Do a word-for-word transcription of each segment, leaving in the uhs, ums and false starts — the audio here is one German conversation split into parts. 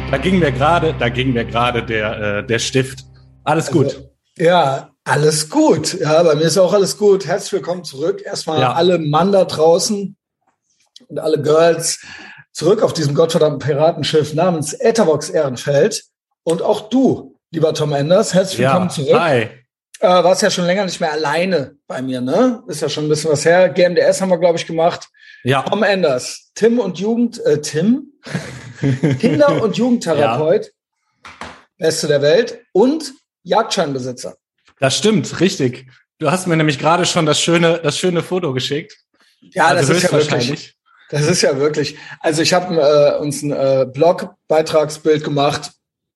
Da ging mir gerade, da ging mir gerade der, äh, der Stift. Alles gut. Also, ja, alles gut. Ja, bei mir ist auch alles gut. Herzlich willkommen zurück. Erstmal Ja. alle Mann da draußen und alle Girls zurück auf diesem gottverdammten Piratenschiff namens Ethervox Ehrenfeld. Und auch du, lieber Tom Enders, herzlich willkommen Ja, zurück. hi. Äh, warst ja schon länger nicht mehr alleine bei mir, ne? Ist ja schon ein bisschen was her. G M D S haben wir, glaube ich, gemacht. Ja. Tom Enders, Tim und Jugend, äh, Tim? Kinder- und Jugendtherapeut, ja. Beste der Welt und Jagdscheinbesitzer. Das stimmt, richtig. Du hast mir nämlich gerade schon das schöne, das schöne Foto geschickt. Ja, also das ist ja wirklich. Das ist ja wirklich. Also ich habe äh, uns ein äh, Blogbeitragsbild gemacht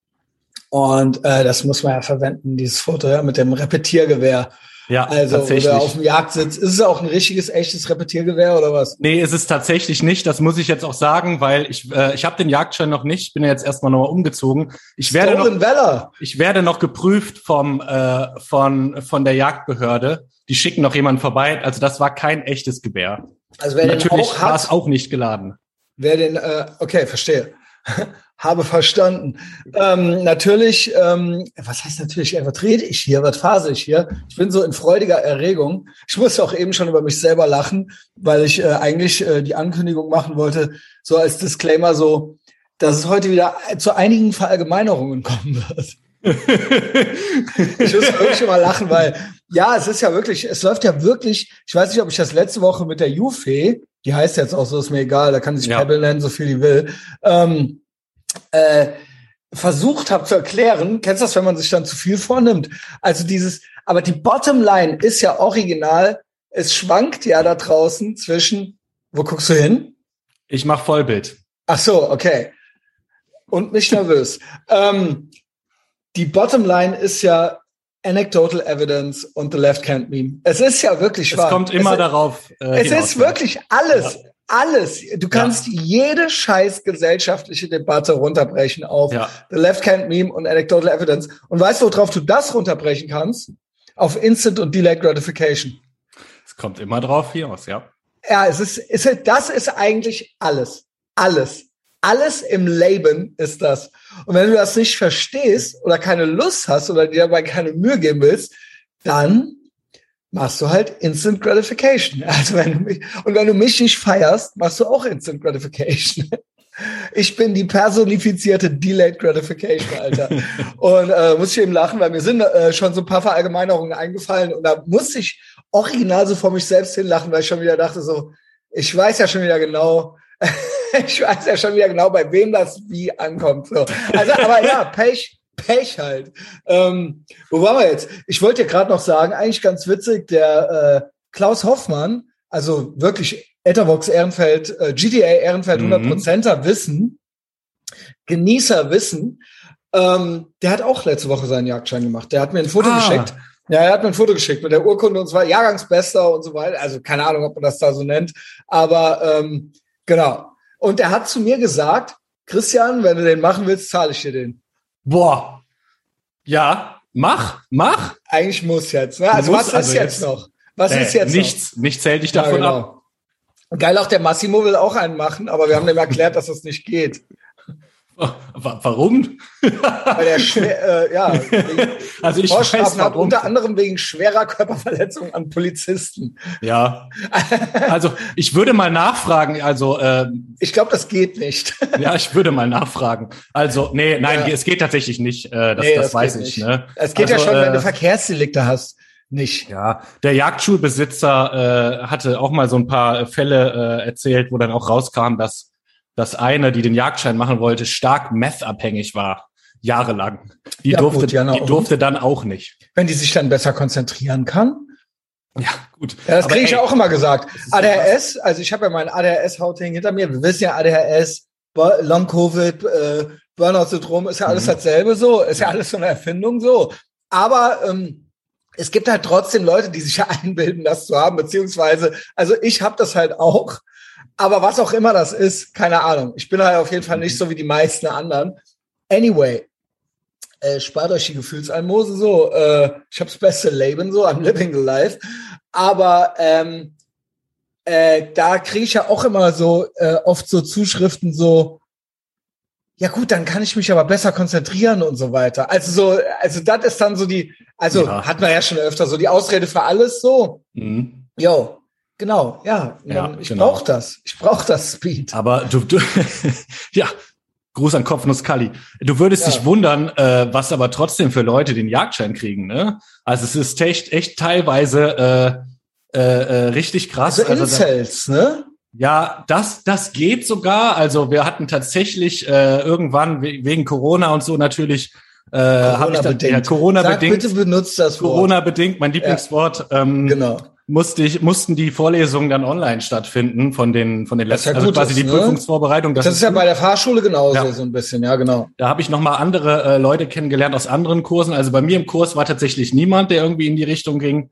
und äh, das muss man ja verwenden, dieses Foto, ja, mit dem Repetiergewehr. Ja, also, tatsächlich. Oder auf dem Jagdsitz. Ist es auch ein richtiges, echtes Repetiergewehr oder was? Nee, ist es tatsächlich nicht. Das muss ich jetzt auch sagen, weil ich äh, ich habe den Jagdschein noch nicht. Ich bin ja jetzt erstmal nochmal umgezogen. Ich werde Stolen noch, Valor. ich werde noch geprüft vom äh, von von der Jagdbehörde. Die schicken noch jemanden vorbei. Also das war kein echtes Gewehr. Also wer Natürlich den auch war hat, es auch nicht geladen. Wer den, äh, okay, verstehe. Habe verstanden. Ähm, natürlich, ähm, was heißt natürlich, ey, was rede ich hier, was phase ich hier? Ich bin so in freudiger Erregung. Ich musste auch eben schon über mich selber lachen, weil ich äh, eigentlich äh, die Ankündigung machen wollte, so als Disclaimer so, dass es heute wieder zu einigen Verallgemeinerungen kommen wird. Ich muss wirklich immer lachen, weil, ja, es ist ja wirklich, es läuft ja wirklich, ich weiß nicht, ob ich das letzte Woche mit der Jufe, die heißt jetzt auch so, ist mir egal, da kann sich ja. Pebble nennen, so viel die will, ähm, äh, versucht habe zu erklären. Kennst du das, wenn man sich dann zu viel vornimmt? Also dieses, aber die Bottomline ist ja original, es schwankt ja da draußen zwischen, wo guckst du hin? Ich mach Vollbild. Ach so, okay. Und nicht nervös. ähm, die Bottomline ist ja Anecdotal Evidence und the Left Can't Meme. Es ist ja wirklich wahr. Es kommt immer es darauf äh, Es hinaus, ist wirklich alles, ja. alles. Du kannst ja. jede scheiß gesellschaftliche Debatte runterbrechen auf ja. the Left Can't Meme und Anecdotal Evidence. Und weißt du, worauf du das runterbrechen kannst? Auf Instant und Delayed Gratification. Es kommt immer drauf hinaus, ja. Ja, es ist, es ist, das ist eigentlich alles. Alles. Alles im Leben ist das. Und wenn du das nicht verstehst oder keine Lust hast oder dir dabei keine Mühe geben willst, dann machst du halt Instant Gratification. Also wenn du mich, und wenn du mich nicht feierst, machst du auch Instant Gratification. Ich bin die personifizierte Delayed Gratification, Alter. Und äh, muss ich eben lachen, weil mir sind äh, schon so ein paar Verallgemeinerungen eingefallen und da musste ich original so vor mich selbst hinlachen, weil ich schon wieder dachte so, ich weiß ja schon wieder genau, ich weiß ja schon wieder genau, bei wem das wie ankommt. So. Also, aber ja, Pech, Pech halt. Ähm, wo waren wir jetzt? Ich wollte dir gerade noch sagen, eigentlich ganz witzig, der äh, Klaus Hoffmann, also wirklich Ethervox Ehrenfeld, äh, G T A Ehrenfeld hundert Prozenter mhm. Wissen, Genießer Wissen, ähm, der hat auch letzte Woche seinen Jagdschein gemacht. Der hat mir ein Foto ah. geschickt. Ja, er hat mir ein Foto geschickt mit der Urkunde und so weiter, Jahrgangsbester und so weiter. Also keine Ahnung, ob man das da so nennt. Aber ähm, genau. Und er hat zu mir gesagt, Christian, wenn du den machen willst, zahle ich dir den. Boah. Ja, mach, mach. Eigentlich muss jetzt. Ne? Also muss, was ist also jetzt, jetzt noch? Was äh, ist jetzt nichts, noch? Nichts hält dich davon ja, genau. ab. Geil, auch der Massimo will auch einen machen, aber wir haben dem erklärt, dass das nicht geht. Warum? Weil der schwer, äh, ja, also ich weiß, hat, unter anderem wegen schwerer Körperverletzung an Polizisten. Ja, also ich würde mal nachfragen, also äh, ich glaube, das geht nicht. Ja, ich würde mal nachfragen. Also, nee, nein, ja. es geht tatsächlich nicht, äh, das, nee, das, das weiß ich. Nicht. Ne? Es geht also, ja schon, äh, wenn du Verkehrsdelikte hast. Nicht. Ja, der Jagdschulbesitzer äh, hatte auch mal so ein paar Fälle äh, erzählt, wo dann auch rauskam, dass dass eine, die den Jagdschein machen wollte, stark meth-abhängig war, jahrelang. Die, ja, durfte, gut, ja, die durfte dann auch nicht. Wenn die sich dann besser konzentrieren kann? Ja, gut. Ja, das kriege ich ja auch immer gesagt. A D H S, also ich habe ja mein A D H S-Houting hinter mir. Wir wissen ja, A D H S, Long-Covid, äh, Burnout-Syndrom, ist ja alles mhm. dasselbe so, ist ja alles so eine Erfindung so. Aber ähm, es gibt halt trotzdem Leute, die sich ja einbilden, das zu haben, beziehungsweise, also ich habe das halt auch. Aber was auch immer das ist, keine Ahnung. Ich bin halt auf jeden Fall nicht so wie die meisten anderen. Anyway, äh, spart euch die Gefühlsalmosen so. Äh, ich habe das beste Leben so, I'm living the life. Aber ähm, äh, da kriege ich ja auch immer so äh, oft so Zuschriften so, ja gut, dann kann ich mich aber besser konzentrieren und so weiter. Also so, also das ist dann so die, also ja. Hat man ja schon öfter so die Ausrede für alles so. Mhm. Jo, genau, ja, ja ich genau. brauche das, ich brauche das Speed. Aber du, du ja, Gruß an Kopfnuss Kalli. Du würdest ja. dich wundern, äh, was aber trotzdem für Leute den Jagdschein kriegen, ne? Also es ist echt, echt teilweise äh, äh, äh, richtig krass. Also Incels, also, ne? Ja, das das geht sogar. Also wir hatten tatsächlich äh, irgendwann we- wegen Corona und so natürlich äh, habe ich dann ja, Corona Sag bedingt. Bitte benutzt das Wort. Corona bedingt, mein Lieblingswort. Ja. Ähm, genau. Musste ich mussten die Vorlesungen dann online stattfinden von den von den letzten, ja also quasi ist, die ne? Prüfungsvorbereitung. Das, das ist, ist ja gut. Bei der Fahrschule genauso ja. so ein bisschen, ja genau. Da habe ich noch mal andere äh, Leute kennengelernt aus anderen Kursen. Also bei mir im Kurs war tatsächlich niemand, der irgendwie in die Richtung ging.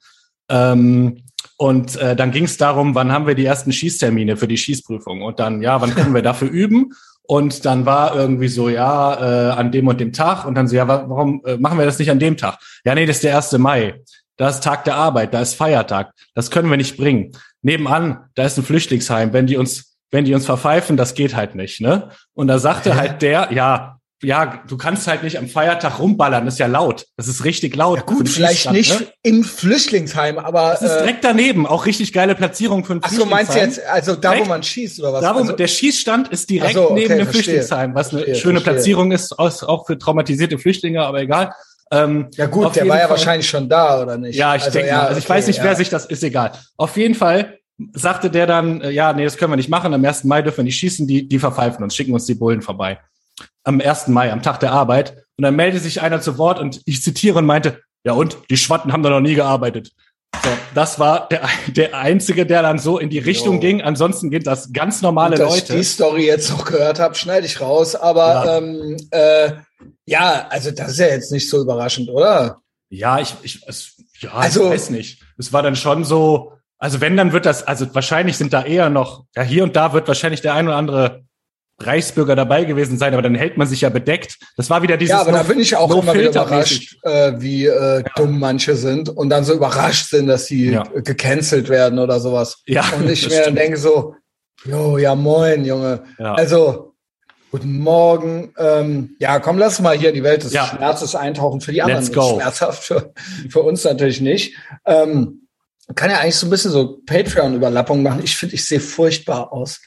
Ähm, Und äh, dann ging es darum, wann haben wir die ersten Schießtermine für die Schießprüfung? Und dann, ja, wann können wir dafür üben? Und dann war irgendwie so, ja, äh, an dem und dem Tag. Und dann so, ja, warum äh, machen wir das nicht an dem Tag? Ja, nee, das ist der erste Mai. Da ist Tag der Arbeit, da ist Feiertag. Das können wir nicht bringen. Nebenan, da ist ein Flüchtlingsheim. Wenn die uns, wenn die uns verpfeifen, das geht halt nicht, ne? Und da sagte halt der, ja, ja, du kannst halt nicht am Feiertag rumballern, das ist ja laut. Das ist richtig laut. Ja gut, vielleicht nicht ne? im Flüchtlingsheim, aber... Das ist äh, direkt daneben, auch richtig geile Platzierung für ein Ach so, Flüchtlingsheim. meinst du jetzt, also da, direkt, wo man schießt oder was? Da, wo also, der Schießstand ist direkt so, okay, neben dem verstehe, Flüchtlingsheim, was verstehe, eine schöne verstehe. Platzierung ist, auch für traumatisierte Flüchtlinge, aber egal. Ähm, ja gut, der war ja Fall, wahrscheinlich schon da, oder nicht? Ja, ich also, denke ja, mal. Also okay, ich weiß nicht, ja. wer sich das, ist egal. Auf jeden Fall sagte der dann, ja, nee, das können wir nicht machen, am ersten Mai dürfen wir nicht schießen, die, die verpfeifen uns, schicken uns die Bullen vorbei. Am ersten Mai, am Tag der Arbeit. Und dann meldete sich einer zu Wort und ich zitiere und meinte, ja und, die Schwatten haben da noch nie gearbeitet. So, das war der, der Einzige, der dann so in die Richtung jo. ging. Ansonsten geht das ganz normale und, dass Leute. Ich die Story jetzt noch gehört habe, schneide ich raus. Aber ja. Ähm, äh, ja, also das ist ja jetzt nicht so überraschend, oder? Ja, ich, ich, es, ja, also, ich weiß nicht. Es war dann schon so, also wenn, dann wird das, also wahrscheinlich sind da eher noch, ja, hier und da wird wahrscheinlich der ein oder andere Reichsbürger dabei gewesen sein, aber dann hält man sich ja bedeckt. Das war wieder dieses Ja, aber da bin ich auch no immer wieder überrascht, äh, wie äh, ja. dumm manche sind und dann so überrascht sind, dass sie ja. gecancelt werden oder sowas. Ja, und ich mir dann denke so, jo, ja moin, Junge. Ja. Also, guten Morgen. Ähm, ja, komm, lass mal hier in die Welt des ja. Schmerzes eintauchen. Für die anderen Let's go. Schmerzhaft, für, für uns natürlich nicht. Ähm, kann ja eigentlich so ein bisschen so Patreon-Überlappung machen. Ich finde, ich sehe furchtbar aus.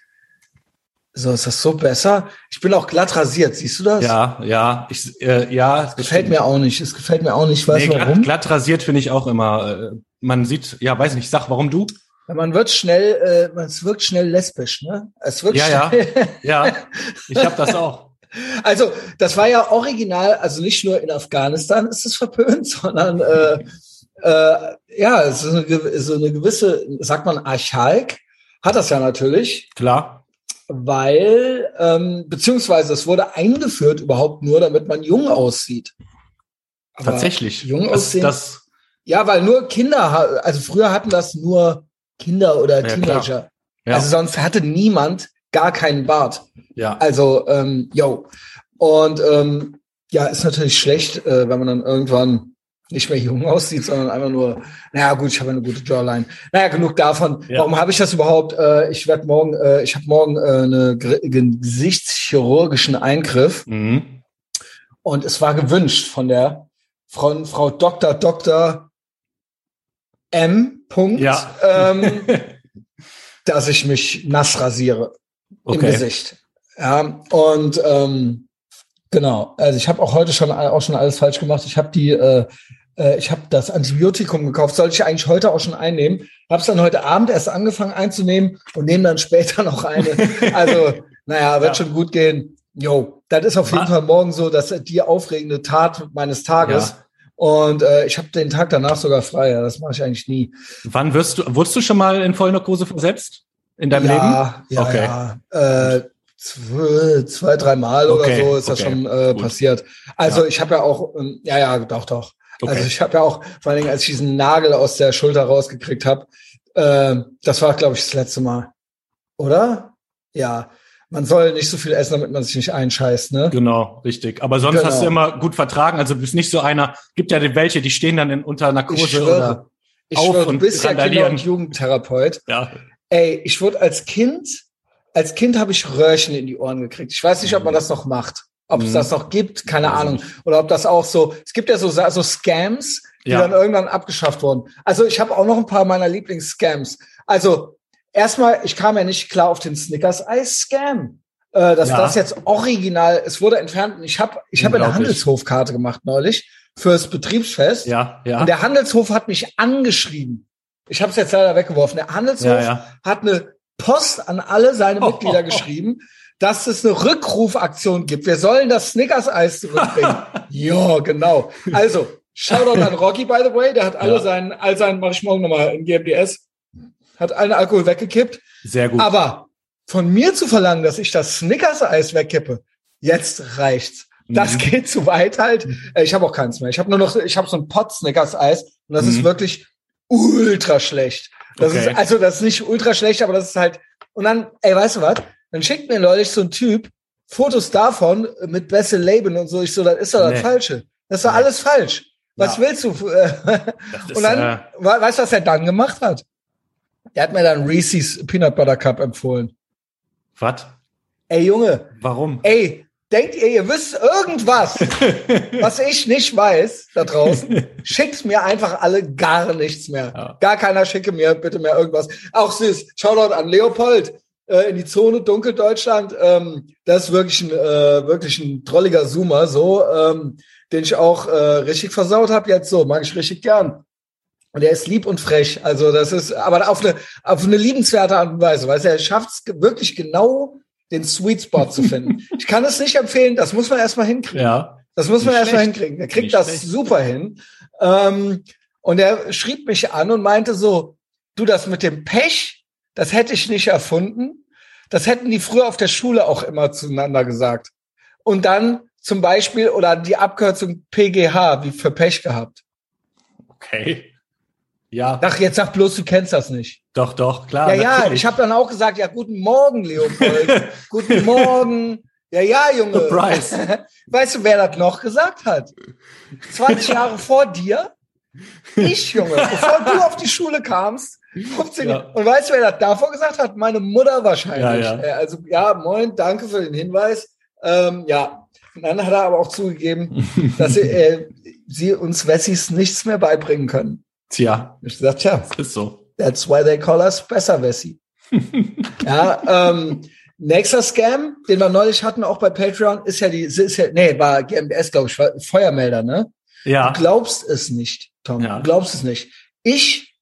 So, ist das so besser? Ich bin auch glatt rasiert, siehst du das? Ja, ja, ich, äh, ja. Es gefällt mir auch nicht, es gefällt mir auch nicht, weißt du nee, warum? Glatt, glatt rasiert finde ich auch immer, äh, man sieht, ja, weiß nicht, sag, warum du? Ja, man wird schnell, äh, es wirkt schnell lesbisch, ne? Es wirkt ja, schnell. Ja, ja, ich hab das auch. Also, das war ja original, also nicht nur in Afghanistan ist es verpönt, sondern, äh, äh, ja, es ist eine, so eine gewisse, sagt man, Archaik, hat das ja natürlich. Klar. Weil, ähm, beziehungsweise es wurde eingeführt überhaupt nur, damit man jung aussieht. Aber tatsächlich. Jung das, aussehen. Das ja, weil nur Kinder, also früher hatten das nur Kinder oder ja, Teenager. Ja. Also sonst hatte niemand gar keinen Bart. Ja. Also, ähm, yo. Und ähm, ja, ist natürlich schlecht, äh, wenn man dann irgendwann nicht mehr jung aussieht, sondern einfach nur, naja gut, ich habe eine gute Jawline. Naja, genug davon. Ja. Warum habe ich das überhaupt? Äh, ich werde morgen, äh, ich habe morgen äh, eine gesichtschirurgischen Eingriff. Mhm. Und es war gewünscht von der von Frau Doktor Doktor M. Punkt, ja. ähm, dass ich mich nass rasiere okay. im Gesicht. Ja, und ähm, genau, also ich habe auch heute schon auch schon alles falsch gemacht. Ich habe die äh, Ich habe das Antibiotikum gekauft, sollte ich eigentlich heute auch schon einnehmen. Habe es dann heute Abend erst angefangen einzunehmen und nehme dann später noch eine. Also, naja, wird ja. schon gut gehen. Jo, das ist auf jeden Was? Fall morgen so, dass die aufregende Tat meines Tages. Ja. Und äh, ich habe den Tag danach sogar frei. Ja, das mache ich eigentlich nie. Wann wirst du, wurdest du schon mal in Vollnarkose versetzt? In deinem ja, Leben? Ja, okay. ja. Äh, zwei, zwei drei Mal okay. oder so ist okay. das schon äh, passiert. Also ja. ich habe ja auch, ähm, ja, ja, doch, doch. Okay. Also ich habe ja auch, vor allen Dingen, als ich diesen Nagel aus der Schulter rausgekriegt habe, äh, das war, glaube ich, das letzte Mal. Oder? Ja. Man soll nicht so viel essen, damit man sich nicht einscheißt, ne? Genau, richtig. Aber sonst genau. hast du immer gut vertragen. Also du bist nicht so einer, gibt ja welche, die stehen dann in, unter Narkose ich schwöre, oder ich auf schwöre, und du bist ja Kinder- und Jugendtherapeut. Ja. Ey, ich wurde als Kind, als Kind habe ich Röhrchen in die Ohren gekriegt. Ich weiß nicht, ob man das noch macht. Ob es Mhm. das noch gibt, keine Weiß ich Ahnung. nicht. Oder ob das auch so, es gibt ja so, so Scams, die Ja. dann irgendwann abgeschafft wurden. Also ich habe auch noch ein paar meiner Lieblings-Scams. Also erstmal, ich kam ja nicht klar auf den Snickers-Eis-Scam. Äh, dass Ja. das jetzt original, es wurde entfernt. Und ich habe ich hab eine Unglaublich. Handelshofkarte gemacht neulich fürs Betriebsfest. Ja, ja. Und der Handelshof hat mich angeschrieben. Ich habe es jetzt leider weggeworfen. Der Handelshof Ja, ja. hat eine Post an alle seine Oh, Mitglieder oh, oh. geschrieben, dass es eine Rückrufaktion gibt. Wir sollen das Snickers-Eis zurückbringen. Ja, genau. Also, Shoutout an Rocky, by the way. Der hat alle Ja. seinen, all seinen, mach ich morgen nochmal in G M D S, hat allen Alkohol weggekippt. Sehr gut. Aber von mir zu verlangen, dass ich das Snickers-Eis wegkippe, jetzt reicht's. Das Mhm. geht zu weit halt. Äh, Ich habe auch keins mehr. Ich habe nur noch, ich habe so ein Pot Snickers-Eis und das Mhm. ist wirklich ultra schlecht. Das Okay. ist, also das ist nicht ultra schlecht, aber das ist halt, und dann, ey, weißt du was? Dann schickt mir neulich so ein Typ Fotos davon mit Bessel Leben und so. Ich so, das ist doch das Nee. Falsche. Das ist doch Nee. alles falsch. Was Ja. willst du? Das ist, Und dann, äh, we- weißt du, was er dann gemacht hat? Der hat mir dann Reese's Peanut Butter Cup empfohlen. was? Ey, Junge, Warum? ey, denkt ihr, ihr wisst irgendwas, was ich nicht weiß da draußen? Schickt mir einfach alle gar nichts mehr. Ja. Gar keiner schicke mir bitte mehr irgendwas. Auch süß. Shoutout an Leopold äh, in die Zone Dunkeldeutschland. Ähm, das ist wirklich ein, äh, wirklich ein drolliger Zoomer, so, ähm, den ich auch äh, richtig versaut habe jetzt so. Mag ich richtig gern. Und er ist lieb und frech. Also das ist, aber auf eine, auf eine liebenswerte Art und Weise. Weißt du, er schafft es wirklich genau, den Sweet Spot zu finden. Ich kann es nicht empfehlen, das muss man erstmal hinkriegen. Ja. Das muss man Nicht erstmal schlecht. hinkriegen. Er kriegt Nicht das schlecht. super hin. Ähm, und er schrieb mich an und meinte so, du, das mit dem Pech, das hätte ich nicht erfunden. Das hätten die früher auf der Schule auch immer zueinander gesagt. Und dann zum Beispiel, oder die Abkürzung P G H, wie für Pech gehabt. Okay. Ja. Ach, jetzt sag bloß, du kennst das nicht. Doch, doch, klar. Ja, ja, natürlich. ich habe dann auch gesagt, ja, guten Morgen, Leopold. Guten Morgen. Ja, ja, Junge. Surprise. Weißt du, wer das noch gesagt hat? zwanzig Jahre vor dir? Ich, Junge. Bevor du auf die Schule kamst. fünfzehn Ja. Jahre. Und weißt du, wer das davor gesagt hat? Meine Mutter wahrscheinlich. Ja, ja. Äh, Also, ja, moin, danke für den Hinweis. Ähm, ja. Und dann hat er aber auch zugegeben, dass sie, äh, sie uns Wessis nichts mehr beibringen können. Tja, Ich gesagt, tja, das ist so. that's why they call us besser Wessi. Ja, ähm, nächster Scam, den wir neulich hatten, auch bei Patreon, ist ja die, ist ja, nee, war G M D S, glaube ich, war Feuermelder, ne? Ja. Du glaubst es nicht, Tom. Ja. Du glaubst es nicht. Ich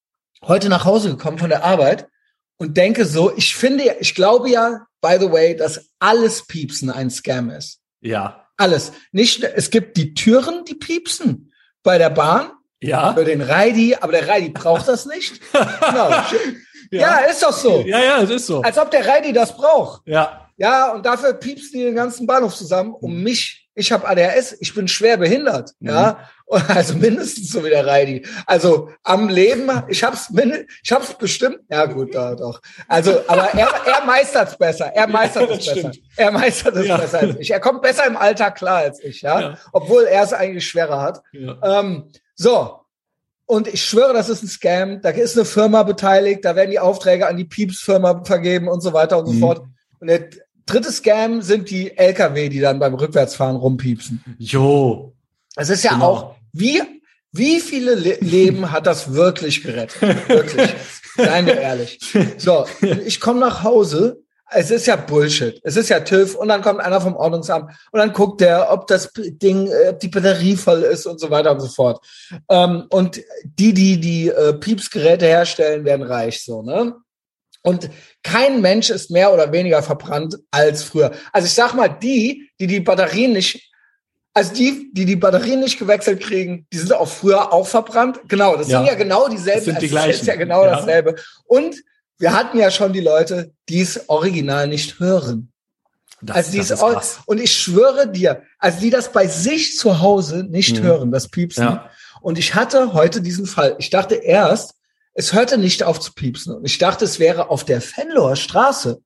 heute nach Hause gekommen von der Arbeit und denke so, ich finde, ja- ich glaube ja, by the way, dass alles Piepsen ein Scam ist. Ja. Alles. Nicht, es gibt die Türen, die piepsen bei der Bahn. Ja. Für den Reidi, aber der Reidi braucht das nicht. Genau. Ja. ist doch so. Ja, ja, es ist so. Als ob der Reidi das braucht. Ja. Ja, und dafür piepst die den ganzen Bahnhof zusammen, um mich. Ich habe A D H S, ich bin schwer behindert. Mhm. Ja, und also mindestens so wie der Reidi. Also am Leben, ich hab's, min- ich hab's bestimmt. Ja gut, da doch. Also, aber er, er meistert's besser. Er meistert Ja, es das besser. stimmt. Er meistert es Ja. besser als ich. Er kommt besser im Alltag klar als ich. Ja, Ja. obwohl er es eigentlich schwerer hat. Ja. Ähm, so. Und ich schwöre, das ist ein Scam. Da ist eine Firma beteiligt, da werden die Aufträge an die Pieps-Firma vergeben und so weiter und so Mhm. fort. Und der dritte Scam sind die L K W, die dann beim Rückwärtsfahren rumpiepsen. Jo. Es ist ja Genau. auch, wie, wie viele Le Leben hat das wirklich gerettet? Wirklich. Seien wir ehrlich. So, und ich komme nach Hause. Es ist ja Bullshit. Es ist ja TÜV und dann kommt einer vom Ordnungsamt und dann guckt der, ob das Ding, äh, ob die Batterie voll ist und so weiter und so fort. Ähm, und die, die die äh, Piepsgeräte herstellen, werden reich, so, ne? Und kein Mensch ist mehr oder weniger verbrannt als früher. Also ich sag mal, die, die die Batterien nicht, also die, die die Batterien nicht gewechselt kriegen, die sind auch früher auch verbrannt. Genau, das Ja. sind ja genau dieselben. Das sind die es gleichen. ist ja genau Ja. dasselbe. Und wir hatten ja schon die Leute, die es original nicht hören. Das, Also die das es ist or- krass. und ich schwöre dir, also die das bei sich zu Hause nicht Mhm. hören, das Piepsen. Ja. Und ich hatte heute diesen Fall. Ich dachte erst, es hörte nicht auf zu piepsen. Und ich dachte, es wäre auf der Venloer Straße.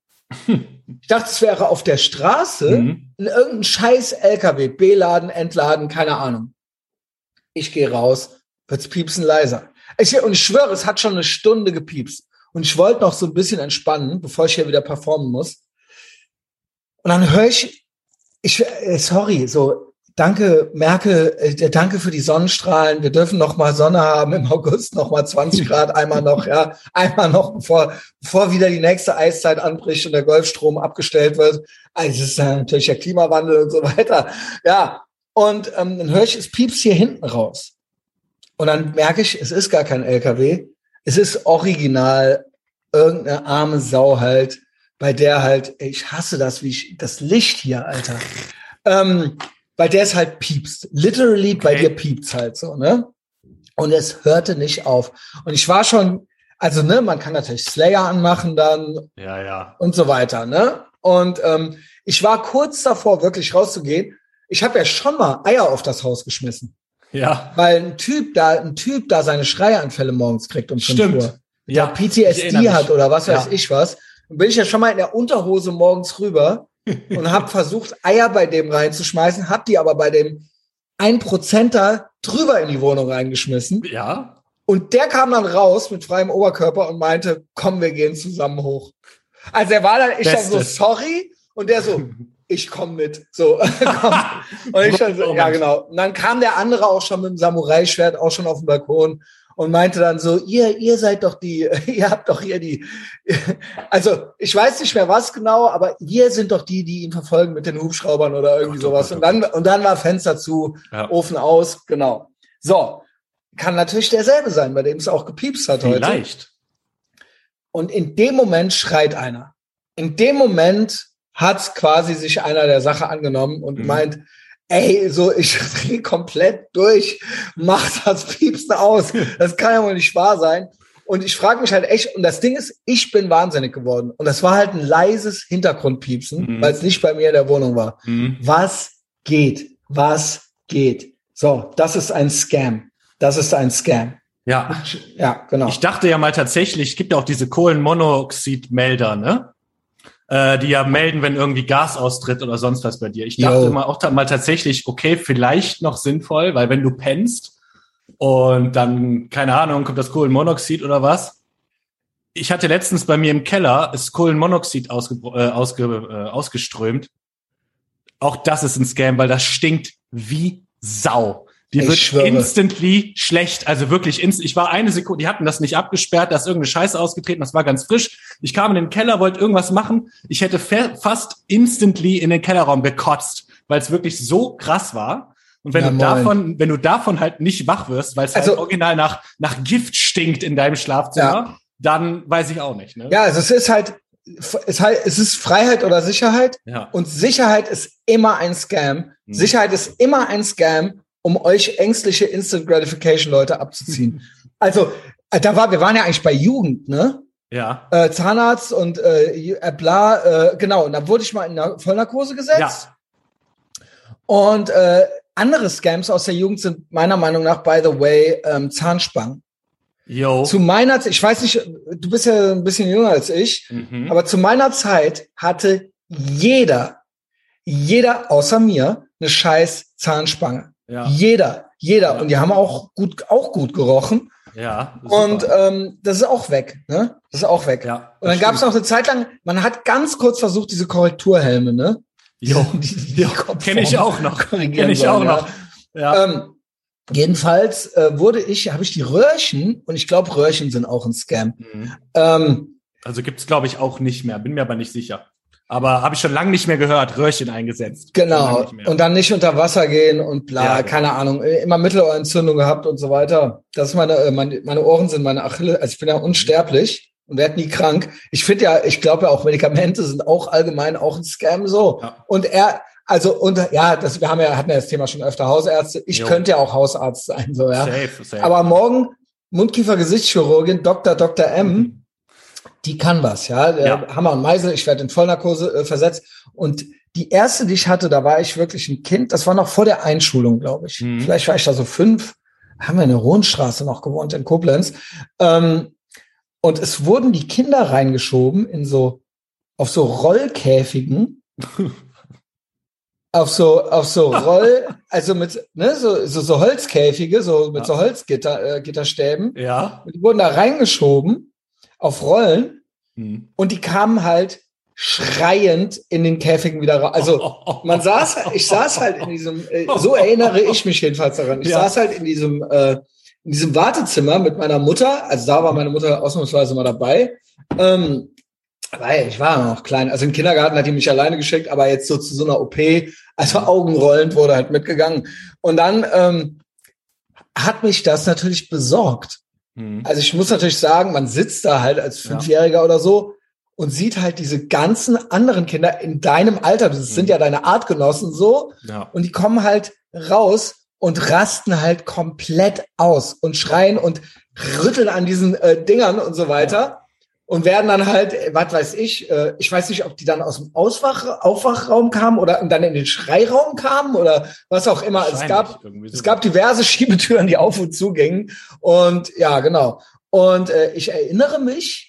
Ich dachte, es wäre auf der Straße Mhm. in irgendeinem scheiß L K W, B-Laden, Entladen, keine Ahnung. Ich gehe raus, wird's piepsen leiser. Ich, und ich schwöre, es hat schon eine Stunde gepiepst. Und ich wollte noch so ein bisschen entspannen, bevor ich hier wieder performen muss. Und dann höre ich ich, äh, sorry, so, danke, Merkel, äh, danke für die Sonnenstrahlen. Wir dürfen noch mal Sonne haben im August, noch mal zwanzig Grad, einmal noch, ja, einmal noch, bevor, bevor wieder die nächste Eiszeit anbricht und der Golfstrom abgestellt wird. Also, das ist ja natürlich der Klimawandel und so weiter. Ja, und ähm, dann höre ich, es piepst hier hinten raus. Und dann merke ich, es ist gar kein L K W. Es ist original irgendeine arme Sau halt, bei der halt, ey, ich hasse das, wie ich, das Licht hier, Alter. Ähm, bei der es halt piepst. Literally, okay. Bei dir piept's halt so, ne? Und es hörte nicht auf. Und ich war schon, also, ne, man kann natürlich Slayer anmachen dann. Ja, ja. Und so weiter, ne? Und ähm, ich war kurz davor, wirklich rauszugehen. Ich habe ja schon mal Eier auf das Haus geschmissen. Ja. Weil ein Typ da, ein Typ da seine Schreianfälle morgens kriegt um fünf Uhr. Ja. Der P T S D hat oder was weiß ja. ich was. Und bin ich ja schon mal in der Unterhose morgens rüber und habe versucht, Eier bei dem reinzuschmeißen, hab die aber bei dem ein Prozenter drüber in die Wohnung reingeschmissen. Ja. Und der kam dann raus mit freiem Oberkörper und meinte, komm, wir gehen zusammen hoch. Also er war dann, ich dann so, sorry. Und der so, ich komm mit. So, komm. Und ich dann so, ja genau. Und dann kam der andere auch schon mit dem Samurai-Schwert auch schon auf dem Balkon und meinte dann so, ihr, ihr seid doch die, ihr habt doch hier die, also ich weiß nicht mehr was genau, aber wir sind doch die, die ihn verfolgen mit den Hubschraubern oder irgendwie Gott, sowas. Gott, und dann, und dann war Fenster zu, ja. Ofen aus, genau. So. Kann natürlich derselbe sein, bei dem es auch gepiepst hat heute. Vielleicht. Und in dem Moment schreit einer. In dem Moment hat quasi sich einer der Sache angenommen und mhm. meint, ey, so, ich drehe komplett durch, mach das Piepsen aus. Das kann ja wohl nicht wahr sein. Und ich frage mich halt echt, und das Ding ist, ich bin wahnsinnig geworden. Und das war halt ein leises Hintergrundpiepsen, mhm. weil es nicht bei mir in der Wohnung war. Mhm. Was geht? Was geht? So, das ist ein Scam. Das ist ein Scam. Ja. Ja, genau. Ich dachte ja mal tatsächlich, es gibt ja auch diese Kohlenmonoxid-Melder, ne? Äh, die ja melden, wenn irgendwie Gas austritt oder sonst was bei dir. Ich dachte mal auch mal tatsächlich, okay, vielleicht noch sinnvoll, weil wenn du pennst und dann, keine Ahnung, kommt das Kohlenmonoxid oder was. Ich hatte letztens bei mir im Keller ist Kohlenmonoxid ausge, äh, ausge, äh, ausgeströmt. Auch das ist ein Scam, weil das stinkt wie Sau. Die ich wird schwöre. instantly schlecht, also wirklich instant. Ich war eine Sekunde, die hatten das nicht abgesperrt, da ist irgendeine Scheiße ausgetreten, das war ganz frisch. Ich kam in den Keller, wollte irgendwas machen. Ich hätte fe- fast instantly in den Kellerraum gekotzt, weil es wirklich so krass war. Und wenn ja, du moin. davon, wenn du davon halt nicht wach wirst, weil es also, halt original nach, nach Gift stinkt in deinem Schlafzimmer, ja. dann weiß ich auch nicht, ne? Ja, also es ist halt, es halt, es ist Freiheit oder Sicherheit. Ja. Und Sicherheit ist immer ein Scam. Hm. Sicherheit ist immer ein Scam, um euch ängstliche Instant Gratification Leute abzuziehen. Also, da war, wir waren ja eigentlich bei Jugend, ne? Ja. Äh, Zahnarzt und äh, bla, äh, genau. Und da wurde ich mal in eine Vollnarkose gesetzt. Ja. Und äh, andere Scams aus der Jugend sind meiner Meinung nach, by the way, ähm, Zahnspangen. Jo. Zu meiner Zeit, ich weiß nicht, du bist ja ein bisschen jünger als ich, mhm. aber zu meiner Zeit hatte jeder, jeder außer mir eine scheiß Zahnspange. Ja. Jeder, jeder. Ja. Und die haben auch gut, auch gut gerochen. Ja. Und ähm, das ist auch weg, ne? Das ist auch weg. Ja, und dann gab es noch eine Zeit lang, man hat ganz kurz versucht, diese Korrekturhelme, ne? Jo, die, die, die kenne ich auch noch. Kenne ich auch noch. Ja. ja. Ähm, jedenfalls äh, wurde ich, habe ich die Röhrchen, und ich glaube, Röhrchen sind auch ein Scam. Mhm. Ähm, also gibt's, glaube ich, auch nicht mehr. Bin mir aber nicht sicher. Aber habe ich schon lange nicht mehr gehört, Röhrchen eingesetzt. Genau. Und dann nicht unter Wasser gehen und bla, ja, genau. Keine Ahnung. Immer Mittelohrentzündung gehabt und so weiter. Das ist meine, meine, meine Ohren sind meine Achille. Also ich bin ja unsterblich und werde nie krank. Ich finde ja, ich glaube ja auch, Medikamente sind auch allgemein auch ein Scam so. Ja. Und er, also, und ja, das, wir haben ja, hatten ja das Thema schon öfter, Hausärzte. Ich jo. könnte ja auch Hausarzt sein, so, ja. Safe, safe. Aber morgen Mundkiefer-Gesichtschirurgin Doktor Doktor M, mhm. die kann was, ja. ja. Hammer und Meisel, ich werde in Vollnarkose äh, versetzt. Und die erste, die ich hatte, da war ich wirklich ein Kind, das war noch vor der Einschulung, glaube ich. Mhm. Vielleicht war ich da so fünf, haben wir in der Rohnstraße noch gewohnt, in Koblenz. Ähm, und es wurden die Kinder reingeschoben in so, auf so Rollkäfigen. auf so, auf so Roll, also mit, ne, so, so, so Holzkäfige, so mit ja. so Holzgitter, äh, Gitterstäben. Ja. Und die wurden da reingeschoben auf Rollen. Hm. Und die kamen halt schreiend in den Käfigen wieder raus. Also man saß, ich saß halt in diesem, äh, so erinnere ich mich jedenfalls daran. Ich ja. saß halt in diesem, äh, in diesem Wartezimmer mit meiner Mutter. Also da war meine Mutter ausnahmsweise mal dabei. Ähm, weil ich war noch klein. Also im Kindergarten hat die mich alleine geschickt, aber jetzt so zu so einer O P, also augenrollend wurde halt mitgegangen. Und dann ähm, hat mich das natürlich besorgt. Mhm. Also ich muss natürlich sagen, man sitzt da halt als Fünfjähriger ja. oder so und sieht halt diese ganzen anderen Kinder in deinem Alter, das mhm. sind ja deine Artgenossen so, ja. und die kommen halt raus und rasten halt komplett aus und schreien und rütteln an diesen äh, Dingern und so weiter ja. und werden dann halt, was weiß ich, äh, ich weiß nicht, ob die dann aus dem Auswach- Aufwachraum kamen oder dann in den Schreiraum kamen oder was auch immer. Es gab, so. es gab diverse Schiebetüren, die auf und zu gingen und ja, genau. Und äh, ich erinnere mich,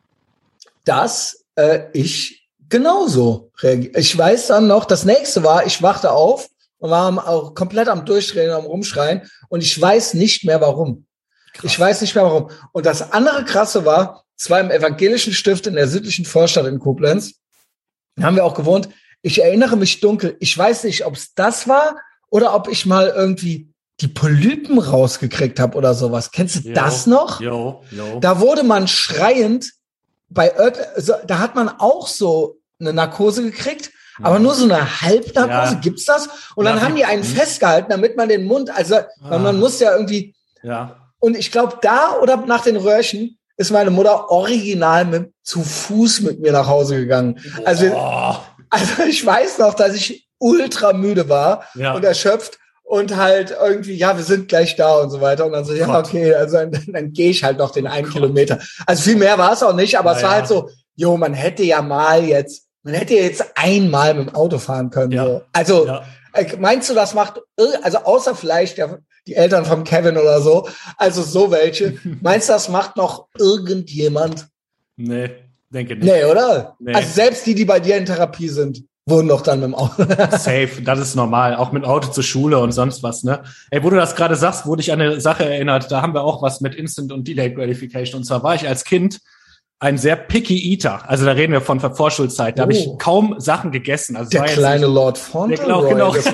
dass äh, ich genauso reagiere. Ich weiß dann noch, das nächste war, ich wachte auf und war auch komplett am Durchdrehen, am Rumschreien und ich weiß nicht mehr warum. Krass. Ich weiß nicht mehr warum. Und das andere Krasse war, es war im evangelischen Stift in der südlichen Vorstadt in Koblenz. Da haben wir auch gewohnt. Ich erinnere mich dunkel. Ich weiß nicht, ob es das war oder ob ich mal irgendwie die Polypen rausgekriegt habe oder sowas. Kennst du jo, das noch? Jo, jo. Da wurde man schreiend bei also, da hat man auch so eine Narkose gekriegt, ja. aber nur so eine Halbnarkose, ja. gibt's das? Und ja, dann haben die einen hm. festgehalten, damit man den Mund, also ah. man muss ja irgendwie, ja. und ich glaube, da oder nach den Röhrchen ist meine Mutter original mit, zu Fuß mit mir nach Hause gegangen. Boah. Also, also ich weiß noch, dass ich ultra müde war ja. und erschöpft. Und halt irgendwie, ja, wir sind gleich da und so weiter. Und dann so, ja, okay, also dann, dann gehe ich halt noch den einen oh Kilometer. Also viel mehr war es auch nicht, aber ja, es war ja. halt so, jo, man hätte ja mal jetzt, man hätte jetzt einmal mit dem Auto fahren können. Ja. So. Also ja. meinst du, das macht, also außer vielleicht der, die Eltern von Kevin oder so, also so welche, meinst du, das macht noch irgendjemand? Nee, denke nicht. Nee, oder? Nee. Also selbst die, die bei dir in Therapie sind, wurden doch dann mit dem Auto. Safe, das ist normal. Auch mit dem Auto zur Schule und sonst was, ne? Ey, wo du das gerade sagst, wurde ich an eine Sache erinnert. Da haben wir auch was mit Instant und Delayed Gratification. Und zwar war ich als Kind ein sehr picky Eater. Also da reden wir von Vorschulzeit. Da oh. habe ich kaum Sachen gegessen. Also der kleine nicht, Lord Fauntleroy. Genau, genau.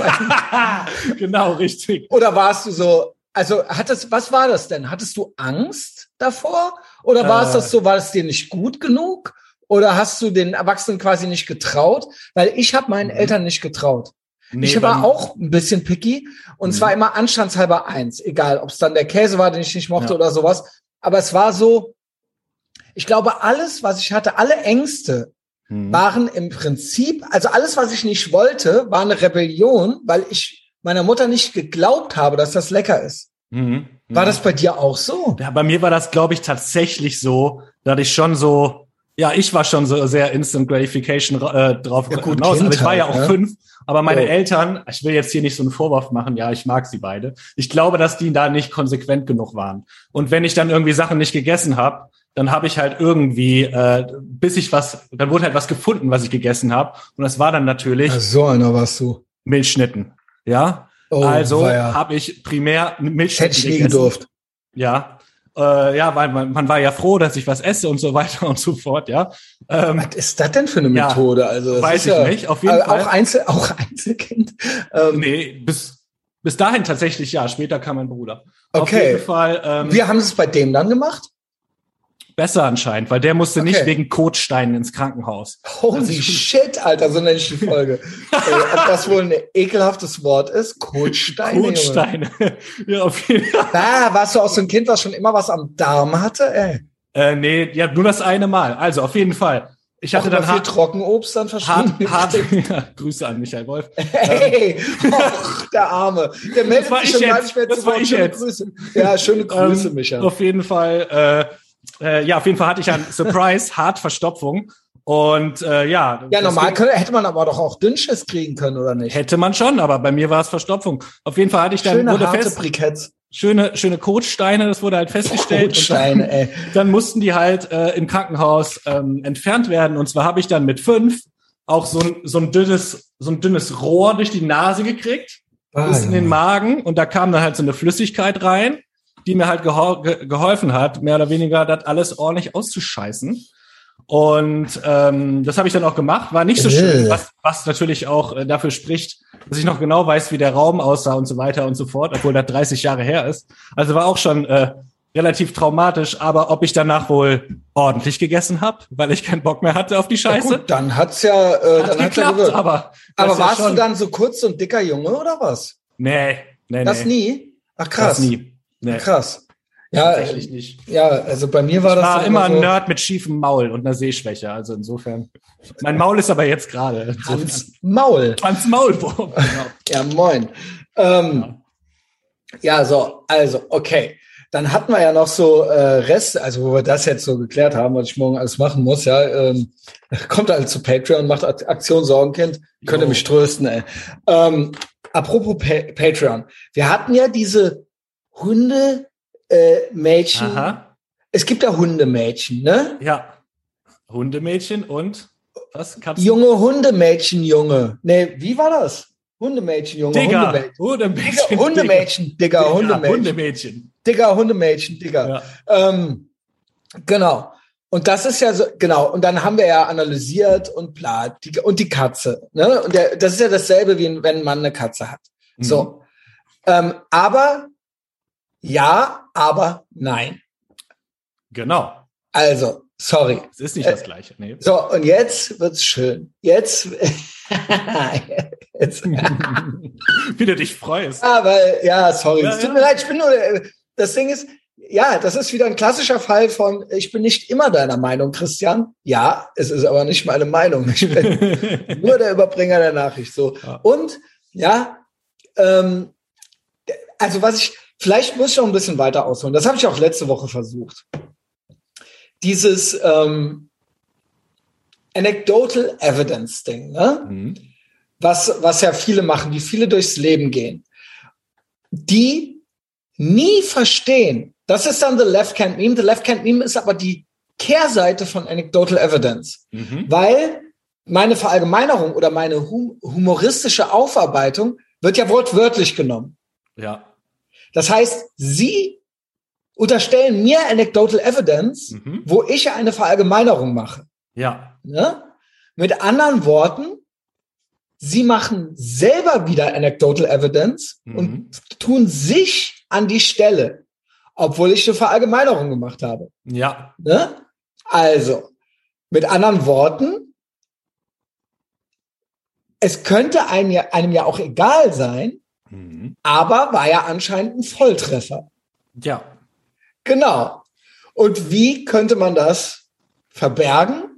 Genau, richtig. Oder warst du so, also hattest, was war das denn? Hattest du Angst davor? Oder war äh, es das so, war es dir nicht gut genug? Oder hast du den Erwachsenen quasi nicht getraut? Weil ich habe meinen mhm. Eltern nicht getraut. Nee, ich war auch ein bisschen picky und mhm. zwar immer anstandshalber eins. Egal, ob es dann der Käse war, den ich nicht mochte ja. oder sowas. Aber es war so, ich glaube, alles, was ich hatte, alle Ängste mhm. waren im Prinzip, also alles, was ich nicht wollte, war eine Rebellion, weil ich meiner Mutter nicht geglaubt habe, dass das lecker ist. Mhm. War das bei dir auch so? Ja, bei mir war das, glaube ich, tatsächlich so, dass ich schon so, ja, ich war schon so sehr Instant Gratification äh, drauf ja, gut, hinaus, aber ich war ja auch ja. fünf. Aber meine ja. Eltern, ich will jetzt hier nicht so einen Vorwurf machen, ja, ich mag sie beide. Ich glaube, dass die da nicht konsequent genug waren. Und wenn ich dann irgendwie Sachen nicht gegessen habe, dann habe ich halt irgendwie, äh, bis ich was, dann wurde halt was gefunden, was ich gegessen habe. Und das war dann natürlich ja, so einer warst du. Milchschnitten. Ja, oh, also habe ich primär Milchschnitten Hätte ich nie gedurft. Ja. Äh, ja, weil man, man war ja froh, dass ich was esse und so weiter und so fort, ja. Ähm, was ist das denn für eine Methode? Ja, also das weiß ist ich ja, nicht, auf jeden Fall. Auch, Einzel, auch Einzelkind? Ähm, nee, bis, bis dahin tatsächlich ja, später kam mein Bruder. Okay. Auf jeden Fall. Ähm, Wie haben sie es bei dem dann gemacht? Besser anscheinend, weil der musste okay. nicht wegen Kotsteinen ins Krankenhaus. Holy shit, Alter, so nenne ich die Folge. äh, ob das wohl ein ekelhaftes Wort ist? Kotsteine. Kotsteine. Ja, auf jeden Fall. Ah, warst du auch so ein Kind, was schon immer was am Darm hatte? Ey. Äh, nee, ja, nur das eine Mal. Also auf jeden Fall. Ich hatte dann viel Trockenobst dann verschwunden. Hart, hart, ja, Grüße an Michael Wolf. Hey, och, der Arme. Der meldet sich schon gar nicht mehr zu Wort. Schöne Grüße. Ja, schöne Grüße, ähm, Michael. Auf jeden Fall, äh, Äh, ja, auf jeden Fall hatte ich ein Surprise, Hartverstopfung. Und äh, ja. Ja, normal könnte, hätte man aber doch auch Dünnschiss kriegen können, oder nicht? Hätte man schon, aber bei mir war es Verstopfung. Auf jeden Fall hatte ich dann schöne wurde harte fest, Briketts. Schöne, schöne Kotsteine, das wurde halt festgestellt. Kotsteine, und dann, ey. Dann mussten die halt äh, im Krankenhaus ähm, entfernt werden. Und zwar habe ich dann mit fünf auch so ein, so ein dünnes, so ein dünnes Rohr durch die Nase gekriegt, ah, bis ja. in den Magen. Und da kam dann halt so eine Flüssigkeit rein, die mir halt gehol- ge- geholfen hat, mehr oder weniger das alles ordentlich auszuscheißen. Und ähm, das habe ich dann auch gemacht, war nicht so schön, was, was natürlich auch äh, dafür spricht, dass ich noch genau weiß, wie der Raum aussah und so weiter und so fort, obwohl das dreißig Jahre her ist. Also war auch schon äh, relativ traumatisch, aber ob ich danach wohl ordentlich gegessen habe, weil ich keinen Bock mehr hatte auf die Scheiße. Ja gut, dann hat's ja, äh, hat dann hat's geklappt, ja gewirkt. aber Aber warst ja du dann so kurz und dicker Junge oder was? Nee, nee, Das nee. nie? Ach krass. Das nie. Nee. Krass. Ja, Tatsächlich nicht. Ja, also bei mir war ich das war dann immer ein so, Nerd mit schiefem Maul und einer Sehschwäche, also insofern. Mein Maul ist aber jetzt gerade. Hans Maul. Hans Maulwurm. Genau. Ja, moin. Ähm, ja. ja, so, also, okay. Dann hatten wir ja noch so äh, Rest, also wo wir das jetzt so geklärt haben, was ich morgen alles machen muss, ja, ähm, kommt halt zu Patreon, macht Aktion Sorgenkind, könnt ihr mich trösten, ey. Ähm, apropos pa- Patreon, wir hatten ja diese Hunde äh, Mädchen. Aha. Es gibt ja Hundemädchen, ne? Ja. Hundemädchen und was? Katzen? Junge Hundemädchen, Junge. Nee, wie war das? Hundemädchen, Junge, Digga. Hundemädchen. Hundemädchen. Digga, Hundemädchen, Digga, Digga. Hundemädchen. Hundemädchen. Digga, Hundemädchen, Digga. Ja. Ähm, genau. Und das ist ja so, genau. Und dann haben wir ja analysiert und bla, die, und die Katze, ne? Und der, das ist ja dasselbe, wie wenn man eine Katze hat. Mhm. So. Ähm, aber, ja, aber nein. Genau. Also, sorry. Es ist nicht das Gleiche. Nee. So, und jetzt wird's schön. Jetzt, jetzt. Wie du dich freust. Aber, ja, sorry. Ja, es tut ja. mir leid, ich bin nur, das Ding ist, ja, das ist wieder ein klassischer Fall von, ich bin nicht immer deiner Meinung, Christian. Ja, es ist aber nicht meine Meinung. Ich bin nur der Überbringer der Nachricht, so. Ja. Und, ja, ähm, also was ich, vielleicht muss ich noch ein bisschen weiter ausholen. Das habe ich auch letzte Woche versucht. Dieses ähm, Anecdotal Evidence Ding, ne? Mhm. Was, was ja viele machen, die viele durchs Leben gehen, die nie verstehen. Das ist dann the left hand meme. The left hand meme ist aber die Kehrseite von Anecdotal Evidence, Mhm. weil meine Verallgemeinerung oder meine hum- humoristische Aufarbeitung wird ja wortwörtlich genommen. Ja. Das heißt, sie unterstellen mir Anecdotal Evidence, Mhm. wo ich eine Verallgemeinerung mache. Ja. Ne? Mit anderen Worten, sie machen selber wieder Anecdotal Evidence Mhm. und tun sich an die Stelle, obwohl ich eine Verallgemeinerung gemacht habe. Ja. Ne? Also, mit anderen Worten, es könnte einem ja, einem ja auch egal sein, Mhm. aber war ja anscheinend ein Volltreffer. Ja. Genau. Und wie könnte man das verbergen?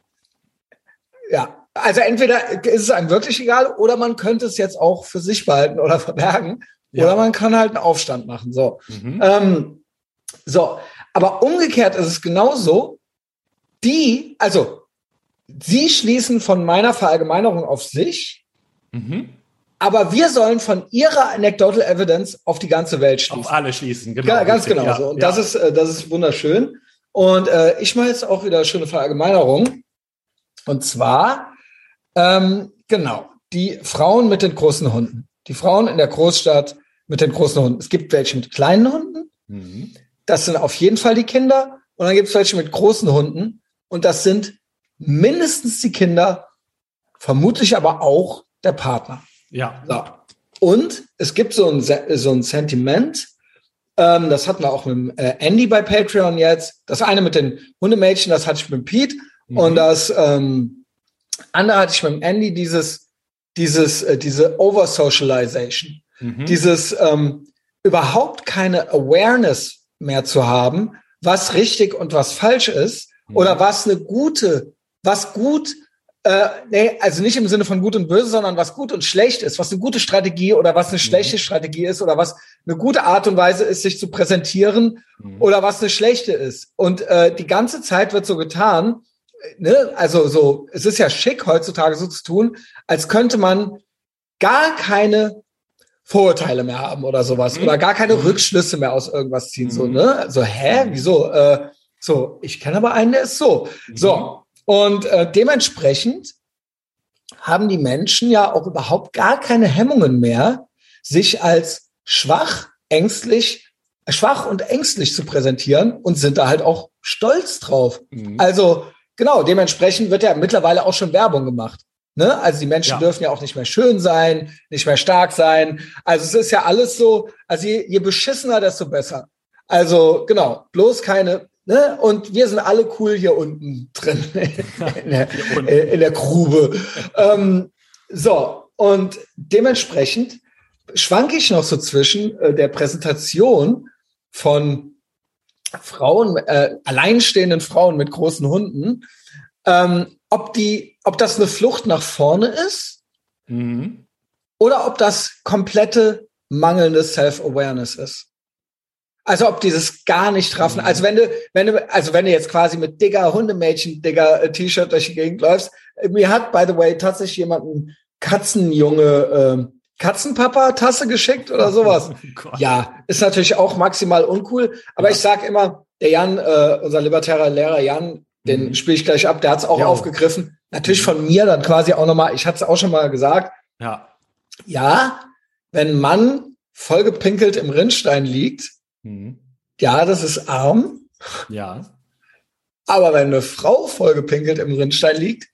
Ja, also entweder ist es einem wirklich egal oder man könnte es jetzt auch für sich behalten oder verbergen. Ja. Oder man kann halt einen Aufstand machen. So. Mhm. Ähm, so, aber umgekehrt ist es genauso. Die, also sie schließen von meiner Verallgemeinerung auf sich, Mhm. aber wir sollen von ihrer Anecdotal Evidence auf die ganze Welt schließen. Auf alle schließen, genau. Ja, ganz richtig. genau Ja. so. Und ja. das ist, äh, das ist wunderschön. Und äh, ich mache jetzt auch wieder eine schöne Verallgemeinerung. Und zwar, ähm, genau, die Frauen mit den großen Hunden. Die Frauen in der Großstadt mit den großen Hunden. Es gibt welche mit kleinen Hunden. Mhm. Das sind auf jeden Fall die Kinder. Und dann gibt es welche mit großen Hunden. Und das sind mindestens die Kinder, vermutlich aber auch der Partner. Ja. So. Und es gibt so ein, Se- so ein Sentiment, ähm, das hatten wir auch mit dem, äh, Andy bei Patreon jetzt. Das eine mit den Hundemädchen, das hatte ich mit dem Pete. Mhm. Und das ähm, andere hatte ich mit dem Andy, dieses, dieses, äh, diese Over-Socialization. Mhm. Dieses ähm, überhaupt keine Awareness mehr zu haben, was richtig und was falsch ist. Mhm. Oder was eine gute, was gut Äh, nee, also nicht im Sinne von gut und böse, sondern was gut und schlecht ist, was eine gute Strategie oder was eine schlechte Strategie ist oder was eine gute Art und Weise ist, sich zu präsentieren Mhm. oder was eine schlechte ist. Und äh, die ganze Zeit wird so getan, ne, also so, es ist ja schick heutzutage so zu tun, als könnte man gar keine Vorurteile mehr haben oder sowas Mhm. oder gar keine Mhm. Rückschlüsse mehr aus irgendwas ziehen. Mhm. So, ne? So, hä, wieso? Äh, so, ich kenne aber einen, der ist so. Mhm. So. Und äh, dementsprechend haben die Menschen ja auch überhaupt gar keine Hemmungen mehr, sich als schwach, ängstlich, schwach und ängstlich zu präsentieren und sind da halt auch stolz drauf. Mhm. Also genau, dementsprechend wird ja mittlerweile auch schon Werbung gemacht. Ne? Also die Menschen ja. dürfen ja auch nicht mehr schön sein, nicht mehr stark sein. Also es ist ja alles so, also je, je beschissener, desto besser. Also genau, bloß keine, ne? Und wir sind alle cool hier unten drin in der, in der Grube. ähm, so, und dementsprechend schwanke ich noch so zwischen äh, der Präsentation von Frauen, äh, alleinstehenden Frauen mit großen Hunden, ähm, ob die, ob das eine Flucht nach vorne ist mhm. oder ob das komplette mangelnde Self-Awareness ist. Also ob dieses gar nicht raffen. Mhm. Also wenn du, wenn du, also wenn du jetzt quasi mit dicker Hundemädchen, dicker äh, T-Shirt durch die Gegend läufst, mir hat, by the way, tatsächlich jemand ein Katzenjunge äh, Katzenpapa-Tasse geschickt oder sowas. Oh ja, ist natürlich auch maximal uncool. Aber ja. ich sag immer, der Jan, äh, unser libertärer Lehrer Jan, den mhm. spiele ich gleich ab, der hat es auch jo. aufgegriffen. Natürlich mhm. von mir dann quasi auch nochmal, ich hatte es auch schon mal gesagt. Ja. Ja, wenn ein Mann vollgepinkelt im Rinnstein liegt, mhm. ja, das ist arm. Ja. Aber wenn eine Frau vollgepinkelt im Rinnstein liegt,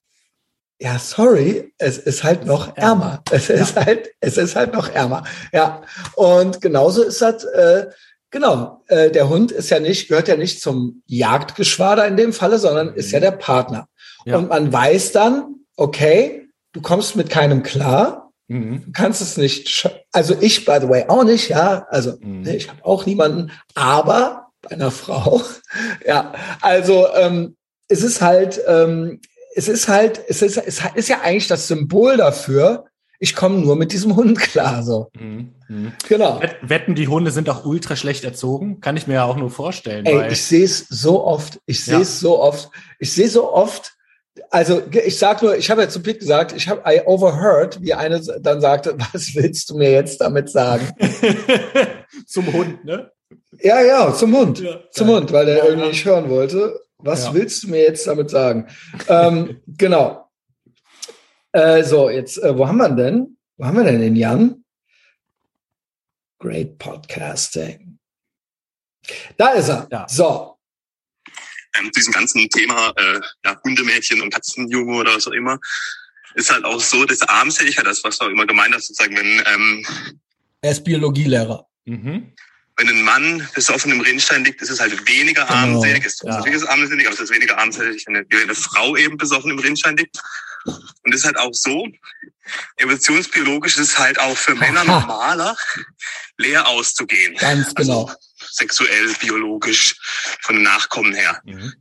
ja, sorry, es ist halt noch ärmer. Es ist ja. halt, es ist halt noch ärmer. Ja. Und genauso ist das, äh, genau, äh, der Hund ist ja nicht, gehört ja nicht zum Jagdgeschwader in dem Falle, sondern ist ja der Partner. Ja. Und man weiß dann, okay, du kommst mit keinem klar, mhm. du kannst es nicht, also ich, by the way, auch nicht, ja, also mhm. ich habe auch niemanden, aber bei einer Frau, ja, also ähm, es ist halt, ähm, Es ist halt, es ist, es ist ja eigentlich das Symbol dafür, ich komme nur mit diesem Hund klar, so. Mhm. Mhm. Genau. Wetten, die Hunde sind auch ultra schlecht erzogen? Kann ich mir ja auch nur vorstellen. Ey, weil ich sehe es so oft, ich sehe es ja. so oft, ich sehe so oft, also ich sag nur, ich habe ja zu Pete gesagt, ich habe I overheard, wie eine dann sagte, was willst du mir jetzt damit sagen? Zum Hund, ne? Ja, ja, zum Hund, ja, zum Hund, weil der ja, irgendwie ja. nicht hören wollte. Was ja. willst du mir jetzt damit sagen? ähm, genau. Äh, so, jetzt, äh, wo haben wir denn? Wo haben wir denn den Jan? Great Podcasting. Da ist er. Ja. So. Ähm, zu diesem ganzen Thema äh, ja, Hundemädchen und Katzenjunge oder was auch immer, ist halt auch so, das Armseligkeit, das, was du auch immer gemeint hast, sozusagen, wenn ähm, er ist Biologielehrer. Mhm. Wenn ein Mann besoffen im Rinnstein liegt, ist es halt weniger genau. armselig. Es ist ja. natürlich ist armselig, aber es ist weniger armselig, wenn eine, eine Frau eben besoffen im Rinnstein liegt. Und es ist halt auch so, evolutionsbiologisch ist es halt auch für Männer Aha. normaler, leer auszugehen. Ganz genau. Also sexuell, biologisch, von den Nachkommen her.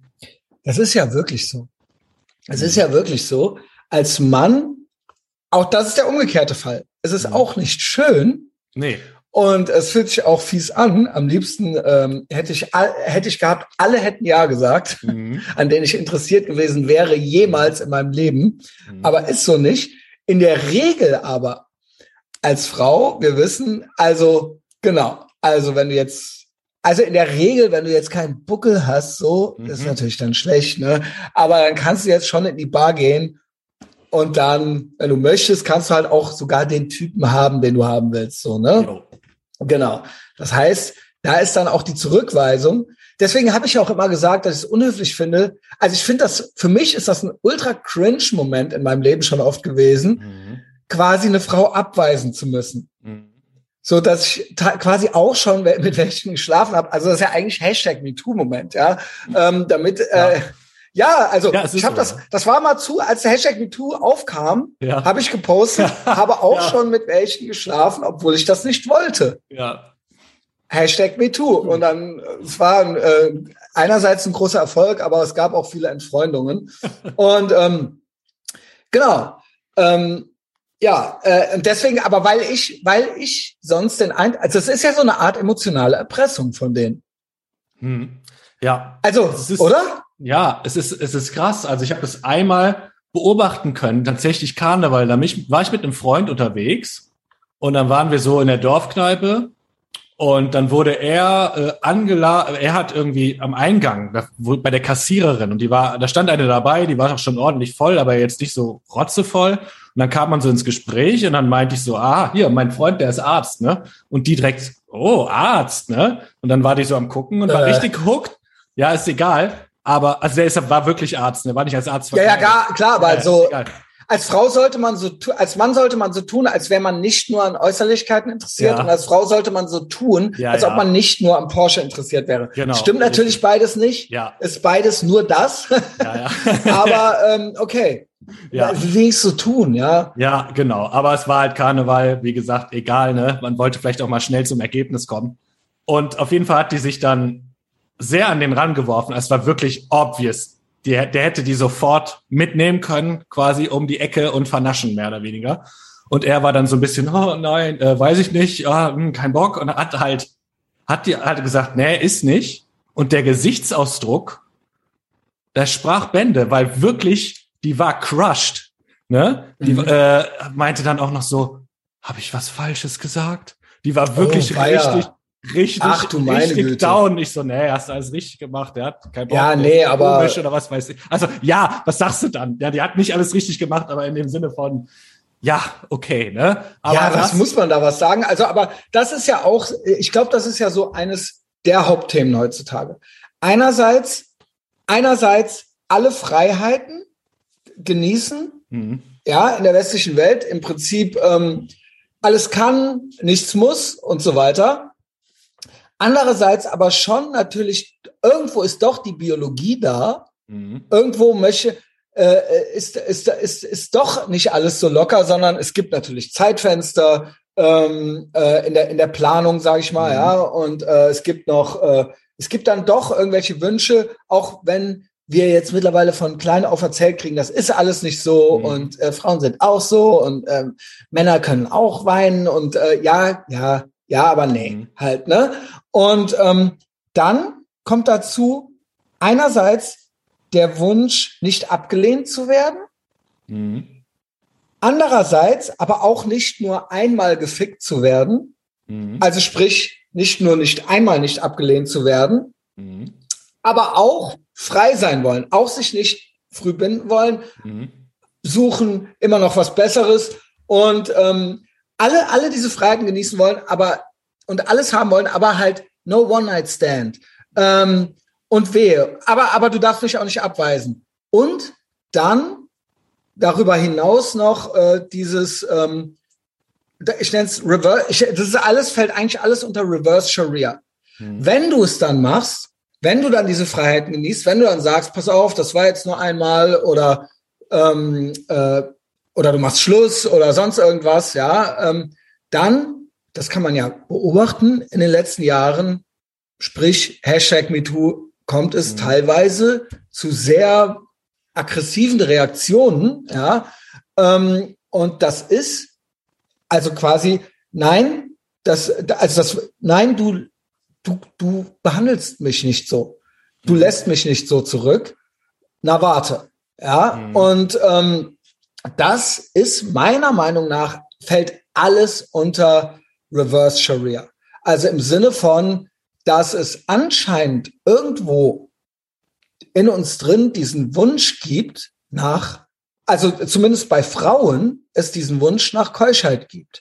Das ist ja wirklich so. Es ist ja wirklich so, als Mann, auch das ist der umgekehrte Fall. Es ist auch nicht schön. Nee. Und es fühlt sich auch fies an. Am liebsten ähm, hätte ich hätte ich gehabt, alle hätten ja gesagt, mhm. an denen ich interessiert gewesen wäre, jemals in meinem Leben. Mhm. Aber ist so nicht. In der Regel aber als Frau, wir wissen, also genau, also wenn du jetzt, also in der Regel, wenn du jetzt keinen Buckel hast, so, mhm. ist natürlich dann schlecht, ne? Aber dann kannst du jetzt schon in die Bar gehen und dann, wenn du möchtest, kannst du halt auch sogar den Typen haben, den du haben willst, so, ne? Jo. Genau. Das heißt, da ist dann auch die Zurückweisung. Deswegen habe ich auch immer gesagt, dass ich es unhöflich finde. Also ich finde das, für mich ist das ein ultra cringe Moment in meinem Leben schon oft gewesen, mhm. quasi eine Frau abweisen zu müssen. Mhm. So dass ich ta- quasi auch schon mit welchen geschlafen habe. Also das ist ja eigentlich Hashtag MeToo-Moment, ja. Ähm, damit, ja. Äh, ja, also ja, ich habe so, das, das war mal zu, als der Hashtag MeToo aufkam, ja. habe ich gepostet, habe auch ja. schon mit welchen geschlafen, obwohl ich das nicht wollte. Ja. Hashtag MeToo. Und dann, es war äh, einerseits ein großer Erfolg, aber es gab auch viele Entfreundungen. Und ähm, genau, ähm, ja, äh, und deswegen, aber weil ich, weil ich sonst den ein, also es ist ja so eine Art emotionale Erpressung von denen. Hm. Ja. Also, ist, oder? Ja, es ist, es ist krass. Also ich habe das einmal beobachten können, tatsächlich Karneval. Da mich, war ich mit einem Freund unterwegs und dann waren wir so in der Dorfkneipe und dann wurde er äh, angeladen, er hat irgendwie am Eingang, da, wo, bei der Kassiererin und die war, da stand eine dabei, die war auch schon ordentlich voll, aber jetzt nicht so rotzevoll. Und dann kam man so ins Gespräch und dann meinte ich so, ah, hier, mein Freund, der ist Arzt, ne? Und die direkt, oh, Arzt, ne? Und dann war die so am Gucken und war äh. richtig hooked. Ja, ist egal. aber, also der ist, war wirklich Arzt, der war nicht als Arzt. Ja, ja, gar, klar, aber ja, also, egal. Als Frau sollte man so, als Mann sollte man so tun, als wäre man nicht nur an Äußerlichkeiten interessiert, ja. und als Frau sollte man so tun, ja, als ja. ob man nicht nur am Porsche interessiert wäre. Genau. Stimmt natürlich richtig. Beides nicht. Ja. Ist beides nur das. Ja, ja. Aber ähm, okay. Ja. Wie ich so tun, ja. Ja, genau. Aber es war halt Karneval, wie gesagt, egal, ne? Man wollte vielleicht auch mal schnell zum Ergebnis kommen. Und auf jeden Fall hat die sich dann sehr an den Rand geworfen. Es war wirklich obvious. Die, der hätte die sofort mitnehmen können, quasi um die Ecke und vernaschen, mehr oder weniger. Und er war dann so ein bisschen, oh nein, äh, weiß ich nicht, ah, mh, kein Bock. Und er hat halt, hat die, hat gesagt, nee, ist nicht. Und der Gesichtsausdruck, der sprach Bände, weil wirklich, die war crushed. Ne? Die mhm. äh, meinte dann auch noch so, habe ich was Falsches gesagt? Die war wirklich oh, richtig, richtig, Ach, du richtig down. Ich so, nee, hast du alles richtig gemacht. Der hat kein Bock. Ja, nee, aber komisch oder was weiß ich. Also, ja, was sagst du dann? Ja, die hat nicht alles richtig gemacht, aber in dem Sinne von, ja, okay, ne? Aber ja, was muss man da was sagen? Also, aber das ist ja auch, ich glaube, das ist ja so eines der Hauptthemen heutzutage. Einerseits, einerseits alle Freiheiten genießen, mhm. ja, in der westlichen Welt im Prinzip ähm, alles kann, nichts muss und so weiter. Andererseits aber schon natürlich, irgendwo ist doch die Biologie da. Mhm. Irgendwo möchte, äh, ist, ist, ist, ist doch nicht alles so locker, sondern es gibt natürlich Zeitfenster ähm, äh, in der in der Planung, sage ich mal, mhm. ja. Und äh, es gibt noch, äh, es gibt dann doch irgendwelche Wünsche, auch wenn wir jetzt mittlerweile von klein auf erzählt kriegen, das ist alles nicht so mhm. und äh, Frauen sind auch so und ähm, Männer können auch weinen und äh, ja, ja. Ja, aber nee, mhm. halt, ne? Und ähm, dann kommt dazu einerseits der Wunsch, nicht abgelehnt zu werden. Mhm. Andererseits aber auch nicht nur einmal gefickt zu werden. Mhm. Also sprich, nicht nur nicht einmal nicht abgelehnt zu werden, mhm. aber auch frei sein wollen, auch sich nicht früh binden wollen, mhm. suchen immer noch was Besseres und ähm, alle, alle diese Freiheiten genießen wollen, aber, und alles haben wollen, aber halt no One-Night-Stand. Ähm, und wehe. Aber, aber du darfst mich auch nicht abweisen. Und dann darüber hinaus noch äh, dieses, ähm, ich nenne es Reverse, ich, das ist alles, fällt eigentlich alles unter Reverse Sharia. Hm. Wenn du es dann machst, wenn du dann diese Freiheiten genießt, wenn du dann sagst, pass auf, das war jetzt nur einmal oder ähm, äh, oder du machst Schluss oder sonst irgendwas, ja, ähm, dann, das kann man ja beobachten, in den letzten Jahren, sprich Hashtag MeToo, kommt es mhm. teilweise zu sehr aggressiven Reaktionen, ja, ähm, und das ist also quasi, nein, das, also das, nein, du, du, du behandelst mich nicht so, du mhm. lässt mich nicht so zurück, na warte, ja, mhm. und ähm, das ist meiner Meinung nach, fällt alles unter Reverse Sharia. Also im Sinne von, dass es anscheinend irgendwo in uns drin diesen Wunsch gibt nach, also zumindest bei Frauen, es diesen Wunsch nach Keuschheit gibt.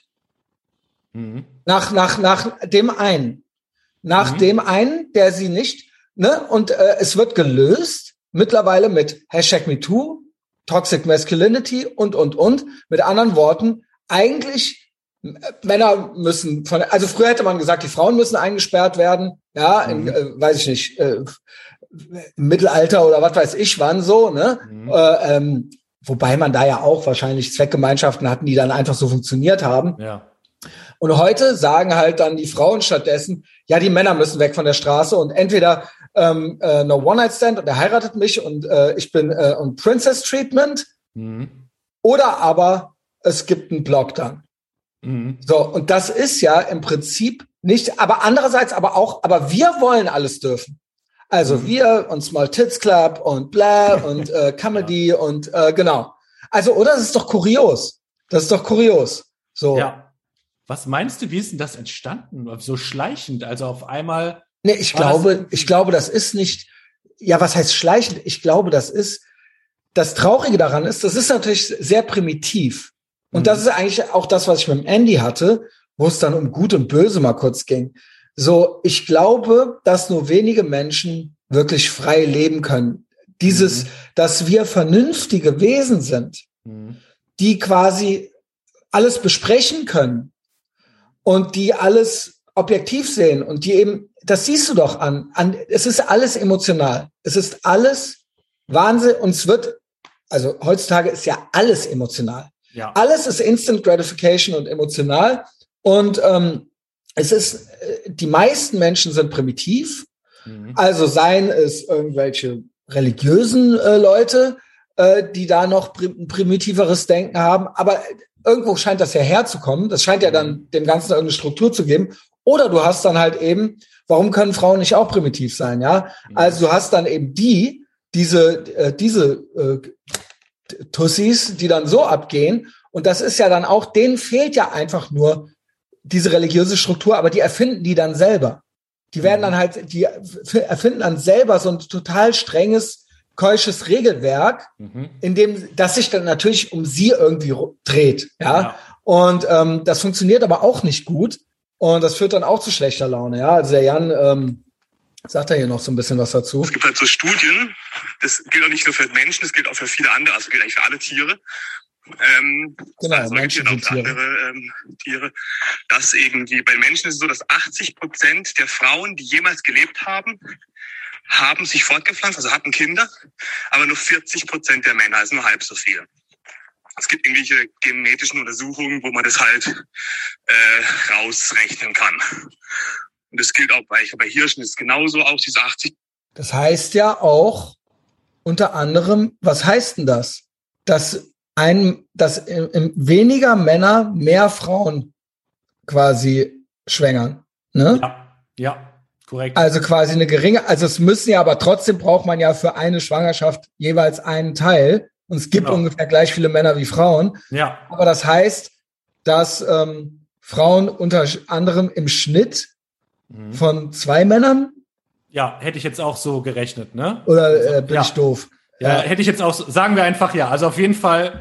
Mhm. Nach, nach, nach dem einen. Nach mhm. dem einen, der sie nicht, ne, und äh, es wird gelöst, mittlerweile mit Hashtag MeToo, Toxic Masculinity und, und, und. Mit anderen Worten, eigentlich Männer müssen von, also früher hätte man gesagt, die Frauen müssen eingesperrt werden, ja, in, mhm. äh, weiß ich nicht, äh, im Mittelalter oder was weiß ich wann so, ne? Mhm. Äh, ähm, wobei man da ja auch wahrscheinlich Zweckgemeinschaften hatten, die dann einfach so funktioniert haben. Ja. Und heute sagen halt dann die Frauen stattdessen, ja, die Männer müssen weg von der Straße und entweder ähm, äh, no One-Night-Stand und er heiratet mich und äh, ich bin äh, on Princess-Treatment mhm. oder aber es gibt einen Block dann. Mhm. So, und das ist ja im Prinzip nicht, aber andererseits aber auch, aber wir wollen alles dürfen. Also mhm. wir und Small Tits Club und bla und äh, Comedy ja. und äh, genau. Also, oder? Das ist doch kurios. Das ist doch kurios. So. Ja. Was meinst du, wie ist denn das entstanden? So schleichend, also auf einmal. Nee, ich glaube, ich glaube, das ist nicht, ja, was heißt schleichend? Ich glaube, das ist, das Traurige daran ist, das ist natürlich sehr primitiv. Und mhm. das ist eigentlich auch das, was ich mit dem Andy hatte, wo es dann um Gut und Böse mal kurz ging. So, ich glaube, dass nur wenige Menschen wirklich frei leben können. Dieses, mhm. dass wir vernünftige Wesen sind, mhm. die quasi alles besprechen können und die alles objektiv sehen und die eben, das siehst du doch an, an, es ist alles emotional. Es ist alles Wahnsinn und es wird, also heutzutage ist ja alles emotional. Ja. Alles ist Instant Gratification und emotional und ähm, es ist, die meisten Menschen sind primitiv, mhm. also seien es irgendwelche religiösen äh, Leute, äh, die da noch prim- primitiveres Denken haben, aber irgendwo scheint das ja herzukommen, das scheint ja dann dem Ganzen irgendeine Struktur zu geben, oder du hast dann halt eben, warum können Frauen nicht auch primitiv sein, ja? Mhm. Also du hast dann eben die, diese, äh, diese äh, Tussis, die dann so abgehen, und das ist ja dann auch, denen fehlt ja einfach nur diese religiöse Struktur, aber die erfinden die dann selber. Die werden dann halt, die erfinden dann selber so ein total strenges, keusches Regelwerk, mhm. in dem, das sich dann natürlich um sie irgendwie dreht, ja. ja. Und ähm, das funktioniert aber auch nicht gut und das führt dann auch zu schlechter Laune, ja. Also der Jan ähm, sagt da hier noch so ein bisschen was dazu. Es gibt halt so Studien, das gilt auch nicht nur für Menschen, das gilt auch für viele andere, also gilt eigentlich für alle Tiere. Ähm, genau, also Menschen und Tiere. Andere ähm, Tiere, dass irgendwie bei Menschen ist es so, dass achtzig Prozent der Frauen, die jemals gelebt haben, haben sich fortgepflanzt, also hatten Kinder, aber nur vierzig Prozent der Männer, also nur halb so viel. Es gibt irgendwelche genetischen Untersuchungen, wo man das halt äh, rausrechnen kann. Und das gilt auch bei, bei Hirschen, ist genauso auch diese achtzig. Das heißt ja auch unter anderem, was heißt denn das? Dass ein, dass im, im weniger Männer mehr Frauen quasi schwängern, ne? Ja, ja, korrekt. Also quasi eine geringe, also es müssen ja, aber trotzdem braucht man ja für eine Schwangerschaft jeweils einen Teil und es gibt genau. ungefähr gleich viele Männer wie Frauen. Ja. Aber das heißt, dass ähm, Frauen unter anderem im Schnitt mhm. von zwei Männern. Ja, hätte ich jetzt auch so gerechnet, ne? Oder äh, bin ja. ich doof? Ja, hätte ich jetzt auch, sagen wir einfach ja. Also auf jeden Fall,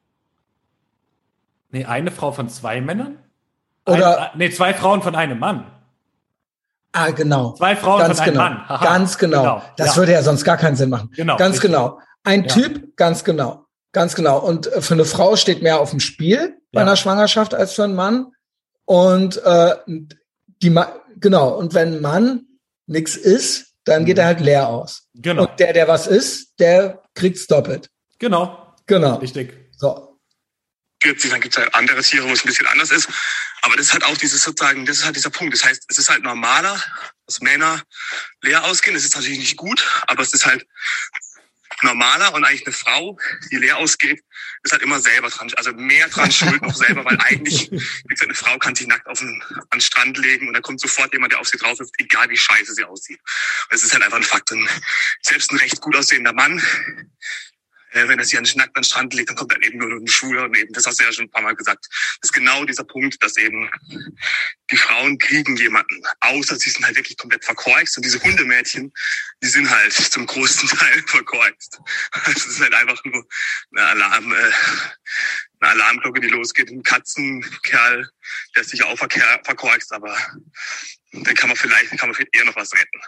nee, eine Frau von zwei Männern? Oder, Ein, nee, zwei Frauen von einem Mann. Ah, genau. Zwei Frauen ganz von einem genau. Mann. Aha. Ganz genau. genau. Das ja. würde ja sonst gar keinen Sinn machen. Genau. Ganz richtig. genau. Ein ja. Typ, ganz genau. Ganz genau. Und für eine Frau steht mehr auf dem Spiel bei ja. einer Schwangerschaft als für einen Mann. Und äh, die Ma- genau. Und wenn ein Mann nix ist, dann geht er halt leer aus. Genau. Und der, der was ist, der kriegt's doppelt. Genau. Genau. Richtig. So. Dann gibt es halt andere Tiere, wo es ein bisschen anders ist. Aber das ist halt auch dieses sozusagen, das ist halt dieser Punkt. Das heißt, es ist halt normaler, dass Männer leer ausgehen. Das ist natürlich nicht gut, aber es ist halt normaler und eigentlich eine Frau, die leer ausgeht, ist halt immer selber dran, also mehr dran schuld noch selber, weil eigentlich, wie gesagt, eine Frau kann sich nackt auf den, an den Strand legen und da kommt sofort jemand, der auf sie drauf ist, egal wie scheiße sie aussieht. Das ist halt einfach ein Fakt. Und selbst ein recht gut aussehender Mann, äh, wenn er sich an den nackt an den Strand legt, dann kommt dann eben nur ein Schwuler und eben, das hast du ja schon ein paar Mal gesagt. Das ist genau dieser Punkt, dass eben die Frauen kriegen jemanden, außer sie sind halt wirklich komplett verkorkst und diese Hundemädchen, die sind halt zum großen Teil verkorkst. Also es ist halt einfach nur eine Alarm, äh, eine Alarmglocke, die losgeht. Ein Katzenkerl, der ist sicher auch verkehr, verkorkst, aber dann kann man vielleicht, kann man vielleicht eher noch was retten.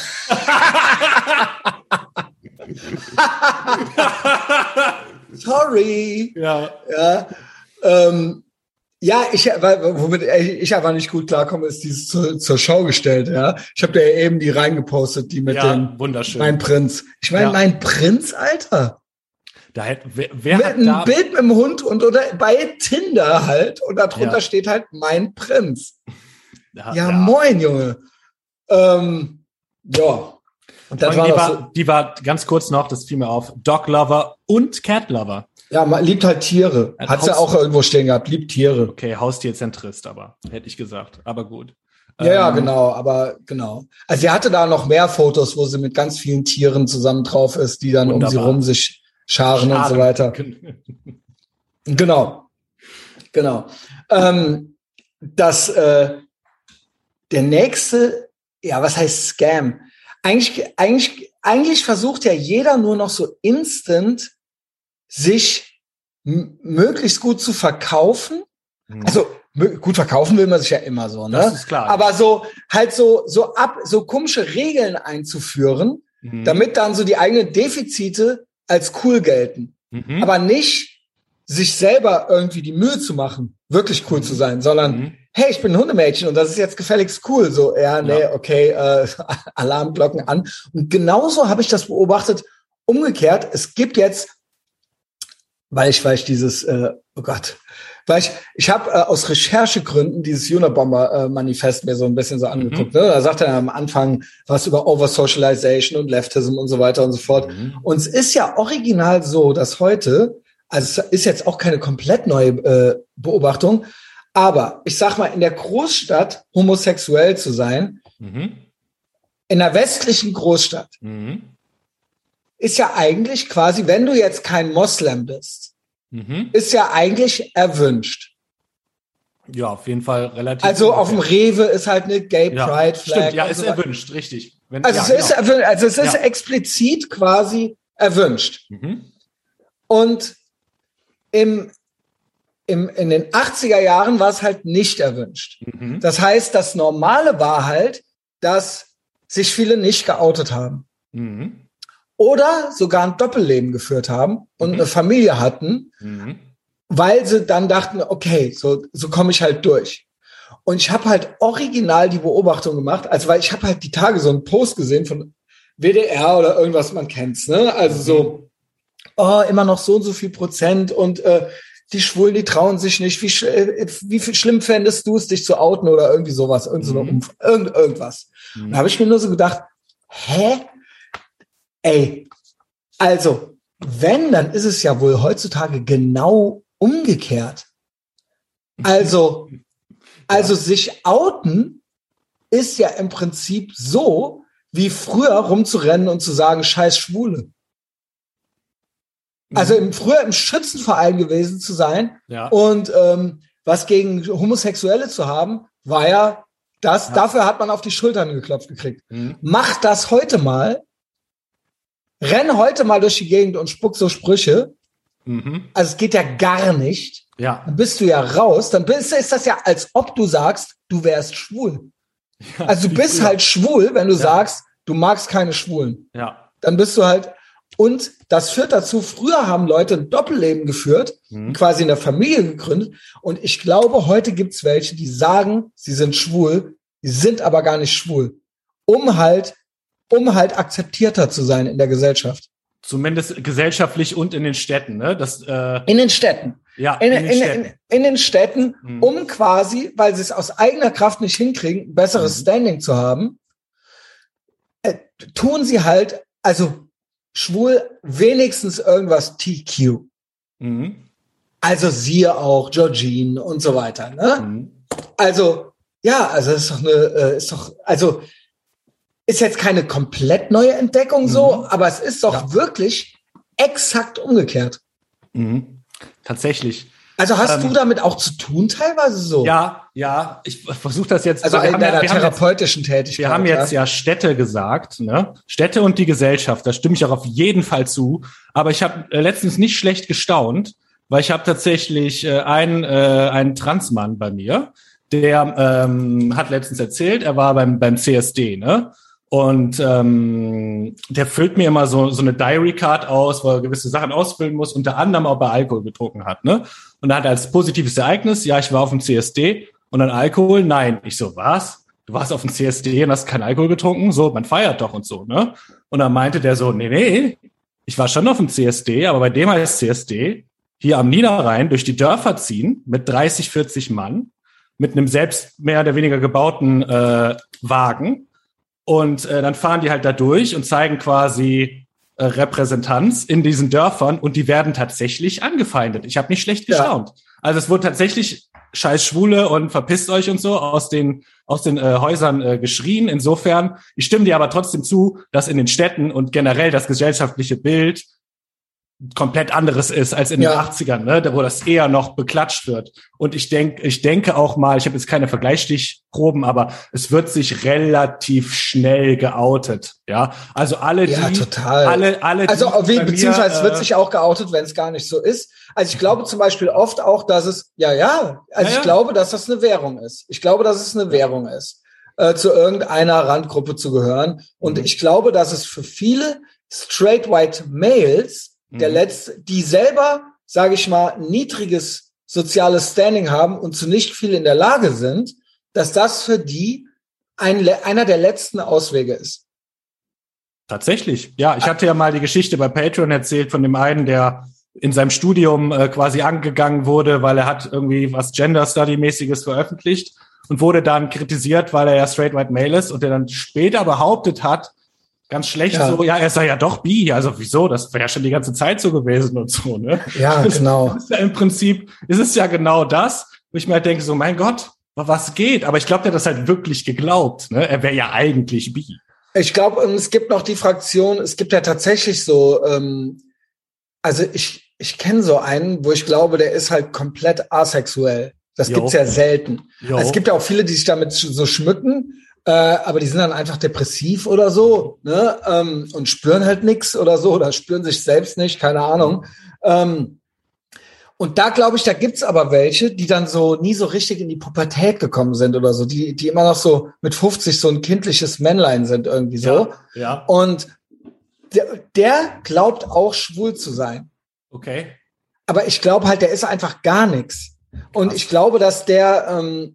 Sorry. Ja. Ja. Ähm, ja, ich, womit ich einfach nicht gut klarkomme, ist dieses zur, zur Schau gestellt, ja. Ich habe da ja eben die reingepostet, die mit ja, dem wunderschön. Mein Prinz. Ich meine, ja. Mein Prinz, Alter. Da hätte, wer, wer mit hat ein da Bild mit dem Hund und oder bei Tinder halt und darunter ja. steht halt Mein Prinz. Ja, ja, ja. Moin, Junge. Ähm, ja. Und das war die, war, so, die war ganz kurz noch, das fiel mir auf, Dog Lover und Cat Lover. Ja, man liebt halt Tiere. Hat, Hat sie auch irgendwo stehen gehabt, liebt Tiere. Okay, Haustierzentrist, aber hätte ich gesagt. Aber gut. Ja, ähm, ja, genau, aber genau. Also sie hatte da noch mehr Fotos, wo sie mit ganz vielen Tieren zusammen drauf ist, die dann wunderbar. um sie rum sich scharen, scharen und so weiter. Genau. Genau. Ähm, das, äh, der nächste, ja, was heißt Scam? Eigentlich, eigentlich, eigentlich versucht ja jeder nur noch so instant sich m- möglichst gut zu verkaufen, Mhm. Also gut, verkaufen will man sich ja immer so, ne? Das ist klar. Aber so halt so so ab so komische Regeln einzuführen, mhm. damit dann so die eigenen Defizite als cool gelten. Mhm. Aber nicht sich selber irgendwie die Mühe zu machen, wirklich cool mhm. zu sein, sondern mhm. hey, ich bin ein Hundemädchen und das ist jetzt gefälligst cool. So, ja, nee, ja. okay, äh, Alarmglocken an. Und genauso habe ich das beobachtet. Umgekehrt, es gibt jetzt, weil ich, weil ich dieses, äh, oh Gott, weil ich, ich habe äh, aus Recherchegründen dieses Unabomber-Manifest mir so ein bisschen so angeguckt. Mhm. Ne? Da sagt er am Anfang was über Oversocialization und Leftism und so weiter und so fort. Mhm. Und es ist ja original so, dass heute, also es ist jetzt auch keine komplett neue äh, Beobachtung, aber ich sag mal, in der Großstadt homosexuell zu sein, mhm. in der westlichen Großstadt, mhm. ist ja eigentlich quasi, wenn du jetzt kein Moslem bist, mhm. ist ja eigentlich erwünscht. Ja, auf jeden Fall relativ. Also auf dem Rewe ist halt eine Gay ja, Pride Flag. Stimmt, ja, ist so erwünscht, richtig. Wenn, also, ja, es genau. ist erwünscht, also es ist ja. explizit quasi erwünscht. Mhm. Und im, im, in den achtziger Jahren war es halt nicht erwünscht. Mhm. Das heißt, das Normale war halt, dass sich viele nicht geoutet haben. Mhm. Oder sogar ein Doppelleben geführt haben und mhm. eine Familie hatten, mhm. weil sie dann dachten, okay, so, so komme ich halt durch. Und ich habe halt original die Beobachtung gemacht, also weil ich habe halt die Tage so einen Post gesehen von W D R oder irgendwas, man kennt's, ne? Also mhm. so, oh, immer noch so und so viel Prozent und äh, die Schwulen, die trauen sich nicht. Wie, sch äh, wie viel schlimm fändest du es, dich zu outen oder irgendwie sowas, irgend so eine mhm. Umf irgend irgendwas. Mhm. Und da habe ich mir nur so gedacht, hä? Ey, also, wenn, dann ist es ja wohl heutzutage genau umgekehrt. Also, ja. also sich outen ist ja im Prinzip so, wie früher rumzurennen und zu sagen, scheiß Schwule. Also im, früher im Schützenverein gewesen zu sein ja. und ähm, was gegen Homosexuelle zu haben, war ja das, ja. dafür hat man auf die Schultern geklopft gekriegt. Mhm. Mach das heute mal, renn heute mal durch die Gegend und spuck so Sprüche. Mhm. Also es geht ja gar nicht. Ja. Dann bist du ja raus, dann bist, ist das ja, als ob du sagst, du wärst schwul. Ja, also du bist früher. halt schwul, wenn du ja. sagst, du magst keine Schwulen. Ja. Dann bist du halt. Und das führt dazu, früher haben Leute ein Doppelleben geführt, mhm. quasi in der Familie gegründet. Und ich glaube, heute gibt's welche, die sagen, sie sind schwul, die sind aber gar nicht schwul. Um halt, um halt akzeptierter zu sein in der Gesellschaft. Zumindest gesellschaftlich und in den Städten, ne? Das, äh in den Städten. Ja, in, in, in, den, Städten. in, in den Städten, mhm. um quasi, weil sie es aus eigener Kraft nicht hinkriegen, ein besseres mhm. Standing zu haben, äh, tun sie halt, also schwul wenigstens irgendwas T Q. Mhm. Also siehe auch Georgine und so weiter. Ne? Mhm. Also ja, also ist doch eine, äh, ist doch, also ist jetzt keine komplett neue Entdeckung mhm. so, aber es ist doch ja. wirklich exakt umgekehrt. Mhm. Tatsächlich. Also hast ähm, du damit auch zu tun teilweise so? Ja, ja. Ich versuche das jetzt. Also in deiner ja, therapeutischen jetzt, Tätigkeit. Wir haben jetzt ja Städte gesagt, ne? Städte und die Gesellschaft. Da stimme ich auch auf jeden Fall zu. Aber ich habe äh, letztens nicht schlecht gestaunt, weil ich habe tatsächlich äh, einen äh, einen Transmann bei mir, der ähm, hat letztens erzählt, er war beim beim C S D, ne? Und ähm, der füllt mir immer so so eine Diary Card aus, wo er gewisse Sachen ausfüllen muss, unter anderem ob er Alkohol getrunken hat, ne? Und er hat als positives Ereignis, ja, ich war auf dem C S D und dann Alkohol, nein. Ich so, was? Du warst auf dem C S D und hast keinen Alkohol getrunken? So, man feiert doch und so, ne? Und dann meinte der so, nee, nee, ich war schon auf dem C S D, aber bei dem heißt C S D, hier am Niederrhein durch die Dörfer ziehen mit dreißig, vierzig Mann, mit einem selbst mehr oder weniger gebauten äh, Wagen. Und äh, dann fahren die halt da durch und zeigen quasi äh, Repräsentanz in diesen Dörfern und die werden tatsächlich angefeindet. Ich habe nicht schlecht gestaunt. Ja. Also es wurde tatsächlich scheiß Schwule und verpisst euch und so aus den aus den äh, Häusern äh, geschrien. Insofern, ich stimme dir aber trotzdem zu, dass in den Städten und generell das gesellschaftliche Bild komplett anderes ist als in Ja. den achtzigern, ne, wo das eher noch beklatscht wird. Und ich denke, ich denke auch mal, ich habe jetzt keine Vergleichsstichproben, aber es wird sich relativ schnell geoutet, ja. Also alle die, Ja, total. alle, alle Also die wie, bei mir, beziehungsweise es wird äh, sich auch geoutet, wenn es gar nicht so ist. Also ich glaube zum Beispiel oft auch, dass es, ja, ja, also Ja, ich ja. glaube, dass das eine Währung ist. Ich glaube, dass es eine Währung ist, äh, zu irgendeiner Randgruppe zu gehören. Und Mhm. ich glaube, dass es für viele straight white Males, der Mhm. letzte, die selber, sage ich mal, niedriges soziales Standing haben und zu nicht viel in der Lage sind, dass das für die ein, le- einer der letzten Auswege ist. Tatsächlich, ja. Ich hatte ja mal die Geschichte bei Patreon erzählt von dem einen, der in seinem Studium äh, quasi angegangen wurde, weil er hat irgendwie was Gender Study mäßiges veröffentlicht und wurde dann kritisiert, weil er ja straight white male ist und der dann später behauptet hat, ganz schlecht Ja. so, ja, er sei ja doch bi, also wieso, das wäre ja schon die ganze Zeit so gewesen und so, ne? Ja, Das genau. ist ja im Prinzip, ist es ja genau das, wo ich mir halt denke, so, mein Gott, was geht? Aber ich glaube, der hat das halt wirklich geglaubt, ne? Er wäre ja eigentlich bi. Ich glaube, es gibt noch die Fraktion, es gibt ja tatsächlich so, ähm, also ich, ich kenne so einen, wo ich glaube, der ist halt komplett asexuell. Das Jo. gibt's ja selten. Jo. Also es gibt ja auch viele, die sich damit sch- so schmücken, äh, aber die sind dann einfach depressiv oder so, ne? Ähm, und spüren halt nichts oder so, oder spüren sich selbst nicht, keine Ahnung. Ähm, und da glaube ich, da gibt's aber welche, die dann so nie so richtig in die Pubertät gekommen sind oder so, die, die immer noch so mit fünfzig so ein kindliches Männlein sind irgendwie so. Ja, ja, Und der, der glaubt auch schwul zu sein. okay. Aber ich glaube halt, der ist einfach gar nichts. Und Krass. ich glaube, dass der, ähm,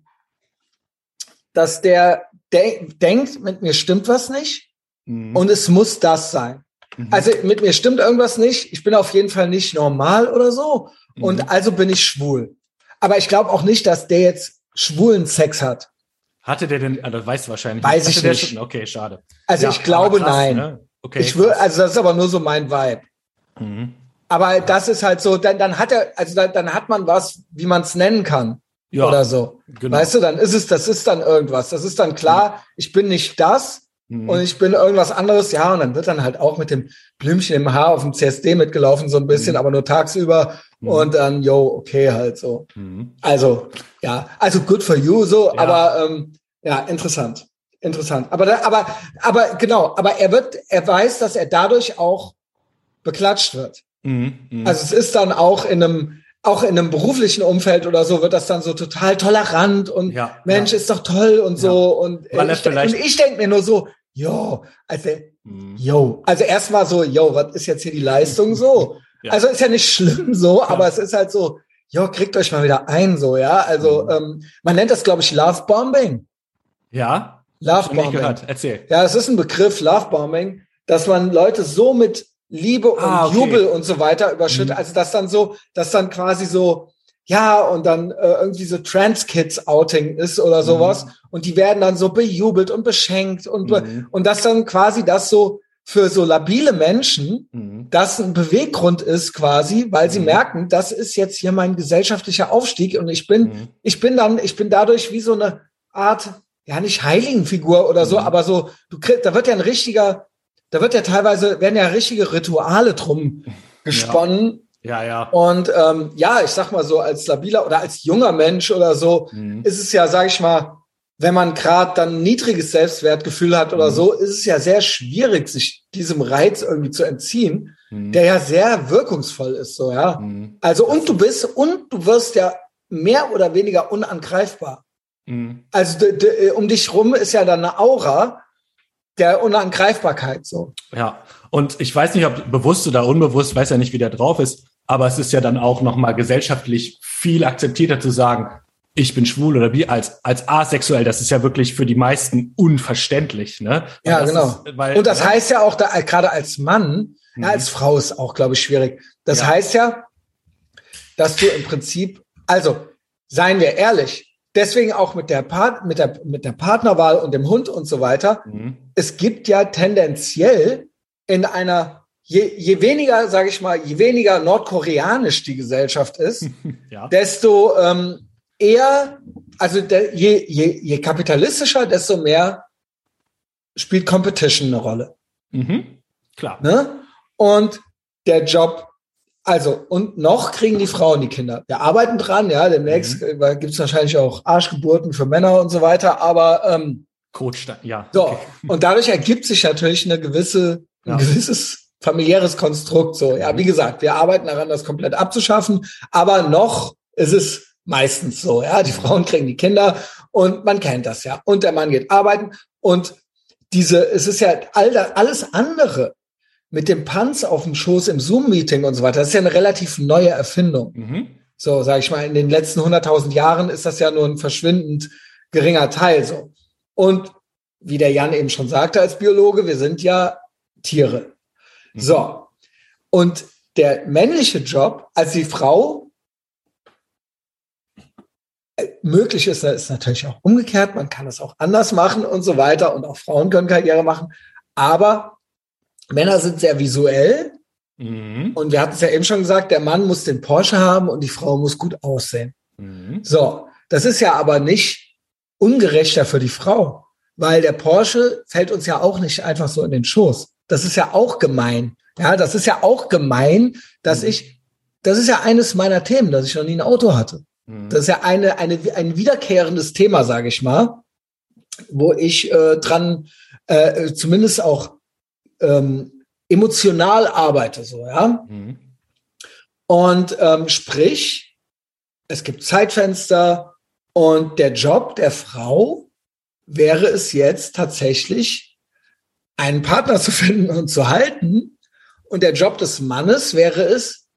dass der de denkt, mit mir stimmt was nicht Mhm. und es muss das sein. Mhm. Also mit mir stimmt irgendwas nicht. Ich bin auf jeden Fall nicht normal oder so. Und Mhm. also bin ich schwul. Aber ich glaube auch nicht, dass der jetzt schwulen Sex hat. Hatte der denn, ah, das weißt du wahrscheinlich Weiß nicht. ich Hatte der nicht. schon- Okay, schade. Also Ja, ich glaube, aber krass, nein. Ne? Okay, Ich würde, krass. also das ist aber nur so mein Vibe. Mhm. Aber das ist halt so, dann, dann hat er, also dann, dann hat man was, wie man es nennen kann. Ja, Oder so. genau. Weißt du, dann ist es, das ist dann irgendwas. Das ist dann klar, ich bin nicht das Mhm. und ich bin irgendwas anderes. Ja, und dann wird dann halt auch mit dem Blümchen im Haar auf dem C S D mitgelaufen, so ein bisschen, Mhm. aber nur tagsüber. Mhm. Und dann, yo, okay, halt so. Mhm. Also, ja, also good for you, so, Ja. aber ähm, ja, interessant. Interessant. Aber, da, aber, aber genau, aber er wird, er weiß, dass er dadurch auch beklatscht wird. Mhm. Mhm. Also es ist dann auch in einem, auch in einem beruflichen Umfeld oder so, wird das dann so total tolerant und Ja, Mensch, ja. ist doch toll und so. Und, Weil äh, er ich, de- vielleicht- und ich denke mir nur so, yo, also, Mhm. yo, also erstmal so, yo, was ist jetzt hier die Leistung so? Ja. Also ist ja nicht schlimm so, aber es ist halt so, yo, kriegt euch mal wieder ein, so, ja. Also Mhm. ähm, man nennt das, glaube ich, Lovebombing. Ja? Hab ich noch nicht Lovebombing. gehört. Erzähl. Ja, es ist ein Begriff, Lovebombing, dass man Leute so mit Liebe und Ah, okay. Jubel und so weiter überschüttet, Mhm. also dass dann so, dass dann quasi so, ja, und dann äh, irgendwie so Trans-Kids-Outing ist oder sowas und die werden dann so bejubelt und beschenkt und, be Mhm. und dass dann quasi das so für so labile Menschen Mhm. das ein Beweggrund ist quasi, weil sie Mhm. merken, das ist jetzt hier mein gesellschaftlicher Aufstieg und ich bin, Mhm. ich bin dann, ich bin dadurch wie so eine Art, ja nicht Heiligenfigur oder so, Mhm. aber so, du kriegst, da wird ja ein richtiger, da wird ja teilweise, werden ja richtige Rituale drum gesponnen. Ja, ja. Und ähm, ja, ich sag mal so, als labiler oder als junger Mensch oder so, Mhm. ist es ja, sag ich mal, wenn man gerade dann ein niedriges Selbstwertgefühl hat oder Mhm. so, ist es ja sehr schwierig, sich diesem Reiz irgendwie zu entziehen, Mhm. der ja sehr wirkungsvoll ist, so, ja. Mhm. Also, und du bist, und du wirst ja mehr oder weniger unangreifbar. Mhm. Also, d- d- um dich rum ist ja dann eine Aura der Unangreifbarkeit, so. Ja, und ich weiß nicht, ob bewusst oder unbewusst, weiß ja nicht, wie der drauf ist, aber es ist ja dann auch nochmal gesellschaftlich viel akzeptierter zu sagen, ich bin schwul oder wie, als, als asexuell. Das ist ja wirklich für die meisten unverständlich, ne? Weil Ja, das genau. Ist, weil, Und das ne? heißt ja auch, da, gerade als Mann, Mhm. ja, als Frau ist auch, glaube ich, schwierig. Das Ja. heißt ja, dass du im Prinzip, also, seien wir ehrlich, deswegen auch mit der, Part, mit der, mit der Partnerwahl und dem Hund und so weiter, Mhm. es gibt ja tendenziell in einer, je, je weniger, sage ich mal, je weniger nordkoreanisch die Gesellschaft ist, Ja. desto ähm, eher, also der, je, je, je kapitalistischer, desto mehr spielt Competition eine Rolle. Mhm. Klar. Ne? Und der Job Also, und noch kriegen die Frauen die Kinder. Wir arbeiten dran, ja, demnächst mhm. äh, gibt es wahrscheinlich auch Arschgeburten für Männer und so weiter, aber ähm, Coach, ja. So, okay. Und dadurch ergibt sich natürlich eine gewisse, ein ja. gewisses familiäres Konstrukt. So, ja, wie gesagt, wir arbeiten daran, das komplett abzuschaffen, aber noch ist es meistens so, ja, die Frauen kriegen die Kinder und man kennt das ja. Und der Mann geht arbeiten und diese, es ist ja all das, alles andere mit dem Panz auf dem Schoß im Zoom-Meeting und so weiter, das ist ja eine relativ neue Erfindung. Mhm. So, sage ich mal, in den letzten hunderttausend Jahren ist das ja nur ein verschwindend geringer Teil so. Und wie der Jan eben schon sagte als Biologe, wir sind ja Tiere. Mhm. So, und der männliche Job als die Frau, äh, möglich ist, ist natürlich auch umgekehrt, man kann es auch anders machen und so weiter und auch Frauen können Karriere machen, aber Männer sind sehr visuell mhm. und wir hatten es ja eben schon gesagt, der Mann muss den Porsche haben und die Frau muss gut aussehen. Mhm. So, das ist ja aber nicht ungerechter für die Frau, weil der Porsche fällt uns ja auch nicht einfach so in den Schoß. Das ist ja auch gemein. Ja, das ist ja auch gemein, dass mhm. ich, das ist ja eines meiner Themen, dass ich noch nie ein Auto hatte. Mhm. Das ist ja eine, eine, ein wiederkehrendes Thema, sage ich mal, wo ich äh, dran äh, zumindest auch Ähm, emotional arbeite, so, ja. Mhm. Und ähm, sprich, es gibt Zeitfenster und der Job der Frau wäre es jetzt tatsächlich, einen Partner zu finden und zu halten. Und der Job des Mannes wäre es,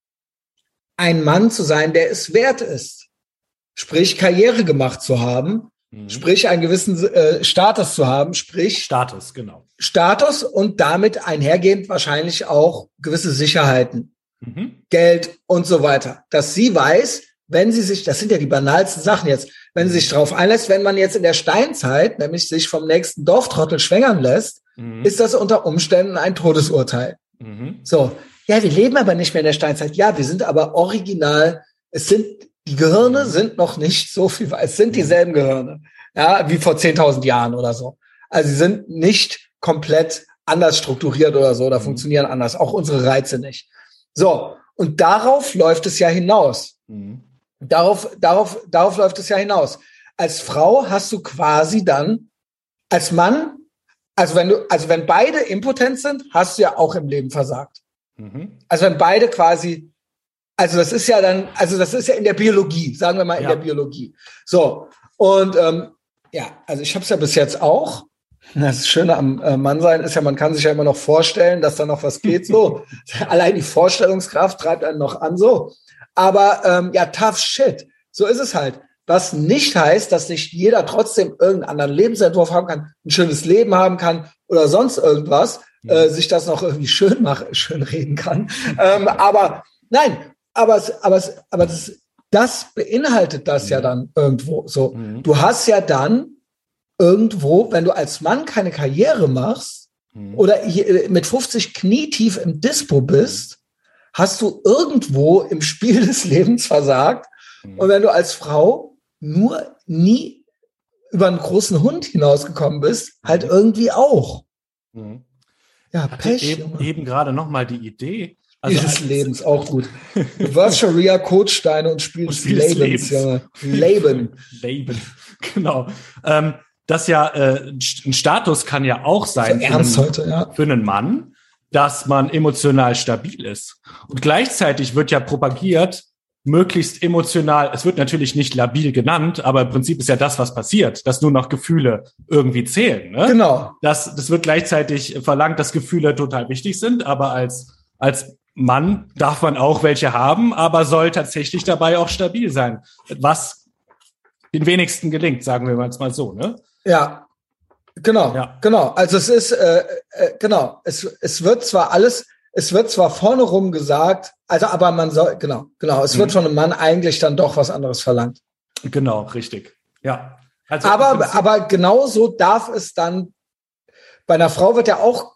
ein Mann zu sein, der es wert ist. Sprich, Karriere gemacht zu haben. Mhm. Sprich, einen gewissen äh, Status zu haben, sprich Status, genau. Status und damit einhergehend wahrscheinlich auch gewisse Sicherheiten, mhm. Geld und so weiter. Dass sie weiß, wenn sie sich, das sind ja die banalsten Sachen jetzt, wenn sie sich darauf einlässt, wenn man jetzt in der Steinzeit, nämlich sich vom nächsten Dorftrottel schwängern lässt, mhm. ist das unter Umständen ein Todesurteil. Mhm. So, ja, wir leben aber nicht mehr in der Steinzeit. Ja, wir sind aber original, es sind die Gehirne sind noch nicht so viel, es sind dieselben Gehirne, ja, wie vor zehntausend Jahren oder so. Also sie sind nicht komplett anders strukturiert oder so, oder mhm. funktionieren anders, auch unsere Reize nicht. So, und darauf läuft es ja hinaus. Mhm. Darauf, darauf, darauf läuft es ja hinaus. Als Frau hast du quasi dann, als Mann, also wenn du, also wenn beide impotent sind, hast du ja auch im Leben versagt. Mhm. Also wenn beide quasi Also das ist ja dann, also das ist ja in der Biologie, sagen wir mal in ja. der Biologie. So, und ähm, ja, also ich habe es ja bis jetzt auch. Das Schöne am äh, Mannsein ist ja, man kann sich ja immer noch vorstellen, dass da noch was geht. So, allein die Vorstellungskraft treibt einen noch an. So, aber ähm, ja, tough shit. So ist es halt. Was nicht heißt, dass nicht jeder trotzdem irgendeinen anderen Lebensentwurf haben kann, ein schönes Leben haben kann oder sonst irgendwas, mhm. äh, sich das noch irgendwie schön machen, schön reden kann. ähm, aber nein. Aber es, aber es, aber das, das beinhaltet das mhm. ja dann irgendwo so. Mhm. Du hast ja dann irgendwo, wenn du als Mann keine Karriere machst mhm. oder mit fünfzig knietief im Dispo bist, hast du irgendwo im Spiel des Lebens versagt. Mhm. Und wenn du als Frau nur nie über einen großen Hund hinausgekommen bist, halt mhm. irgendwie auch. Mhm. Ja, Pech. Eben, eben gerade noch mal die Idee, Also dieses Lebens, auch gut. Du warst Scharia, Coachsteine und spielst und Lebens, Junge. Leben. Leben, genau. Ähm, das ja, äh, ein Status kann ja auch sein für, ernst einen, heute, ja. für einen Mann, dass man emotional stabil ist. Und gleichzeitig wird ja propagiert, möglichst emotional, es wird natürlich nicht labil genannt, aber im Prinzip ist ja das, was passiert, dass nur noch Gefühle irgendwie zählen. Ne? Genau. Das, das wird gleichzeitig verlangt, dass Gefühle total wichtig sind, aber als als Mann darf man auch welche haben, aber soll tatsächlich dabei auch stabil sein. Was den wenigsten gelingt, sagen wir mal so, ne? Ja, genau, ja. genau. Also es ist, äh, äh, genau, es, es wird zwar alles, es wird zwar vorne rum gesagt, also aber man soll, genau, genau, es mhm. wird von einem Mann eigentlich dann doch was anderes verlangt. Genau, richtig, ja. Also aber, aber genauso darf es dann, bei einer Frau wird ja auch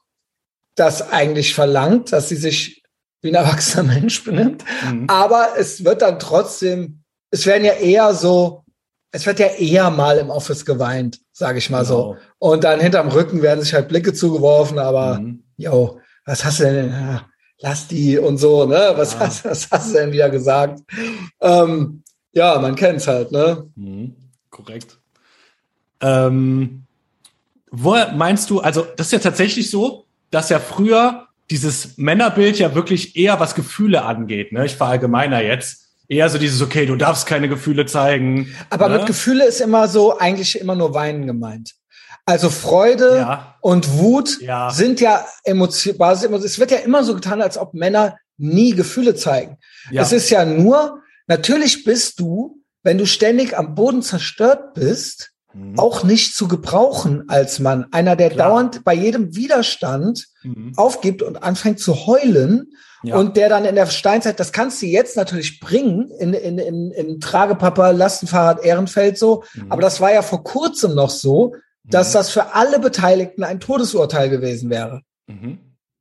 das eigentlich verlangt, dass sie sich wie ein erwachsener Mensch benimmt. Mhm. Aber es wird dann trotzdem, es werden ja eher so, es wird ja eher mal im Office geweint, sage ich mal genau. so. Und dann hinterm Rücken werden sich halt Blicke zugeworfen, aber, mhm. yo, was hast du denn? lass die und so, ne? Was, ja. hast, was hast du denn wieder gesagt? Ähm, ja, man kennt's halt, ne? Mhm, korrekt. Ähm, wo meinst du, also das ist ja tatsächlich so, dass ja früher dieses Männerbild ja wirklich eher was Gefühle angeht, ne? Ich verallgemeiner jetzt. Eher so dieses, okay, du darfst keine Gefühle zeigen. Aber ne? mit Gefühle ist immer so, eigentlich immer nur Weinen gemeint. Also Freude ja. und Wut ja. sind ja Emotionen, es wird ja immer so getan, als ob Männer nie Gefühle zeigen. Ja. Es ist ja nur, natürlich bist du, wenn du ständig am Boden zerstört bist, mhm. auch nicht zu gebrauchen als Mann. Einer, der Klar. dauernd bei jedem Widerstand mhm. aufgibt und anfängt zu heulen ja. und der dann in der Steinzeit, das kannst du jetzt natürlich bringen, in, in, in, in Tragepapa, Lastenfahrrad, Ehrenfeld so, mhm. aber das war ja vor kurzem noch so, dass mhm. das für alle Beteiligten ein Todesurteil gewesen wäre. Mhm.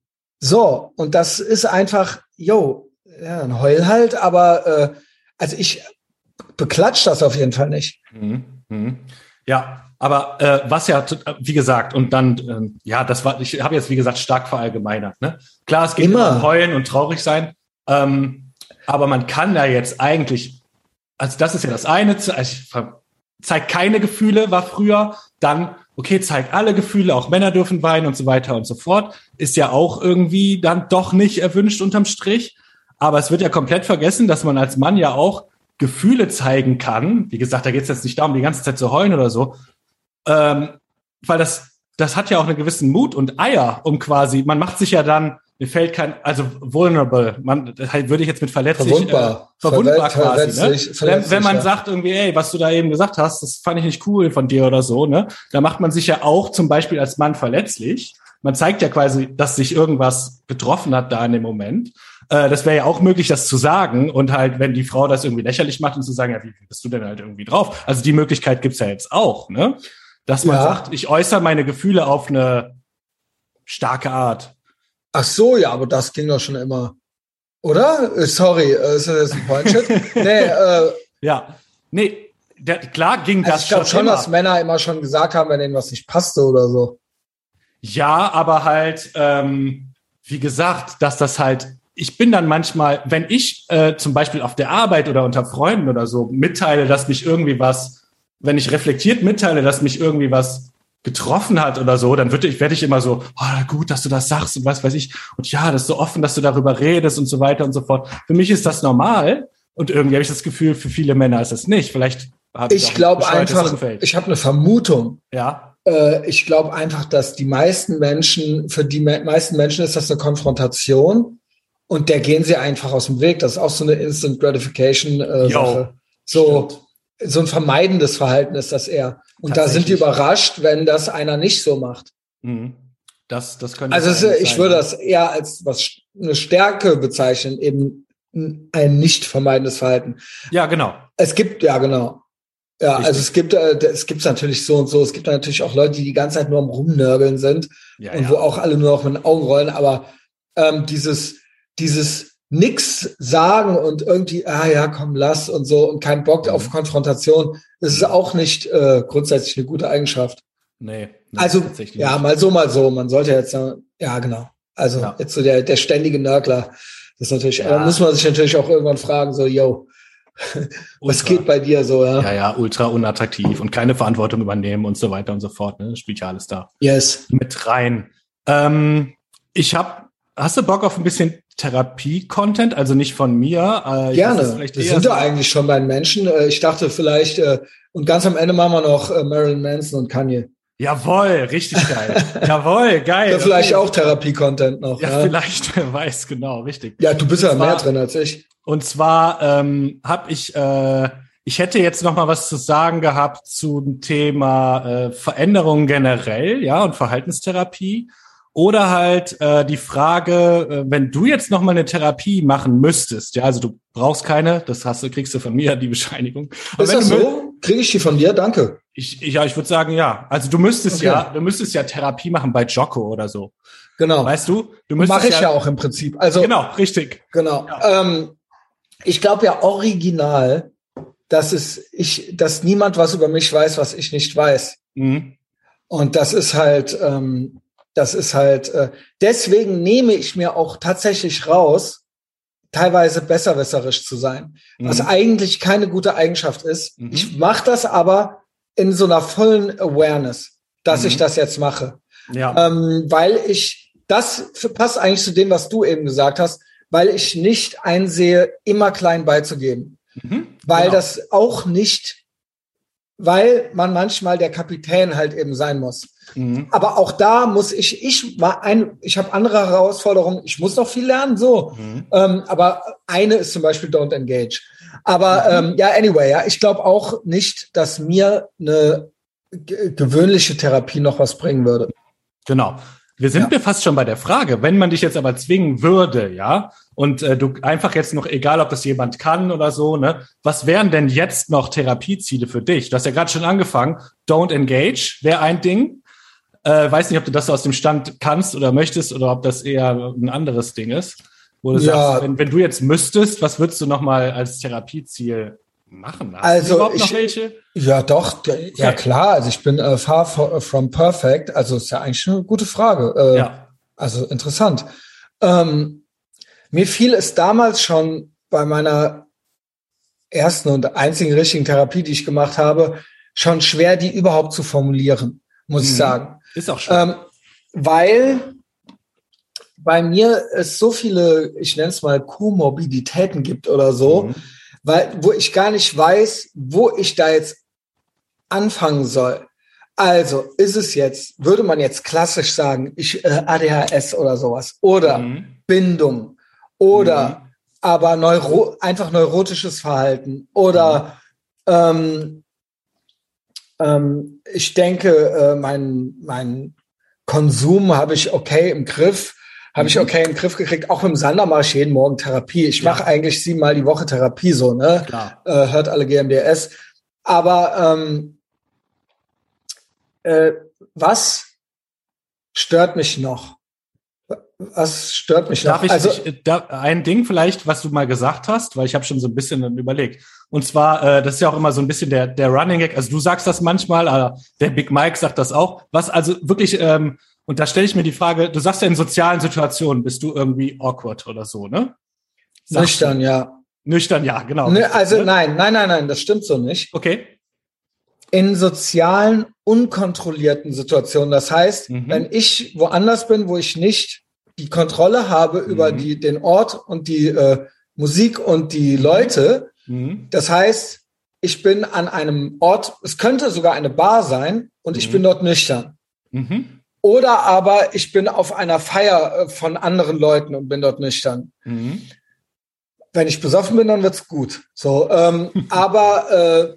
So, und das ist einfach, yo, ja, ein Heul halt, aber äh, also ich beklatsch das auf jeden Fall nicht. Mhm. Mhm. Ja, aber äh, was ja, wie gesagt, und dann, ähm, ja, das war, ich habe jetzt, wie gesagt, stark verallgemeinert. Ne? Klar, es geht immer um Heulen und traurig sein, ähm, aber man kann ja jetzt eigentlich, also das ist ja das eine, also ich zeig keine Gefühle, war früher, dann, okay, zeig alle Gefühle, auch Männer dürfen weinen und so weiter und so fort, ist ja auch irgendwie dann doch nicht erwünscht unterm Strich, aber es wird ja komplett vergessen, dass man als Mann ja auch Gefühle zeigen kann. Wie gesagt, da geht es jetzt nicht darum, die ganze Zeit zu heulen oder so, ähm, weil das, das hat ja auch einen gewissen Mut und Eier, um quasi, man macht sich ja dann, mir fällt kein, also vulnerable, man, das würde ich jetzt mit verletzlich, verwundbar, äh, verwundbar Verletz, quasi, ne? Wenn, wenn man ja. sagt irgendwie, ey, was du da eben gesagt hast, das fand ich nicht cool von dir oder so, ne? Da macht man sich ja auch zum Beispiel als Mann verletzlich. Man zeigt ja quasi, dass sich irgendwas getroffen hat da in dem Moment. Äh, das wäre ja auch möglich, das zu sagen und halt, wenn die Frau das irgendwie lächerlich macht und zu sagen, ja, wie bist du denn halt irgendwie drauf? Also die Möglichkeit gibt's ja jetzt auch, ne? Dass man ja. sagt, ich äußere meine Gefühle auf eine starke Art. Ach so, ja, aber das ging doch schon immer. Oder? Sorry, ist das jetzt ein Point-Shit? nee, äh. Ja, nee, der, klar ging also das ich glaub schon schon, immer. dass Männer immer schon gesagt haben, wenn ihnen was nicht passte oder so. Ja, aber halt, ähm, wie gesagt, dass das halt, ich bin dann manchmal, wenn ich äh, zum Beispiel auf der Arbeit oder unter Freunden oder so mitteile, dass mich irgendwie was, wenn ich reflektiert mitteile, dass mich irgendwie was getroffen hat oder so, dann würde ich, werde ich immer so, oh, gut, dass du das sagst und was weiß ich. Und ja, das ist so offen, dass du darüber redest und so weiter und so fort. Für mich ist das normal und irgendwie habe ich das Gefühl, für viele Männer ist es nicht. Vielleicht habe ich Ich glaube einfach, Umfeld. Ich habe eine Vermutung. Ja. Äh, ich glaube einfach, dass die meisten Menschen, für die me- meisten Menschen ist das eine Konfrontation und der gehen sie einfach aus dem Weg. Das ist auch so eine Instant Gratification äh, Sache. So, stimmt. So ein vermeidendes Verhalten ist das eher. Und da sind die überrascht, wenn das einer nicht so macht. Mhm. Das, das könnte also es, ich sein, würde das eher als was eine Stärke bezeichnen, eben ein nicht vermeidendes Verhalten. Ja, genau. Es gibt, ja, genau. Ja, Richtig. Also es gibt, äh, es gibt's natürlich so und so. Es gibt natürlich auch Leute, die die ganze Zeit nur am Rumnörgeln sind ja, und ja. wo auch alle nur noch mit den Augen rollen. Aber ähm, dieses, dieses nix sagen und irgendwie, ah ja, komm, lass und so und kein Bock mhm. auf Konfrontation, das ist auch nicht äh, grundsätzlich eine gute Eigenschaft. Nee. nee also, ja, nicht. mal so, mal so. Man sollte jetzt, ja, genau. Also, ja. jetzt so der, der ständige Nörgler. Das ist natürlich, ja. da muss man sich natürlich auch irgendwann fragen, so, yo, was geht bei dir so, ja? Ja, ja, ultra unattraktiv und keine Verantwortung übernehmen und so weiter und so fort, ne? Das spielt ja alles da. Yes. Mit rein. Ähm, ich hab, hast du Bock auf ein bisschen Therapie-Content, also nicht von mir? Äh, Gerne. Wir sind ja eigentlich schon bei den Menschen. Ich dachte vielleicht, äh, und ganz am Ende machen wir noch äh, Marilyn Manson und Kanye. Jawohl, richtig geil. Jawohl, geil. Ja, vielleicht okay. auch Therapie-Content noch. Ja, ja, vielleicht, wer weiß, genau, richtig. Ja, du bist ja mehr drin als ich. Und zwar ähm, habe ich, äh, ich hätte jetzt noch mal was zu sagen gehabt zum Thema äh, Veränderungen generell, ja, und Verhaltenstherapie. Oder halt äh, die Frage, äh, wenn du jetzt noch mal eine Therapie machen müsstest, ja, also du brauchst keine, das hast du, kriegst du von mir die Bescheinigung. Aber ist das so? Kriege ich die von dir? Danke. Ich, ich ja, ich würde sagen, ja. Also du müsstest okay. ja, du müsstest ja Therapie machen bei Jocko oder so. Genau. Weißt du? Du müsstest mache ich ja, ja auch im Prinzip. Also genau, richtig. Genau. Ja. Ähm, ich glaube ja original, dass es ich, dass niemand was über mich weiß, was ich nicht weiß. Mhm. Und das ist halt ähm, das ist halt, äh, deswegen nehme ich mir auch tatsächlich raus, teilweise besserwisserisch zu sein, mhm. was eigentlich keine gute Eigenschaft ist. Mhm. Ich mache das aber in so einer vollen Awareness, dass mhm. ich das jetzt mache. Ja. Ähm, weil ich, das passt eigentlich zu dem, was du eben gesagt hast, weil ich nicht einsehe, immer klein beizugeben. Mhm. Weil genau. das auch nicht, weil man manchmal der Kapitän halt eben sein muss. Mhm. Aber auch da muss ich, ich war ein, ich habe andere Herausforderungen, ich muss noch viel lernen, so. Mhm. Ähm, aber eine ist zum Beispiel Don't Engage. Aber mhm. ähm, ja, anyway, ja, ich glaube auch nicht, dass mir eine g- gewöhnliche Therapie noch was bringen würde. Genau. Wir sind ja. mir fast schon bei der Frage, wenn man dich jetzt aber zwingen würde, ja, und äh, du einfach jetzt noch, egal ob das jemand kann oder so, ne, was wären denn jetzt noch Therapieziele für dich? Du hast ja gerade schon angefangen, Don't Engage wäre ein Ding. Äh, weiß nicht, ob du das aus dem Stand kannst oder möchtest oder ob das eher ein anderes Ding ist. Wo du ja. sagst, wenn, wenn du jetzt müsstest, was würdest du noch mal als Therapieziel machen? Hast also du überhaupt ich, noch welche? Ja, doch. Okay. Ja, klar. Also ich bin äh, far from perfect. Also ist ja eigentlich eine gute Frage. Äh, ja. Also interessant. Ähm, mir fiel es damals schon bei meiner ersten und einzigen richtigen Therapie, die ich gemacht habe, schon schwer, die überhaupt zu formulieren, muss mhm. ich sagen. Ist auch schwer. Ähm, weil bei mir es so viele, ich nenne es mal Komorbiditäten gibt oder so, mhm. weil, wo ich gar nicht weiß, wo ich da jetzt anfangen soll. Also ist es jetzt, würde man jetzt klassisch sagen, ich äh, A D H S oder sowas oder mhm. Bindung oder mhm. aber neuro, einfach neurotisches Verhalten oder mhm. ähm, ähm, ich denke, äh, mein, mein Konsum habe ich okay im Griff, habe mhm. ich okay im Griff gekriegt. Auch mit dem Sander mache ich jeden Morgen Therapie. Ich ja. mache eigentlich siebenmal die Woche Therapie, so, ne? Klar. Äh, hört alle G M D S. Aber ähm, äh, was stört mich noch? Was stört mich Darf noch? Ich, also ich, da, ein Ding vielleicht, was du mal gesagt hast, weil ich habe schon so ein bisschen dann überlegt. Und zwar, äh, das ist ja auch immer so ein bisschen der der Running Gag. Also du sagst das manchmal, aber der Big Mike sagt das auch. Was also wirklich, ähm, und da stelle ich mir die Frage, du sagst ja, in sozialen Situationen bist du irgendwie awkward oder so, ne? Sagst nüchtern, du? ja. Nüchtern, ja, genau. Ne, also ne? nein, nein, nein, nein, das stimmt so nicht. Okay. In sozialen, unkontrollierten Situationen. Das heißt, mhm. wenn ich woanders bin, wo ich nicht die Kontrolle habe mhm. über die, den Ort und die äh, Musik und die Leute. Mhm. Das heißt, ich bin an einem Ort, es könnte sogar eine Bar sein und mhm. ich bin dort nüchtern. Mhm. Oder aber ich bin auf einer Feier von anderen Leuten und bin dort nüchtern. Mhm. Wenn ich besoffen bin, dann wird's gut. So, ähm, aber äh,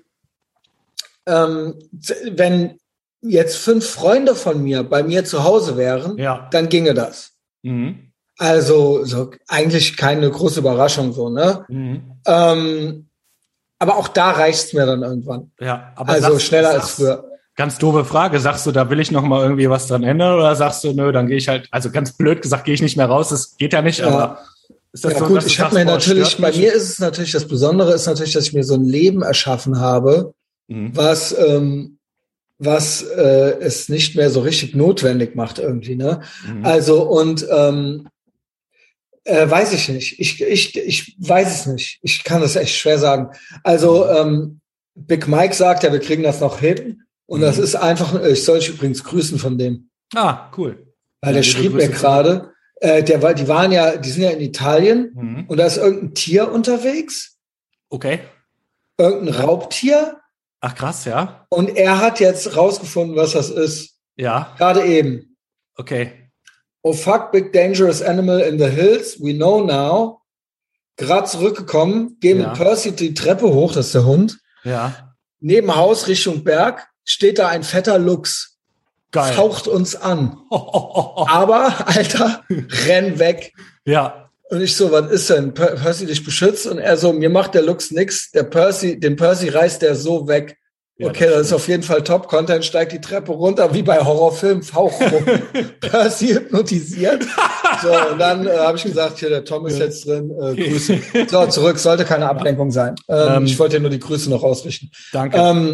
ähm, wenn jetzt fünf Freunde von mir bei mir zu Hause wären, ja. dann ginge das. Mhm. Also so eigentlich keine große Überraschung so, ne? Mhm. Ähm, aber auch da reicht's mir dann irgendwann. Ja, aber also sagst, schneller sagst, als früher. Ganz doofe Frage. Sagst du, da will ich noch mal irgendwie was dran ändern oder sagst du, nö, dann gehe ich halt, also ganz blöd gesagt, gehe ich nicht mehr raus. Das geht ja nicht, ja. aber ist das ja, so, gut, ich habe mir natürlich, bei mir ist es natürlich, das Besondere ist natürlich, dass ich mir so ein Leben erschaffen habe, mhm. was ähm, was äh, es nicht mehr so richtig notwendig macht irgendwie, ne? Mhm. Also und ähm, äh, weiß ich nicht. Ich ich ich weiß es nicht. Ich kann das echt schwer sagen. Also ähm, Big Mike sagt ja, wir kriegen das noch hin und mhm. das ist einfach. Ich soll dich übrigens grüßen von dem. Ah, cool. Weil ja, der schrieb mir gerade, äh, der war, die waren ja, die sind ja in Italien mhm. und da ist irgendein Tier unterwegs. Okay. Irgendein ja. Raubtier. Ach krass, ja. Und er hat jetzt rausgefunden, was das ist. Ja. Gerade eben. Okay. Oh fuck, big dangerous animal in the hills. We know now. Gerade zurückgekommen, gehen ja. mit Percy die Treppe hoch, das ist der Hund. Ja. Neben Haus Richtung Berg steht da ein fetter Luchs. Geil. Faucht uns an. Oh, oh, oh, oh. Aber, Alter, renn weg. Ja. Und ich so, was ist denn? Per- Percy dich beschützt? Und er so, mir macht der Luchs nix. Der Percy, den Percy reißt der so weg. Ja, okay, das, das ist auf jeden Fall Top-Content. Steigt die Treppe runter, wie bei Horrorfilmen, Fauch rum. Percy hypnotisiert. So, und dann äh, habe ich gesagt, hier, der Tom ist jetzt drin. Äh, Grüße. So, zurück. Sollte keine Ablenkung sein. Ähm, ähm, ich wollte dir nur die Grüße noch ausrichten. Danke. Ähm,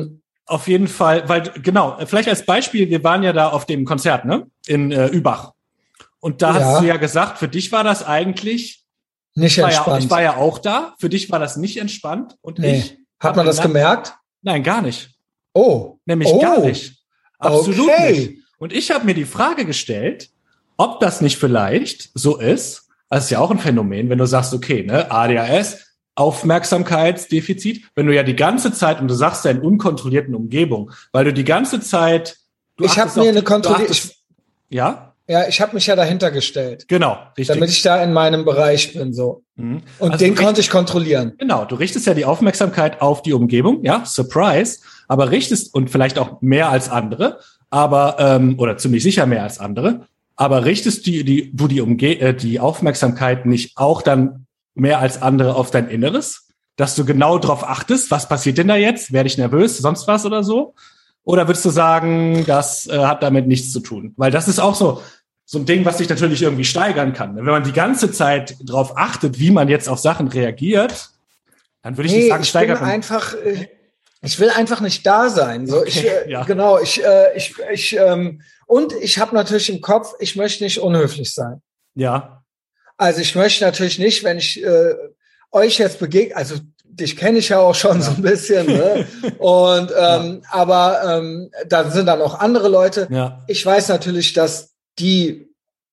Auf jeden Fall, weil, genau, vielleicht als Beispiel, wir waren ja da auf dem Konzert, ne, in äh, Übach. Und da ja. hast du ja gesagt, für dich war das eigentlich nicht ich entspannt. Ja, ich war ja auch da, für dich war das nicht entspannt. Und nee. ich Hat man das gedacht, gemerkt? Nein, gar nicht. Oh. Nämlich oh. gar nicht. Absolut okay. nicht. Und ich habe mir die Frage gestellt, ob das nicht vielleicht so ist, das ist ja auch ein Phänomen, wenn du sagst, okay, ne, A D H S, Aufmerksamkeitsdefizit, wenn du ja die ganze Zeit, und du sagst ja in unkontrollierten Umgebungen, weil du die ganze Zeit... Du ich habe mir eine kontrollierte... Ja? Ja, ich habe mich ja dahinter gestellt. Genau, richtig. Damit ich da in meinem Bereich bin, so. Mhm. Und also den konnte ich kontrollieren. Genau, du richtest ja die Aufmerksamkeit auf die Umgebung, ja, Surprise, aber richtest, und vielleicht auch mehr als andere, aber, ähm, oder ziemlich sicher mehr als andere, aber richtest die, die, du die, Umge- äh, die Aufmerksamkeit nicht auch dann mehr als andere auf dein Inneres, dass du genau drauf achtest, was passiert denn da jetzt? Werde ich nervös, sonst was oder so? Oder würdest du sagen, das äh, hat damit nichts zu tun? Weil das ist auch so, so ein Ding, was sich natürlich irgendwie steigern kann. Wenn man die ganze Zeit drauf achtet, wie man jetzt auf Sachen reagiert, dann würde ich nee, nicht sagen, ich steigert bin man. einfach, äh, ich will einfach nicht da sein. So, okay, ich, äh, ja. Genau, ich, äh, ich, ich, ähm, und ich habe natürlich im Kopf, ich möchte nicht unhöflich sein. Ja. Also ich möchte natürlich nicht, wenn ich äh, euch jetzt begegne, also dich kenne ich ja auch schon ja. so ein bisschen, ne? Und ähm, ja. aber ähm, da sind dann auch andere Leute. Ja. Ich weiß natürlich, dass die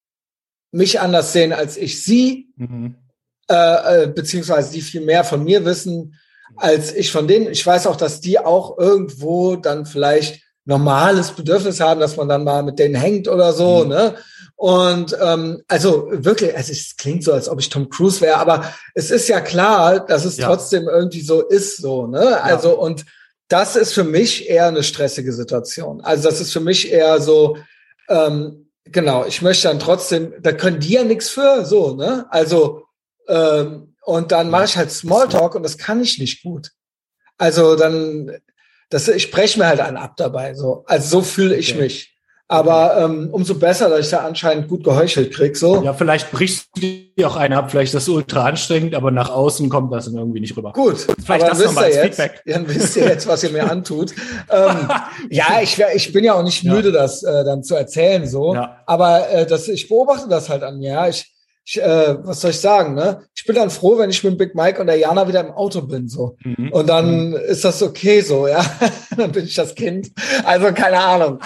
mich anders sehen als ich sie, mhm. äh, äh, beziehungsweise die viel mehr von mir wissen als ich von denen. Ich weiß auch, dass die auch irgendwo dann vielleicht normales Bedürfnis haben, dass man dann mal mit denen hängt oder so, mhm. ne? Und ähm, also wirklich, also es klingt so, als ob ich Tom Cruise wäre, aber es ist ja klar, dass es ja. trotzdem irgendwie so ist, so, ne? Also ja. und das ist für mich eher eine stressige Situation. Also das ist für mich eher so, ähm, genau, ich möchte dann trotzdem, da können die ja nichts für, so, ne? Also ähm, und dann mache ich halt Smalltalk und das kann ich nicht gut. Also dann, das, ich spreche mir halt einen ab dabei, so. Also so fühle ich okay. mich. Aber ähm, umso besser, dass ich da anscheinend gut geheuchelt krieg, so. Ja, vielleicht brichst du dir auch einen ab, vielleicht ist das ultra anstrengend, aber nach außen kommt das dann irgendwie nicht rüber. Gut, vielleicht aber das wisst nochmal ihr als jetzt, Feedback. Dann wisst ihr jetzt, was ihr mir antut. ähm, ja, ich, wär, ich bin ja auch nicht müde, ja. das äh, dann zu erzählen, so. Ja. Aber äh, das, ich beobachte das halt an mir, ja. Ich, ich äh, was soll ich sagen, ne? Ich bin dann froh, wenn ich mit Big Mike und der Jana wieder im Auto bin, so. Mhm. Und dann mhm. ist das okay, so, ja. Dann bin ich das Kind. Also, keine Ahnung.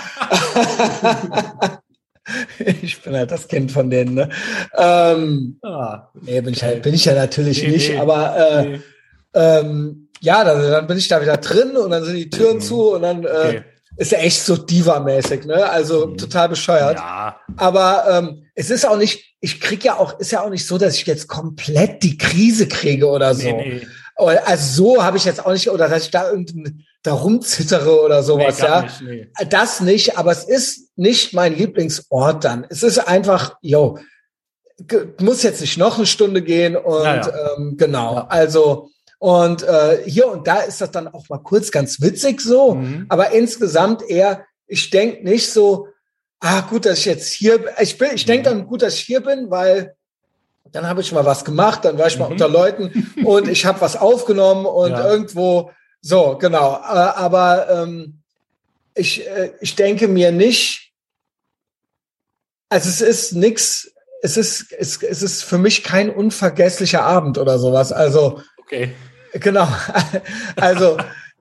Ich bin halt das Kind von denen, ne? Ähm, ah, nee, bin ich halt, bin ich ja natürlich nee, nicht, nee, aber äh, nee. ähm, ja, dann, dann bin ich da wieder drin und dann sind die Türen mhm. zu und dann äh, okay. ist ja echt so Diva-mäßig, ne? Also mhm. total bescheuert. Ja. Aber ähm, es ist auch nicht, ich krieg ja auch, ist ja auch nicht so, dass ich jetzt komplett die Krise kriege oder so. Nee, nee. Also so habe ich jetzt auch nicht, oder dass ich da irgendein da rumzittere oder sowas, nee, ja. Nicht, nee. Das nicht, aber es ist nicht mein Lieblingsort dann. Es ist einfach, yo, muss jetzt nicht noch eine Stunde gehen und ja, ja. Ähm, genau, ja. also und äh, hier und da ist das dann auch mal kurz ganz witzig so, mhm. aber insgesamt eher, ich denke nicht so, ah gut, dass ich jetzt hier, ich bin, ich denke dann gut, dass ich hier bin, weil dann habe ich mal was gemacht, dann war ich mal mhm. unter Leuten und ich habe was aufgenommen und ja. irgendwo, so, genau. Aber ähm, ich, äh, ich denke mir nicht, also es ist nix, es ist, es, es ist für mich kein unvergesslicher Abend oder sowas. Also, okay. Genau. Also,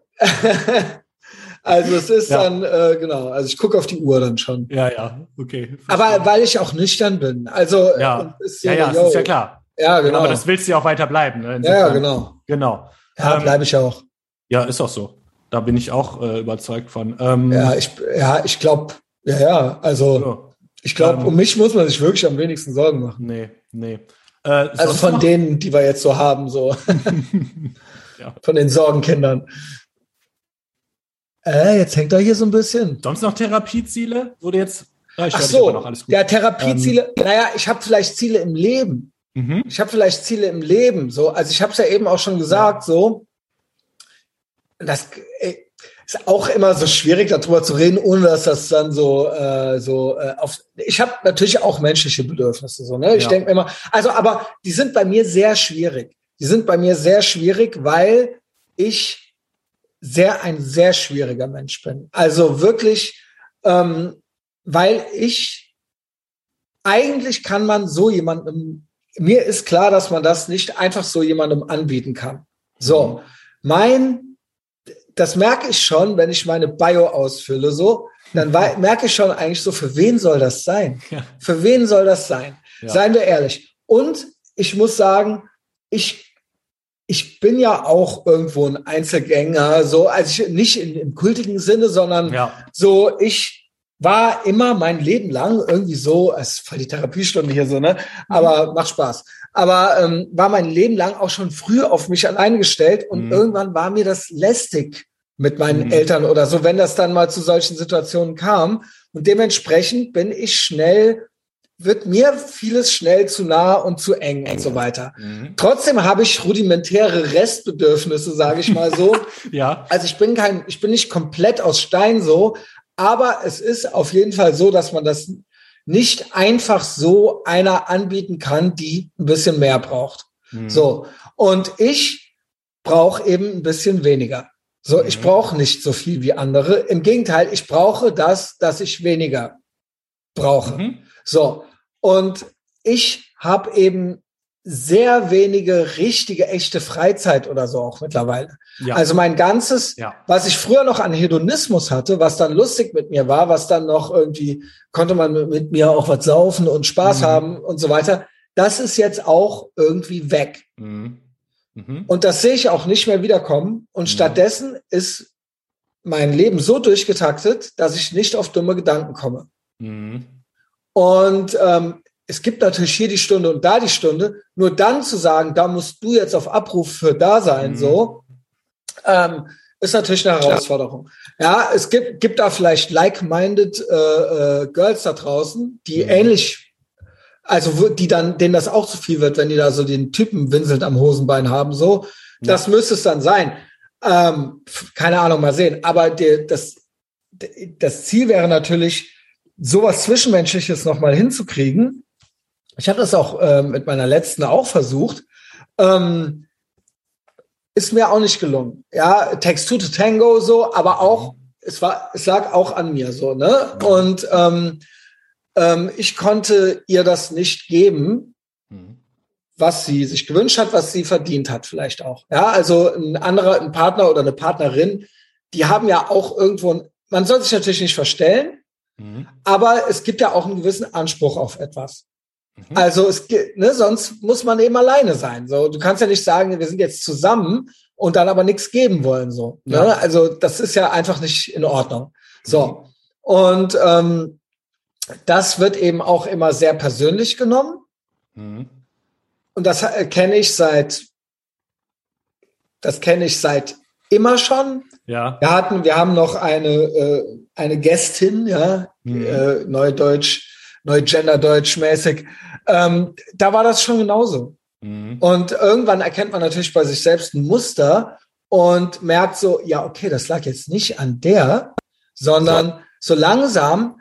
also es ist ja. dann, äh, genau, also ich gucke auf die Uhr dann schon. Ja, ja, okay. Verstehe. Aber weil ich auch nüchtern bin. Also, ja, ist so, ja, ja, das ist ja klar. Ja, genau. Aber das willst du ja auch weiter bleiben. Ne? Ja, ja, genau. Genau. Ja, ähm, bleibe ich auch. Ja, ist auch so. Da bin ich auch äh, überzeugt von. Ähm, ja, ich, ja, ich glaube, ja, ja, also ja. ich glaube, ähm, um mich muss man sich wirklich am wenigsten Sorgen machen. Nee, nee. Äh, also von noch? denen, die wir jetzt so haben, so. ja. Von den Sorgenkindern. Äh, jetzt hängt er hier so ein bisschen. Sonst noch Therapieziele? Wurde jetzt. Ja, Ach so, noch alles gut. Ja, Therapieziele. Ähm, naja, ich habe vielleicht Ziele im Leben. Mhm. Ich habe vielleicht Ziele im Leben. So, also ich habe es ja eben auch schon gesagt. Ja. So, das ist auch immer so schwierig, darüber zu reden, ohne dass das dann so äh, so äh, auf. Ich habe natürlich auch menschliche Bedürfnisse. So, ne? Ich ja. denke mir immer. Also, aber die sind bei mir sehr schwierig. Die sind bei mir sehr schwierig, weil ich sehr ein sehr schwieriger Mensch bin. Also wirklich, ähm, weil ich eigentlich kann man so jemandem, mir ist klar, dass man das nicht einfach so jemandem anbieten kann. So, mein, das merke ich schon, wenn ich meine Bio ausfülle, so, dann wei- merke ich schon eigentlich so, für wen soll das sein? Ja. Für wen soll das sein? Ja. Seien wir ehrlich. Und ich muss sagen, ich, ich bin ja auch irgendwo ein Einzelgänger, so, also ich, nicht in, im kultigen Sinne, sondern Ja. so, ich war immer mein Leben lang irgendwie so, es ist voll die Therapiestunde hier so, ne? Aber macht Spaß. Aber ähm, war mein Leben lang auch schon früh auf mich alleine gestellt und Mhm. irgendwann war mir das lästig mit meinen Mhm. Eltern oder so, wenn das dann mal zu solchen Situationen kam. Und dementsprechend bin ich schnell, wird mir vieles schnell zu nah und zu eng und so weiter. Mhm. Trotzdem habe ich rudimentäre Restbedürfnisse, sage ich mal so. Ja. Also ich bin kein, ich bin nicht komplett aus Stein so, aber es ist auf jeden Fall so, dass man das nicht einfach so einer anbieten kann, die ein bisschen mehr braucht. Mhm. So. Und ich brauche eben ein bisschen weniger. So, ich Mhm. brauche nicht so viel wie andere. Im Gegenteil, ich brauche das, dass ich weniger brauche. Mhm. So. Und ich habe eben sehr wenige richtige, echte Freizeit oder so auch mittlerweile. Ja. Also mein ganzes, Ja. was ich früher noch an Hedonismus hatte, was dann lustig mit mir war, was dann noch irgendwie, konnte man mit, mit mir auch was saufen und Spaß Mhm. haben und so weiter, das ist jetzt auch irgendwie weg. Mhm. Mhm. Und das sehe ich auch nicht mehr wiederkommen. Und Mhm. stattdessen ist mein Leben so durchgetaktet, dass ich nicht auf dumme Gedanken komme. Mhm. Und ähm, es gibt natürlich hier die Stunde und da die Stunde. Nur dann zu sagen, da musst du jetzt auf Abruf für da sein, Mhm. so, ähm, ist natürlich eine Herausforderung. Ja, es gibt, gibt da vielleicht like-minded äh, äh, Girls da draußen, die Mhm. ähnlich, also wo- die dann, denen das auch zu viel wird, wenn die da so den Typen winselnd am Hosenbein haben, so. Das Ja. müsste es dann sein. Ähm, pf, keine Ahnung, mal sehen. Aber die, das, das Ziel wäre natürlich, sowas Zwischenmenschliches nochmal hinzukriegen. Ich habe das auch ähm, mit meiner letzten auch versucht. Ähm, ist mir auch nicht gelungen. Ja, Takes Two to Tango so, aber auch, es war, es lag auch an mir so, ne? Und ähm, ähm, ich konnte ihr das nicht geben, Mhm. was sie sich gewünscht hat, was sie verdient hat vielleicht auch. Ja, also ein anderer, ein Partner oder eine Partnerin, die haben ja auch irgendwo, man soll sich natürlich nicht verstellen, Mhm. aber es gibt ja auch einen gewissen Anspruch auf etwas. Mhm. Also es gibt, ne, sonst muss man eben alleine sein. So, du kannst ja nicht sagen, wir sind jetzt zusammen und dann aber nichts geben wollen. So, ne? Ja. Also das ist ja einfach nicht in Ordnung. So, und ähm, das wird eben auch immer sehr persönlich genommen. Mhm. Und das äh, kenne ich seit, das kenne ich seit immer schon. Ja. Wir hatten, wir haben noch eine äh, eine Gästin, ja, Mhm. äh, Neudeutsch, Neugenderdeutsch mäßig. Ähm, da war das schon genauso. Mhm. Und irgendwann erkennt man natürlich bei sich selbst ein Muster und merkt so, ja, okay, das lag jetzt nicht an der, sondern so langsam,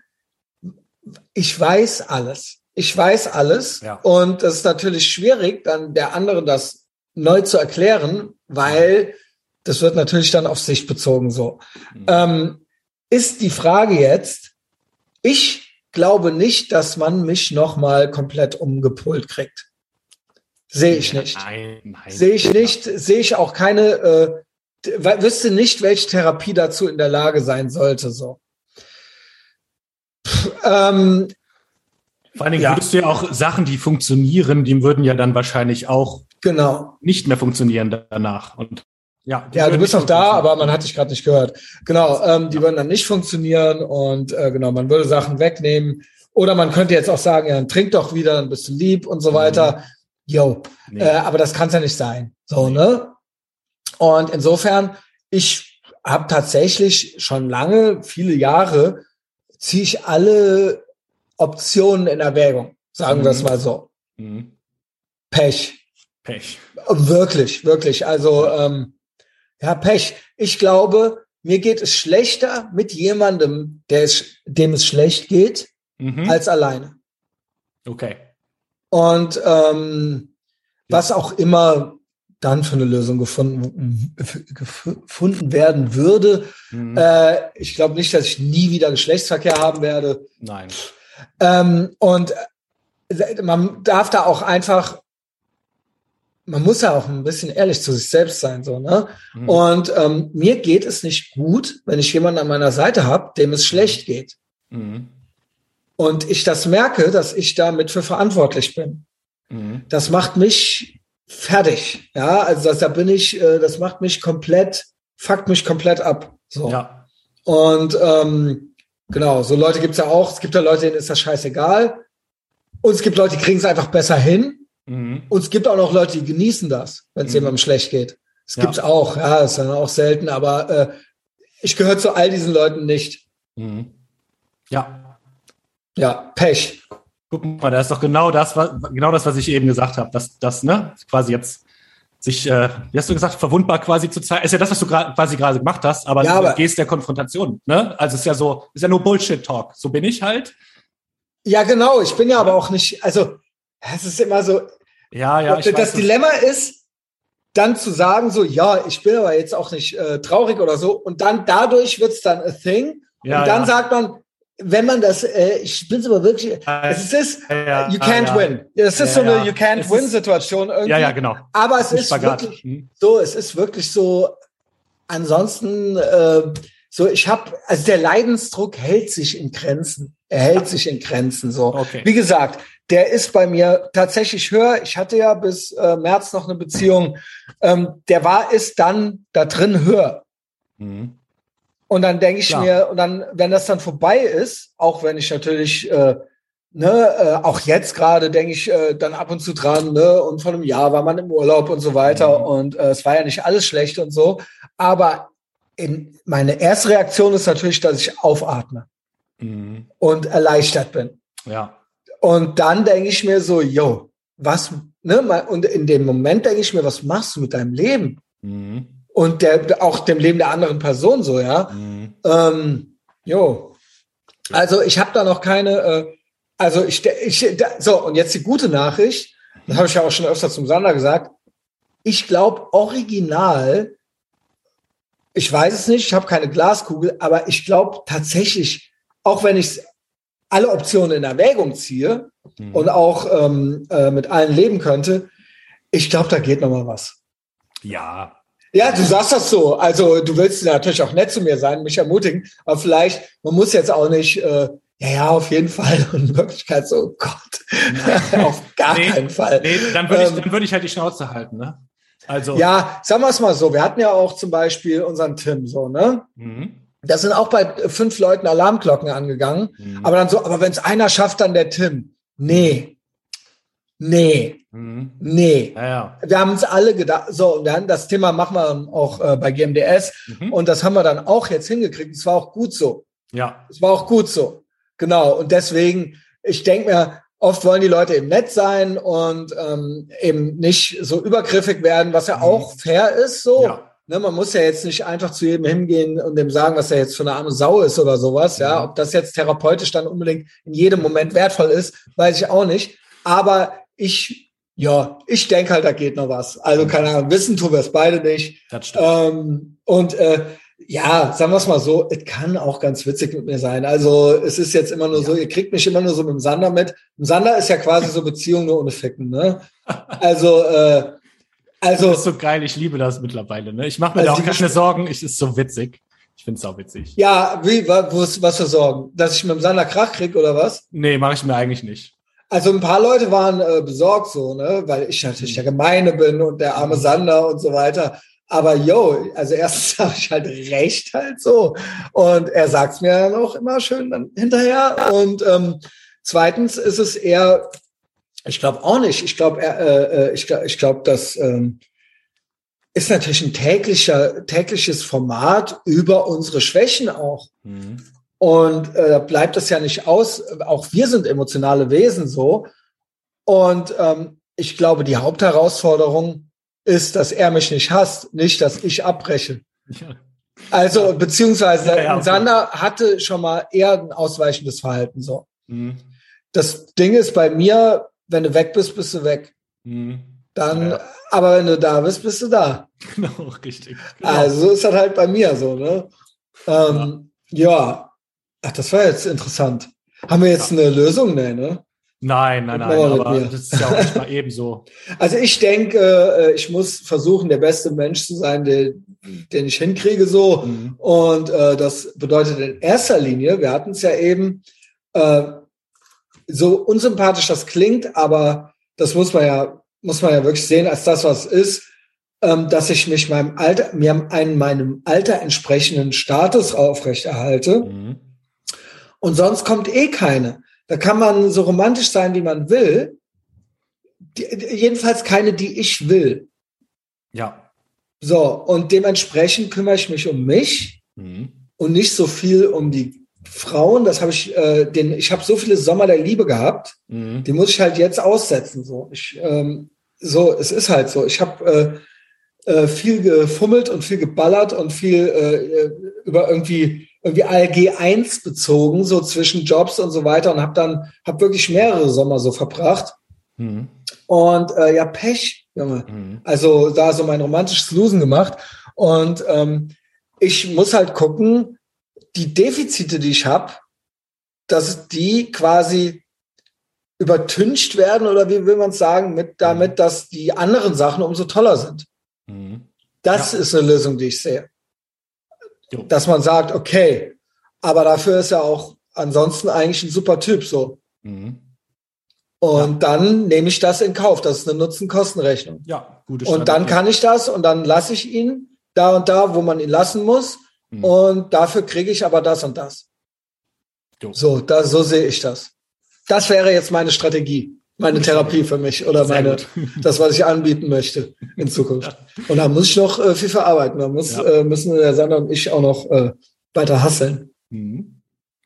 ich weiß alles. Ich weiß alles. Ja. Und es ist natürlich schwierig, dann der andere das neu zu erklären, weil das wird natürlich dann auf sich bezogen so. Mhm. Ähm, ist die Frage jetzt, ich glaube nicht, dass man mich nochmal komplett umgepolt kriegt. Sehe ich nicht. Nein, nein. Sehe ich nicht, sehe ich auch keine, äh, w- wüsste nicht, welche Therapie dazu in der Lage sein sollte, so. Pff, ähm, Vor allen Dingen Ja. würdest du ja auch Sachen, die funktionieren, die würden ja dann wahrscheinlich auch genau. nicht mehr funktionieren danach. Und ja, die Ja, du würden bist nicht noch da, funktionieren. aber man hat dich gerade nicht gehört. Genau, ähm, die würden dann nicht funktionieren und äh, genau, man würde Sachen wegnehmen. Oder man könnte jetzt auch sagen, ja, dann trink doch wieder, dann bist du lieb und so weiter. Yo, Nee. äh, aber das kann es ja nicht sein. So, Nee. ne? Und insofern, ich habe tatsächlich schon lange, viele Jahre, ziehe ich alle Optionen in Erwägung. Sagen wir es Mhm. mal so. Mhm. Pech. Pech. Wirklich, wirklich. Also, ähm, ja, Pech. Ich glaube, mir geht es schlechter mit jemandem, der es, dem es schlecht geht, Mhm. als alleine. Okay. Und ähm, Ja. was auch immer dann für eine Lösung gefunden, gefunden werden würde. Mhm. Äh, ich glaube nicht, dass ich nie wieder Geschlechtsverkehr haben werde. Nein. Ähm, und man darf da auch einfach, man muss ja auch ein bisschen ehrlich zu sich selbst sein, so, ne? Mhm. Und ähm, mir geht es nicht gut, wenn ich jemanden an meiner Seite habe, dem es schlecht geht. Mhm. Und ich das merke, dass ich damit für verantwortlich bin. Mhm. Das macht mich fertig, ja, also das, da bin ich, äh, das macht mich komplett, fuckt mich komplett ab, so. Ja. Und ähm, genau, so Leute gibt's ja auch. Es gibt ja Leute, denen ist das scheißegal. Und es gibt Leute, die kriegen es einfach besser hin. Mhm. Und es gibt auch noch Leute, die genießen das, wenn es mhm. jemandem schlecht geht. Das ja. gibt's auch, ja, ist dann auch selten, aber äh, ich gehöre zu all diesen Leuten nicht. Mhm. Ja. Ja, Pech. Guck mal, da ist doch genau das, was, genau das, was ich eben gesagt habe, dass das, ne, quasi jetzt sich, äh, wie hast du gesagt, verwundbar quasi zu zeigen, ist ja das, was du gra- quasi gerade gemacht hast, aber, ja, aber du gehst der Konfrontation, ne? Also es ist ja so, ist ja nur Bullshit-Talk. So bin ich halt. Ja, genau. Ich bin ja, ja. aber auch nicht, also es ist immer so. Ja, ja. Ich das weiß, Dilemma ist, dann zu sagen so, ja, ich bin aber jetzt auch nicht äh, traurig oder so, und dann dadurch wird's dann a thing, ja, und dann ja. sagt man, wenn man das, äh, ich bin's aber wirklich, ja, es ist, ja, you can't ja. win. Es ist ja, so eine ja. you can't es win ist, Situation irgendwie. Ja, ja, genau. Aber es ist Spagat. wirklich hm. so, es ist wirklich so, ansonsten, äh, so, ich habe, also der Leidensdruck hält sich in Grenzen. Er hält sich in Grenzen, so. Okay. Wie gesagt, der ist bei mir tatsächlich höher. Ich hatte ja bis äh, März noch eine Beziehung. Ähm, der war, ist dann da drin höher. Mhm. Und dann denke ich Klar. mir, und dann, wenn das dann vorbei ist, auch wenn ich natürlich, äh, ne, äh, auch jetzt gerade denke ich äh, dann ab und zu dran, ne, und vor einem Jahr war man im Urlaub und so weiter, mhm. und äh, es war ja nicht alles schlecht und so, aber in, meine erste Reaktion ist natürlich, dass ich aufatme mhm. und erleichtert bin. Ja. Und dann denke ich mir so, yo, was, ne, und in dem Moment denke ich mir, was machst du mit deinem Leben? Mhm. Und der, auch dem Leben der anderen Person so, ja. Mhm. Ähm, jo. Also ich habe da noch keine, äh, also ich, ich da, so, und jetzt die gute Nachricht, das habe ich ja auch schon öfter zum Sander gesagt, ich glaube original, ich weiß es nicht, ich habe keine Glaskugel, aber ich glaube tatsächlich, auch wenn ich alle Optionen in Erwägung ziehe mhm. und auch ähm, äh, mit allen leben könnte, ich glaube, da geht noch mal was. Ja. Ja, du sagst das so. Also du willst natürlich auch nett zu mir sein, mich ermutigen, aber vielleicht, man muss jetzt auch nicht, äh, ja, ja, auf jeden Fall. Und in Wirklichkeit so, oh Gott, auf gar nee, keinen Fall. Nee, dann würde ich, ähm, dann würde ich halt die Schnauze halten, ne? Also. Ja, sagen wir es mal so. Wir hatten ja auch zum Beispiel unseren Tim, so, ne? Mhm. Da sind auch bei fünf Leuten Alarmglocken angegangen. Mhm. Aber dann so, aber wenn es einer schafft, dann der Tim. Nee. Nee. Mhm. Nee. Ja, ja. Wir haben uns alle gedacht, so, und dann das Thema machen wir auch äh, bei G M D S. Mhm. Und das haben wir dann auch jetzt hingekriegt. Es war auch gut so. Ja. Es war auch gut so. Genau. Und deswegen, ich denke mir, oft wollen die Leute eben nett sein und ähm, eben nicht so übergriffig werden, was ja mhm. auch fair ist, so. Ja. Ne, man muss ja jetzt nicht einfach zu jedem hingehen und dem sagen, was er jetzt für eine arme Sau ist oder sowas, mhm. ja. Ob das jetzt therapeutisch dann unbedingt in jedem Moment wertvoll ist, weiß ich auch nicht. Aber ich, ja, ich denke halt, da geht noch was. Also, keine Ahnung, wissen tun wir es beide nicht. Das stimmt. Ähm, und äh, ja, sagen wir es mal so, es kann auch ganz witzig mit mir sein. Also es ist jetzt immer nur ja. so, ihr kriegt mich immer nur so mit dem Sander mit. Im Sander ist ja quasi so Beziehung nur ohne Ficken, ne? Also, äh, also. Das ist so geil, ich liebe das mittlerweile, ne? Ich mache mir also da auch keine Sorgen, ich ist so witzig. Ich find's auch witzig. Ja, wie, was, was für Sorgen? Dass ich mit dem Sander Krach krieg oder was? Nee, mache ich mir eigentlich nicht. Also ein paar Leute waren äh, besorgt so, ne? Weil ich natürlich der Gemeine bin und der arme Sander und so weiter. Aber yo, also erstens habe ich halt recht halt so. Und er sagt's mir dann auch immer schön dann hinterher. Und ähm, zweitens ist es eher, ich glaube auch nicht, ich glaube, äh, ich glaube, ich glaube, das ähm, ist natürlich ein täglicher, tägliches Format über unsere Schwächen auch. Mhm. Und äh, bleibt das ja nicht aus. Auch wir sind emotionale Wesen so. Und ähm, ich glaube, die Hauptherausforderung ist, dass er mich nicht hasst, nicht, dass ich abbreche. Ja. Also, beziehungsweise, ja, ja, okay. Sander hatte schon mal eher ein ausweichendes Verhalten, so. Mhm. Das Ding ist bei mir, wenn du weg bist, bist du weg. Mhm. Dann, ja. Aber wenn du da bist, bist du da. Genau, richtig. Genau. Also so ist das halt bei mir so, ne? Ähm, ja. ja. Ach, das war jetzt interessant. Haben wir jetzt ja. eine Lösung? Nee, ne? Nein, nein, nein, aber das ist ja auch nicht mal ebenso. Also ich denke, ich muss versuchen, der beste Mensch zu sein, den, den ich hinkriege so. Mhm. Und äh, das bedeutet in erster Linie, wir hatten es ja eben, äh, so unsympathisch das klingt, aber das muss man ja, muss man ja wirklich sehen als das, was es ist, ähm, dass ich mich meinem Alter, mir einen meinem Alter entsprechenden Status aufrechterhalte. Mhm. Und sonst kommt eh keine. Da kann man so romantisch sein, wie man will. Die, jedenfalls keine, die ich will. Ja. So, und dementsprechend kümmere ich mich um mich mhm. und nicht so viel um die Frauen. Das habe ich, äh, den, ich habe so viele Sommer der Liebe gehabt, mhm. die muss ich halt jetzt aussetzen. So, ich, ähm, so, es ist halt so. Ich habe äh, äh, viel gefummelt und viel geballert und viel äh, über irgendwie irgendwie A L G eins bezogen, so zwischen Jobs und so weiter und habe dann hab wirklich mehrere Sommer so verbracht. Mhm. Und äh, ja, Pech, Junge. Mhm. Also da so mein romantisches Losen gemacht. Und ähm, ich muss halt gucken, die Defizite, die ich habe, dass die quasi übertüncht werden, oder wie will man es sagen, mit damit, dass die anderen Sachen umso toller sind. Mhm. Das ja. ist eine Lösung, die ich sehe. Jo. Dass man sagt, okay, aber dafür ist er auch ansonsten eigentlich ein super Typ, so. Mhm. Und ja. dann nehme ich das in Kauf. Das ist eine Nutzen-Kosten-Rechnung. Ja, gute Strategie. Und dann kann ich das und dann lasse ich ihn da und da, wo man ihn lassen muss. Mhm. Und dafür kriege ich aber das und das. Jo. So, da, so sehe ich das. Das wäre jetzt meine Strategie, meine Therapie für mich oder Sehr meine, das, was ich anbieten möchte in Zukunft. Ja. Und da muss ich noch äh, viel verarbeiten. Da muss, ja. äh, müssen der Sander und ich auch noch äh, weiter hustlen. Mhm.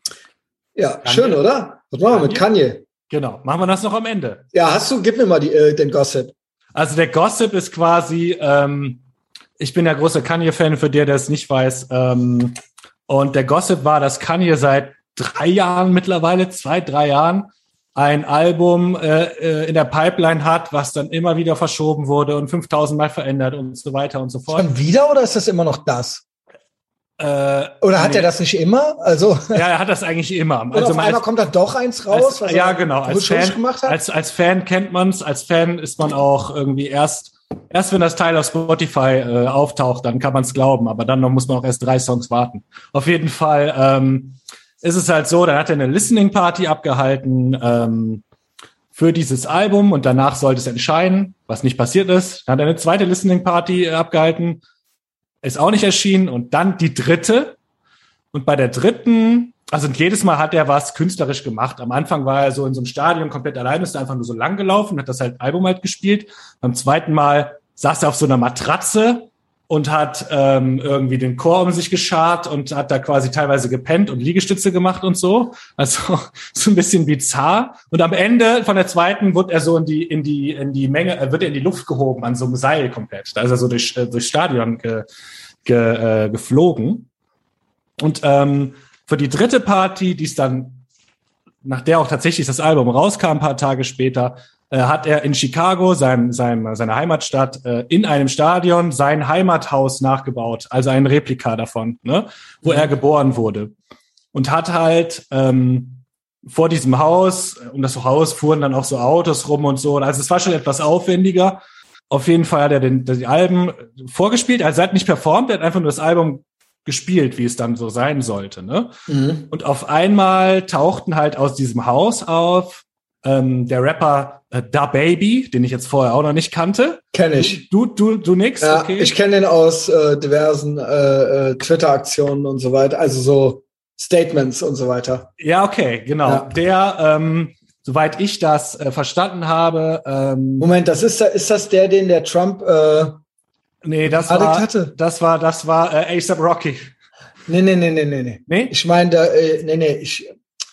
Ja, Kanye. Schön, oder? Was machen wir mit Kanye? Genau, machen wir das noch am Ende. Ja, hast du, gib mir mal die, äh, den Gossip. Also der Gossip ist quasi, ähm, ich bin ja großer Kanye-Fan, für der, der es nicht weiß. Ähm, und der Gossip war, dass Kanye seit drei Jahren mittlerweile, zwei, drei Jahren, ein Album äh, in der Pipeline hat, was dann immer wieder verschoben wurde und fünftausend Mal verändert und so weiter und so fort. Schon wieder oder ist das immer noch das? Äh, oder hat nee. er das nicht immer? Also ja, er hat das eigentlich immer. Und also auf einmal als, kommt da doch eins raus, als, was ja, er genau. Als Fan, gemacht hat? Als, als Fan kennt man's. Als Fan ist man auch irgendwie erst, erst wenn das Teil auf Spotify äh, auftaucht, dann kann man's glauben. Aber dann noch muss man auch erst drei Songs warten. Auf jeden Fall ähm, ist es halt so, dann hat er eine Listening Party abgehalten ähm, für dieses Album und danach sollte es entscheiden, was nicht passiert ist. Dann hat er eine zweite Listening Party äh, abgehalten. Ist auch nicht erschienen. Und dann die dritte. Und bei der dritten, also jedes Mal hat er was künstlerisch gemacht. Am Anfang war er so in so einem Stadion komplett allein, ist einfach nur so lang gelaufen, hat das halt Album halt gespielt. Beim zweiten Mal saß er auf so einer Matratze und hat ähm, irgendwie den Chor um sich geschart und hat da quasi teilweise gepennt und Liegestütze gemacht und so. Also so ein bisschen bizarr. Und am Ende von der zweiten wird er so in die in die in die Menge, äh, wird er in die Luft gehoben an so einem Seil komplett. Da ist er so durch äh, durchs Stadion ge, ge, äh, geflogen. Und ähm, für die dritte Party, die es dann, nach der auch tatsächlich das Album rauskam, ein paar Tage später, äh, hat er in Chicago, sein, sein, seine Heimatstadt, äh, in einem Stadion sein Heimathaus nachgebaut, also ein Replika davon, ne, wo mhm. er geboren wurde. Und hat halt ähm, vor diesem Haus, um das Haus fuhren dann auch so Autos rum und so. Also es war schon etwas aufwendiger. Auf jeden Fall hat er den, die Alben vorgespielt. Also er hat nicht performt, er hat einfach nur das Album gespielt, wie es dann so sein sollte, ne? Mhm. Und auf einmal tauchten halt aus diesem Haus auf ähm, der Rapper äh, Da Baby, den ich jetzt vorher auch noch nicht kannte. Kenn ich. Du, du, du nix? Ja, okay. Ich kenne den aus äh, diversen äh, äh, Twitter-Aktionen und so weiter, also so Statements und so weiter. Ja, okay, genau. Ja. Der, ähm, soweit ich das äh, verstanden habe. Ähm, Moment, das ist, ist das der, den der Trump äh, Nee, das war, hatte. das war, das war äh, A$AP Rocky. Nee, nee, nee, nee, nee. Nee? Ich meine, da, äh, nee, nee, ich,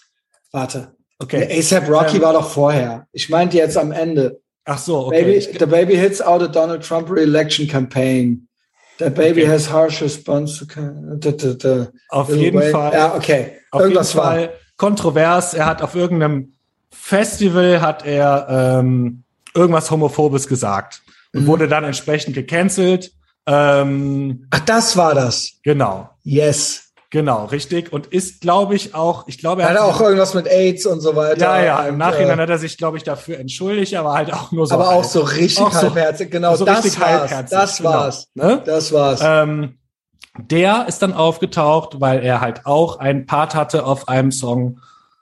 warte. Okay. A$AP Rocky ähm, war doch vorher. Ich meinte jetzt am Ende. Ach so, okay. Baby, the baby hits out a Donald Trump re-election campaign. The baby okay. has harsh response. To, to, to, auf jeden way. Fall. Ja, okay. Auf Irgendwas jeden Fall war. Kontrovers. Er hat auf irgendeinem Festival hat er ähm, irgendwas Homophobes gesagt. und mhm. wurde dann entsprechend gecancelt. Ähm, Ach, das war das. Genau. Yes. Genau, richtig. Und ist, glaube ich, auch, ich glaube, er hat, er hat auch irgendwas mit AIDS und so weiter. Ja, ja, im und, Nachhinein äh, hat er sich, glaube ich, dafür entschuldigt, aber halt auch nur so. Aber halb. auch so richtig auch halbherzig, so, genau, so das richtig war's. halbherzig. Das war's. Genau, ne? Das war's. Ähm, der ist dann aufgetaucht, weil er halt auch einen Part hatte auf einem Song,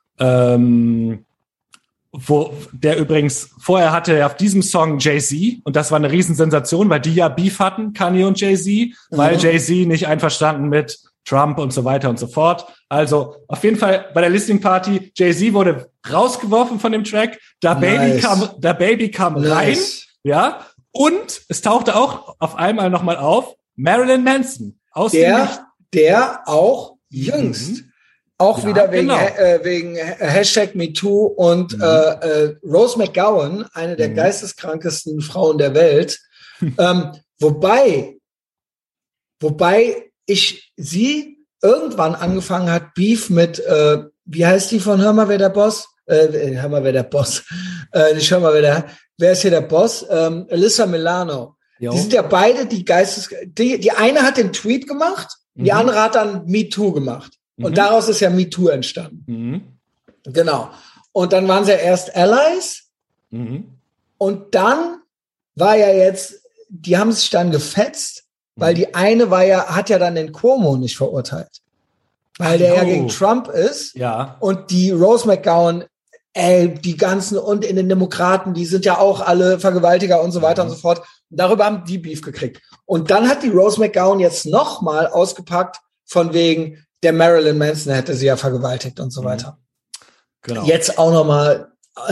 ähm, wo der übrigens, vorher hatte er auf diesem Song Jay-Z und das war eine Riesensensation, weil die ja Beef hatten, Kanye und Jay-Z, weil mhm. Jay-Z nicht einverstanden mit Trump und so weiter und so fort. Also auf jeden Fall bei der Listening Party, Jay-Z wurde rausgeworfen von dem Track, Da nice. Baby kam, Da Baby kam nice. rein, ja, und es tauchte auch auf einmal nochmal auf, Marilyn Manson. Aus der, der auch jüngst, mhm. auch ja, wieder wegen, genau. äh, wegen Hashtag MeToo und mhm. äh, äh, Rose McGowan, eine der mhm. geisteskrankesten Frauen der Welt, ähm, wobei, wobei ich sie irgendwann angefangen hat, Beef mit, äh, wie heißt die von Hör mal, wer der Boss? Äh, hör mal, wer der Boss? Äh, nicht hör mal, wer der, wer ist hier der Boss? Ähm, Alyssa Milano. Jo. Die sind ja beide die Geistes, die, die eine hat den Tweet gemacht, mhm. die andere hat dann MeToo gemacht. Mhm. Und daraus ist ja MeToo entstanden. Mhm. Genau. Und dann waren sie ja erst Allies. Mhm. Und dann war ja jetzt, die haben sich dann gefetzt. Weil die eine war ja, hat ja dann den Cuomo nicht verurteilt. Weil der oh. ja gegen Trump ist. Ja. Und die Rose McGowan, ey, die ganzen, und in den Demokraten, die sind ja auch alle Vergewaltiger und so weiter mhm. und so fort. Und darüber haben die Beef gekriegt. Und dann hat die Rose McGowan jetzt nochmal ausgepackt, von wegen, der Marilyn Manson hätte sie ja vergewaltigt und so weiter. Genau. Jetzt auch nochmal.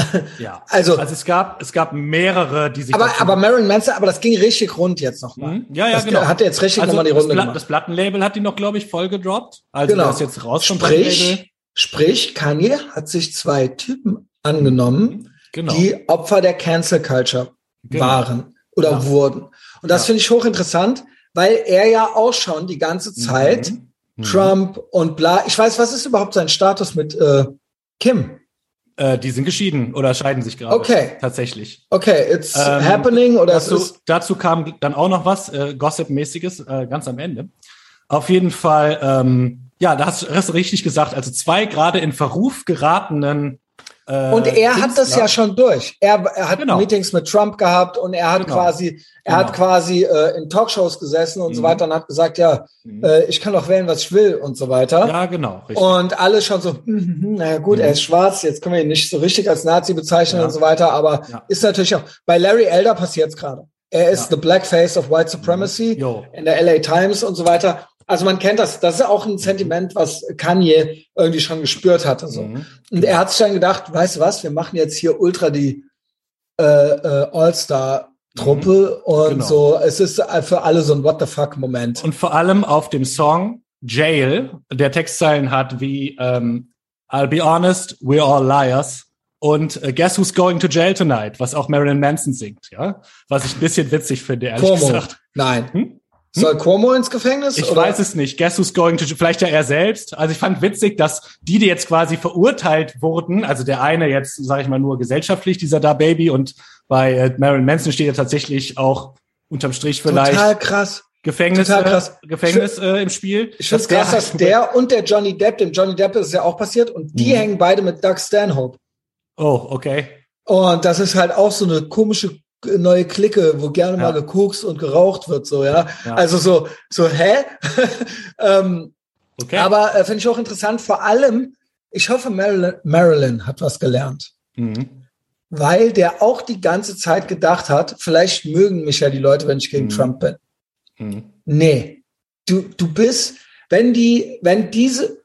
Ja, also, also es gab es gab mehrere, die sich. Aber aber Marilyn Manson, aber das ging richtig rund jetzt nochmal. Mhm. Ja, ja, das genau. Hat jetzt richtig also nochmal die Runde das Pla- gemacht. Das Plattenlabel hat die noch, glaube ich, voll gedroppt. Also genau. das jetzt rauskommt. Sprich, sprich, Kanye hat sich zwei Typen angenommen, genau. die Opfer der Cancel Culture genau. waren oder ja. wurden. Und das ja. finde ich hochinteressant, weil er ja auch schon die ganze Zeit mhm. Trump und bla. Ich weiß, was ist überhaupt sein Status mit äh, Kim? Äh, die sind geschieden oder scheiden sich gerade. Okay. Tatsächlich. Okay, it's ähm, happening oder dazu, es ist dazu kam dann auch noch was, äh, Gossip-mäßiges, äh, ganz am Ende. Auf jeden Fall, ähm, ja, da hast, hast du richtig gesagt, also zwei gerade in Verruf geratenen äh, und er Künstler. Hat das ja schon durch. Er, er hat genau. Meetings mit Trump gehabt und er hat genau. quasi, er genau. hat quasi äh, in Talkshows gesessen und mhm. so weiter und hat gesagt, ja, mhm. äh, ich kann doch wählen, was ich will und so weiter. Ja, genau. Richtig. Und alle schon so, mm, naja gut, mhm. er ist schwarz, jetzt können wir ihn nicht so richtig als Nazi bezeichnen ja. und so weiter, aber ja. ist natürlich auch, bei Larry Elder passiert es gerade. Er ist ja. the black face of white supremacy mhm. in der L A Times und so weiter. Also man kennt das. Das ist auch ein Sentiment, was Kanye irgendwie schon gespürt hatte. So. Mhm. Und er hat sich dann gedacht, weißt du was, wir machen jetzt hier ultra die äh, äh, All-Star-Truppe mhm. und genau. so. Es ist für alle so ein What-the-fuck-Moment. Und vor allem auf dem Song Jail, der Textzeilen hat wie ähm, I'll be honest, we're all liars. Und uh, Guess who's going to jail tonight, was auch Marilyn Manson singt, ja. Was ich ein bisschen witzig finde, ehrlich Cuomo. gesagt. Nein. Hm? Soll Cuomo ins Gefängnis? Ich oder? weiß es nicht. Guess who's going to, vielleicht ja er selbst. Also ich fand witzig, dass die, die jetzt quasi verurteilt wurden, also der eine jetzt, sage ich mal, nur gesellschaftlich, dieser Da Baby, und bei äh, Marilyn Manson steht ja tatsächlich auch unterm Strich vielleicht total krass. Gefängnis, total krass. Äh, Gefängnis äh, im Spiel. Ich finde es krass, dass der und der Johnny Depp, dem Johnny Depp ist es ja auch passiert, und die mhm. hängen beide mit Doug Stanhope. Oh, okay. Und das ist halt auch so eine komische neue Clique, wo gerne ja. mal gekokst und geraucht wird, so, ja. ja. Also so, so, hä? ähm, okay. Aber äh, finde ich auch interessant, vor allem, ich hoffe, Marilyn, Marilyn hat was gelernt. Mhm. Weil der auch die ganze Zeit gedacht hat, vielleicht mögen mich ja die Leute, wenn ich gegen mhm. Trump bin. Mhm. Nee. Du, du bist, wenn die, wenn diese,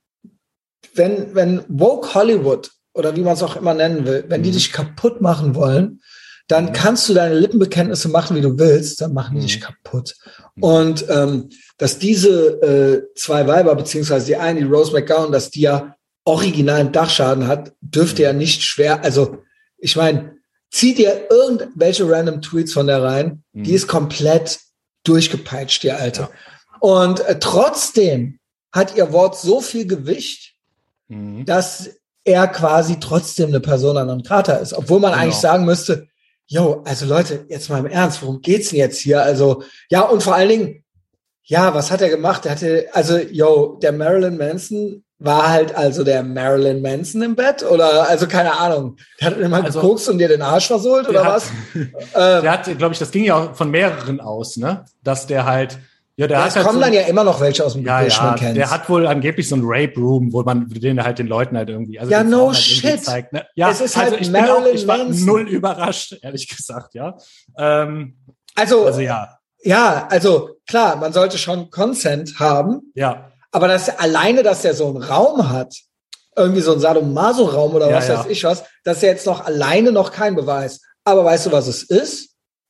wenn, wenn Woke Hollywood, oder wie man es auch immer nennen will, wenn mhm. die dich kaputt machen wollen, dann mhm. kannst du deine Lippenbekenntnisse machen, wie du willst, dann machen die mhm. dich kaputt. Mhm. Und ähm, dass diese äh, zwei Weiber, beziehungsweise die eine, die Rose McGowan, dass die ja originalen Dachschaden hat, dürfte mhm. ja nicht schwer, also ich meine, zieh dir irgendwelche random Tweets von der rein, mhm. die ist komplett durchgepeitscht, die Alte. Ja. Und äh, trotzdem hat ihr Wort so viel Gewicht, mhm. dass er quasi trotzdem eine Persona non grata ist. Obwohl man genau. eigentlich sagen müsste, yo, also Leute, jetzt mal im Ernst, worum geht's denn jetzt hier? Also, ja, und vor allen Dingen, ja, was hat er gemacht? Er hatte, also, yo, der Marilyn Manson war halt also der Marilyn Manson im Bett oder, also keine Ahnung, der hat immer also, gekokst und dir den Arsch versohlt oder hat, was? Der hat, glaube ich, das ging ja auch von mehreren aus, ne, dass der halt, ja, der ja, hat es halt kommen so, dann ja immer noch welche aus dem ja, Gebüsch, ja, man kennt's. Der hat wohl angeblich so ein Rape-Room, wo man den halt den Leuten halt irgendwie, also ja, no halt shit. Zeigt, ne? Ja, es ist also halt ich Marilyn bin auch, ich war Manson. null überrascht, ehrlich gesagt, ja. Ähm, also, also ja. Ja, also klar, man sollte schon Consent haben. Ja. Aber das alleine, dass er so einen Raum hat, irgendwie so ein Sadomaso-Raum oder ja, was ja. weiß ich was, das ist ja jetzt noch alleine noch kein Beweis. Aber weißt du, was es ist?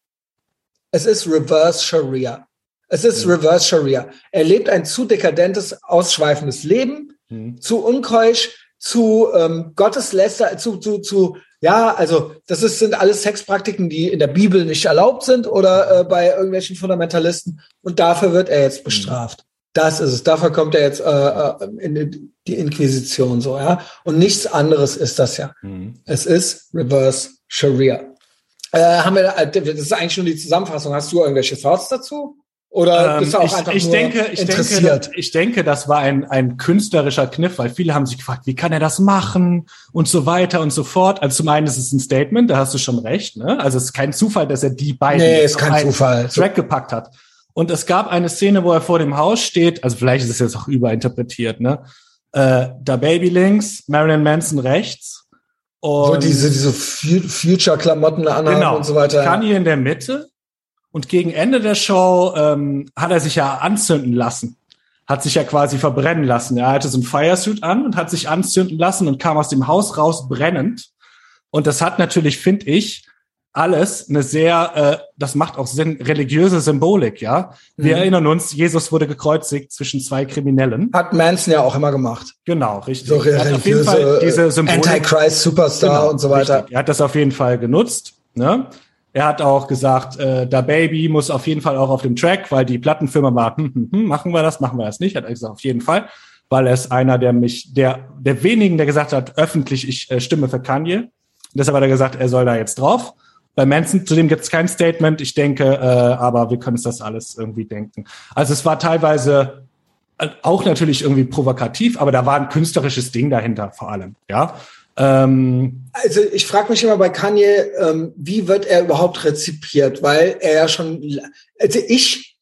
Es ist Reverse Sharia. Es ist mhm. Reverse Sharia. Er lebt ein zu dekadentes, ausschweifendes Leben, mhm. zu unkeusch, zu ähm, Gottesläster, zu, zu, zu, ja, also das ist, sind alles Sexpraktiken, die in der Bibel nicht erlaubt sind oder äh, bei irgendwelchen Fundamentalisten. Und dafür wird er jetzt bestraft. Mhm. Das ist es. Dafür kommt er jetzt äh, in die Inquisition so, ja. Und nichts anderes ist das ja. Mhm. Es ist Reverse Sharia. Äh, haben wir, das ist eigentlich nur die Zusammenfassung. Hast du irgendwelche Thoughts dazu? Oder bist du auch ich, einfach ich nur denke, ich interessiert? Denke, ich denke, das war ein, ein künstlerischer Kniff, weil viele haben sich gefragt, wie kann er das machen und so weiter und so fort. Also zum einen ist es ein Statement, da hast du schon recht, ne? Also es ist kein Zufall, dass er die beiden nee, ist kein Zufall. Track gepackt hat. Und es gab eine Szene, wo er vor dem Haus steht, also vielleicht ist es jetzt auch überinterpretiert, ne? Äh, da Baby links, Marilyn Manson rechts. Und so diese, diese Future-Klamotten anhaben genau, und so weiter. Kanye in der Mitte. Und gegen Ende der Show ähm, hat er sich ja anzünden lassen. Hat sich ja quasi verbrennen lassen. Er hatte so ein Firesuit an und hat sich anzünden lassen und kam aus dem Haus raus brennend. Und das hat natürlich, finde ich, alles eine sehr, äh, das macht auch Sinn, religiöse Symbolik, ja. Wir mhm. erinnern uns, Jesus wurde gekreuzigt zwischen zwei Kriminellen. Hat Manson ja auch immer gemacht. Genau, richtig. So er hat auf jeden Fall diese Symbolik. Antichrist, Superstar genau, und so weiter. Richtig. Er hat das auf jeden Fall genutzt, ne? Er hat auch gesagt, äh, da Baby muss auf jeden Fall auch auf dem Track, weil die Plattenfirma war, hm, hm, hm, machen wir das, machen wir das nicht. Hat er gesagt, auf jeden Fall, weil er ist einer, der mich, der der wenigen, der gesagt hat, öffentlich, ich äh, stimme für Kanye. Und deshalb hat er gesagt, er soll da jetzt drauf. Bei Manson, zudem gibt es kein Statement, ich denke, äh, aber wir können uns das alles irgendwie denken. Also es war teilweise auch natürlich irgendwie provokativ, aber da war ein künstlerisches Ding dahinter vor allem, ja. Ähm, also ich frage mich immer bei Kanye, ähm, wie wird er überhaupt rezipiert, weil er ja schon, also ich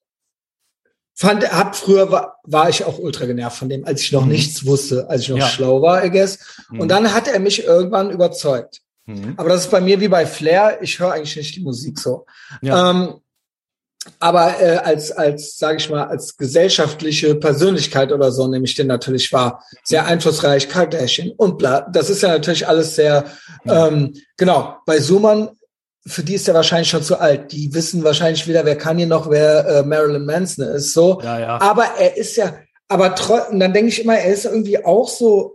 fand, hab früher war, war ich auch ultra genervt von dem, als ich noch mhm. nichts wusste, als ich noch ja. schlau war, I guess. Mhm. Und dann hat er mich irgendwann überzeugt. Mhm. Aber das ist bei mir wie bei Flair, ich höre eigentlich nicht die Musik so. Ja. Ähm, aber äh, als, als sage ich mal, als gesellschaftliche Persönlichkeit oder so nehme ich den natürlich wahr. Sehr einflussreich, Kardashian und bla. Das ist ja natürlich alles sehr, ja. ähm, genau. Bei Zoomern, für die ist er wahrscheinlich schon zu alt. Die wissen wahrscheinlich weder, wer Kanye noch wer äh, Marilyn Manson ist. So. Ja, ja. Aber er ist ja, aber trotzdem, dann denke ich immer, er ist irgendwie auch so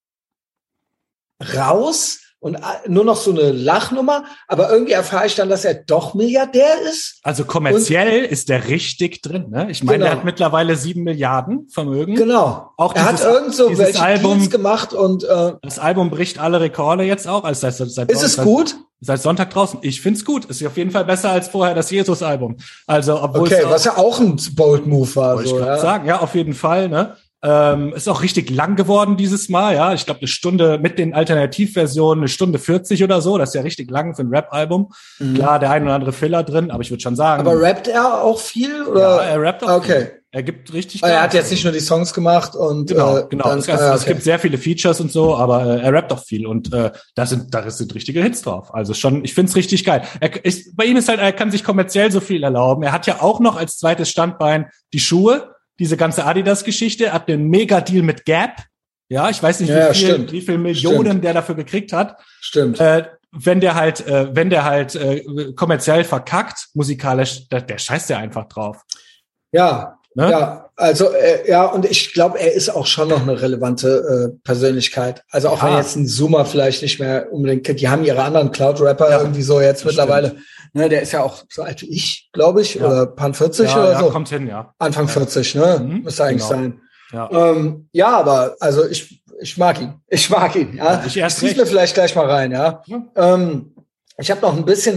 raus. Und nur noch so eine Lachnummer, aber irgendwie erfahre ich dann, dass er doch Milliardär ist. Also kommerziell und ist der richtig drin, ne? Ich meine, genau. Er hat mittlerweile sieben Milliarden Vermögen. Genau. Auch er dieses, hat irgend so welche Album Deals gemacht und äh, das Album bricht alle Rekorde jetzt auch. Also seit, seit ist es seit, gut? Seit Sonntag draußen. Ich find's gut. Ist auf jeden Fall besser als vorher das Jesus-Album. Also obwohl okay, es auch, was ja auch ein Bold Move war. Wollte so, ich gerade ja. sagen, ja, auf jeden Fall, ne? Ähm, ist auch richtig lang geworden dieses Mal, ja. Ich glaube, eine Stunde mit den Alternativversionen, eine Stunde vierzig oder so. Das ist ja richtig lang für ein Rap-Album. Mhm. Klar, der ein oder andere Filler drin, aber ich würde schon sagen. Aber rappt er auch viel? Oder? Ja, er rappt auch okay. viel. Er gibt richtig. Er hat jetzt nicht nur die Songs gemacht und genau, äh, genau. Dann, es, es, ah, okay. es gibt sehr viele Features und so, aber äh, er rappt auch viel und äh, da sind da sind richtige Hits drauf. Also schon, ich find's richtig geil. Er ist, bei ihm ist halt, er kann sich kommerziell so viel erlauben. Er hat ja auch noch als zweites Standbein die Schuhe. Diese ganze Adidas-Geschichte, hat den Mega-Deal mit Gap. Ja, ich weiß nicht, ja, wie viel, stimmt. wie viel Millionen stimmt. der dafür gekriegt hat. Stimmt. Äh, wenn der halt, äh, wenn der halt äh, kommerziell verkackt, musikalisch, der, der scheißt ja einfach drauf. Ja, ne? ja, also äh, ja, und ich glaube, er ist auch schon noch eine relevante äh, Persönlichkeit. Also auch ja. wenn jetzt ein Zoomer vielleicht nicht mehr unbedingt kennt, die haben ihre anderen Cloud-Rapper ja, irgendwie so jetzt mittlerweile. Stimmt. Ne, der ist ja auch so alt wie ich, glaube ich, ja. oder Pan vierzig ja, oder ja, so. Kommt hin, ja. Anfang ja. vierzig, ne? Mhm, müsste eigentlich genau. sein. Ja. Ähm, ja, aber also ich ich mag ihn. Ich mag ihn, ja. Ich erst zieh's mir vielleicht gleich mal rein, ja. ja. Ähm, ich habe noch ein bisschen,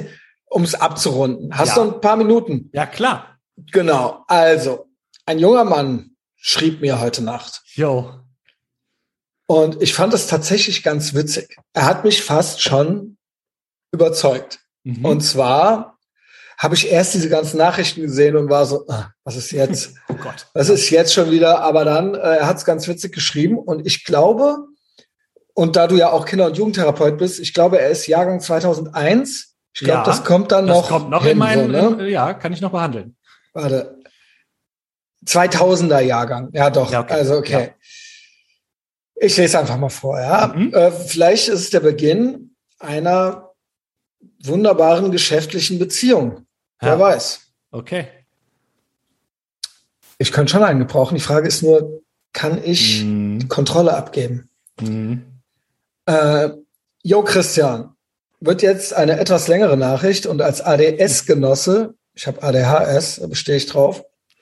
um es abzurunden. Hast Ja. du ein paar Minuten? Ja, klar. Genau. Also, ein junger Mann schrieb mir heute Nacht. Jo. Und ich fand es tatsächlich ganz witzig. Er hat mich fast schon überzeugt. Mhm. Und zwar habe ich erst diese ganzen Nachrichten gesehen und war so, ah, was ist jetzt? Oh Gott. Was ist jetzt schon wieder? Aber dann, äh, er hat es ganz witzig geschrieben. Und ich glaube, und da du ja auch Kinder- und Jugendtherapeut bist, ich glaube, er ist Jahrgang zweitausendeins. Ich glaube, Ja, das kommt dann das noch. kommt noch hin, in meinen, so, ne? in, ja, kann ich noch behandeln. Warte. zweitausender Jahrgang. Ja, doch. Ja, okay. Also, okay. Ja. Ich lese einfach mal vor, ja. Mhm. Äh, vielleicht ist es der Beginn einer wunderbaren geschäftlichen Beziehung. Wer Ja. weiß. Okay. Ich könnte schon einen gebrauchen. Die Frage ist nur, kann ich Mhm. die Kontrolle abgeben? Mhm. Äh, Jo, Christian, wird jetzt eine etwas längere Nachricht und als A D S-Genosse, ich habe A D H S, da bestehe ich drauf,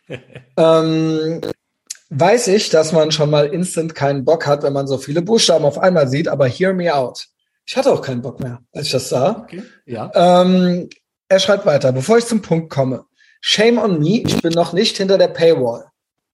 ähm, weiß ich, dass man schon mal instant keinen Bock hat, wenn man so viele Buchstaben auf einmal sieht, aber hear me out. Ich hatte auch keinen Bock mehr, als ich das sah. Okay. Ja. Ähm, er schreibt weiter, bevor ich zum Punkt komme. Shame on me, ich bin noch nicht hinter der Paywall.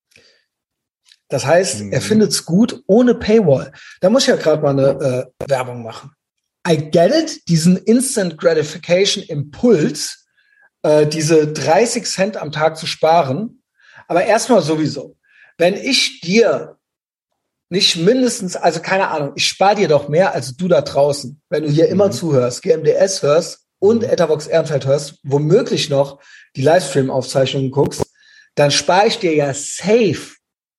Das heißt, Mhm. er findet es gut ohne Paywall. Da muss ich ja gerade mal eine äh, Werbung machen. I get it, diesen Instant Gratification Impuls, äh, diese dreißig Cent am Tag zu sparen. Aber erstmal sowieso, wenn ich dir nicht mindestens, also keine Ahnung, ich spare dir doch mehr als du da draußen, wenn du hier Mhm. immer zuhörst, G M D S hörst und Mhm. Etavox Ehrenfeld hörst, womöglich noch die Livestream-Aufzeichnungen guckst, dann spare ich dir ja safe,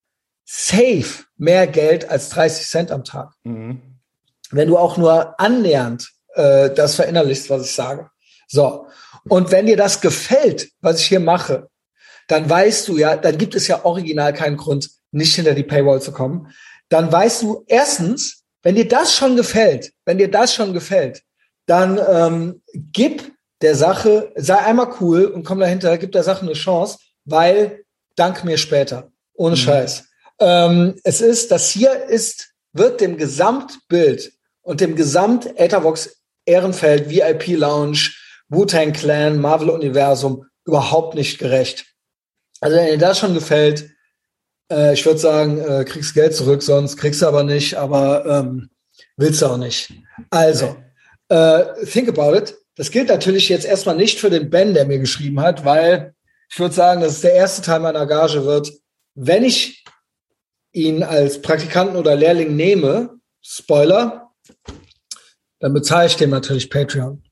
safe mehr Geld als dreißig Cent am Tag. Mhm. Wenn du auch nur annähernd äh, das verinnerlichst, was ich sage. So. Und wenn dir das gefällt, was ich hier mache, dann weißt du ja, dann gibt es ja original keinen Grund, nicht hinter die Paywall zu kommen. Dann weißt du erstens, wenn dir das schon gefällt, wenn dir das schon gefällt, dann ähm, gib der Sache, sei einmal cool und komm dahinter, gib der Sache eine Chance, weil dank mir später. Ohne Mhm. Scheiß. Ähm, es ist, das hier ist, wird dem Gesamtbild und dem Gesamt Etavox Ehrenfeld, V I P Lounge, Wu-Tang Clan, Marvel Universum überhaupt nicht gerecht. Also wenn dir das schon gefällt, äh, ich würde sagen, äh, kriegst Geld zurück, sonst kriegst du aber nicht, aber ähm, willst du auch nicht. Also, äh, think about it. Das gilt natürlich jetzt erstmal nicht für den Ben, der mir geschrieben hat, weil ich würde sagen, dass es der erste Teil meiner Gage wird, wenn ich ihn als Praktikanten oder Lehrling nehme, Spoiler, dann bezahle ich dem natürlich Patreon.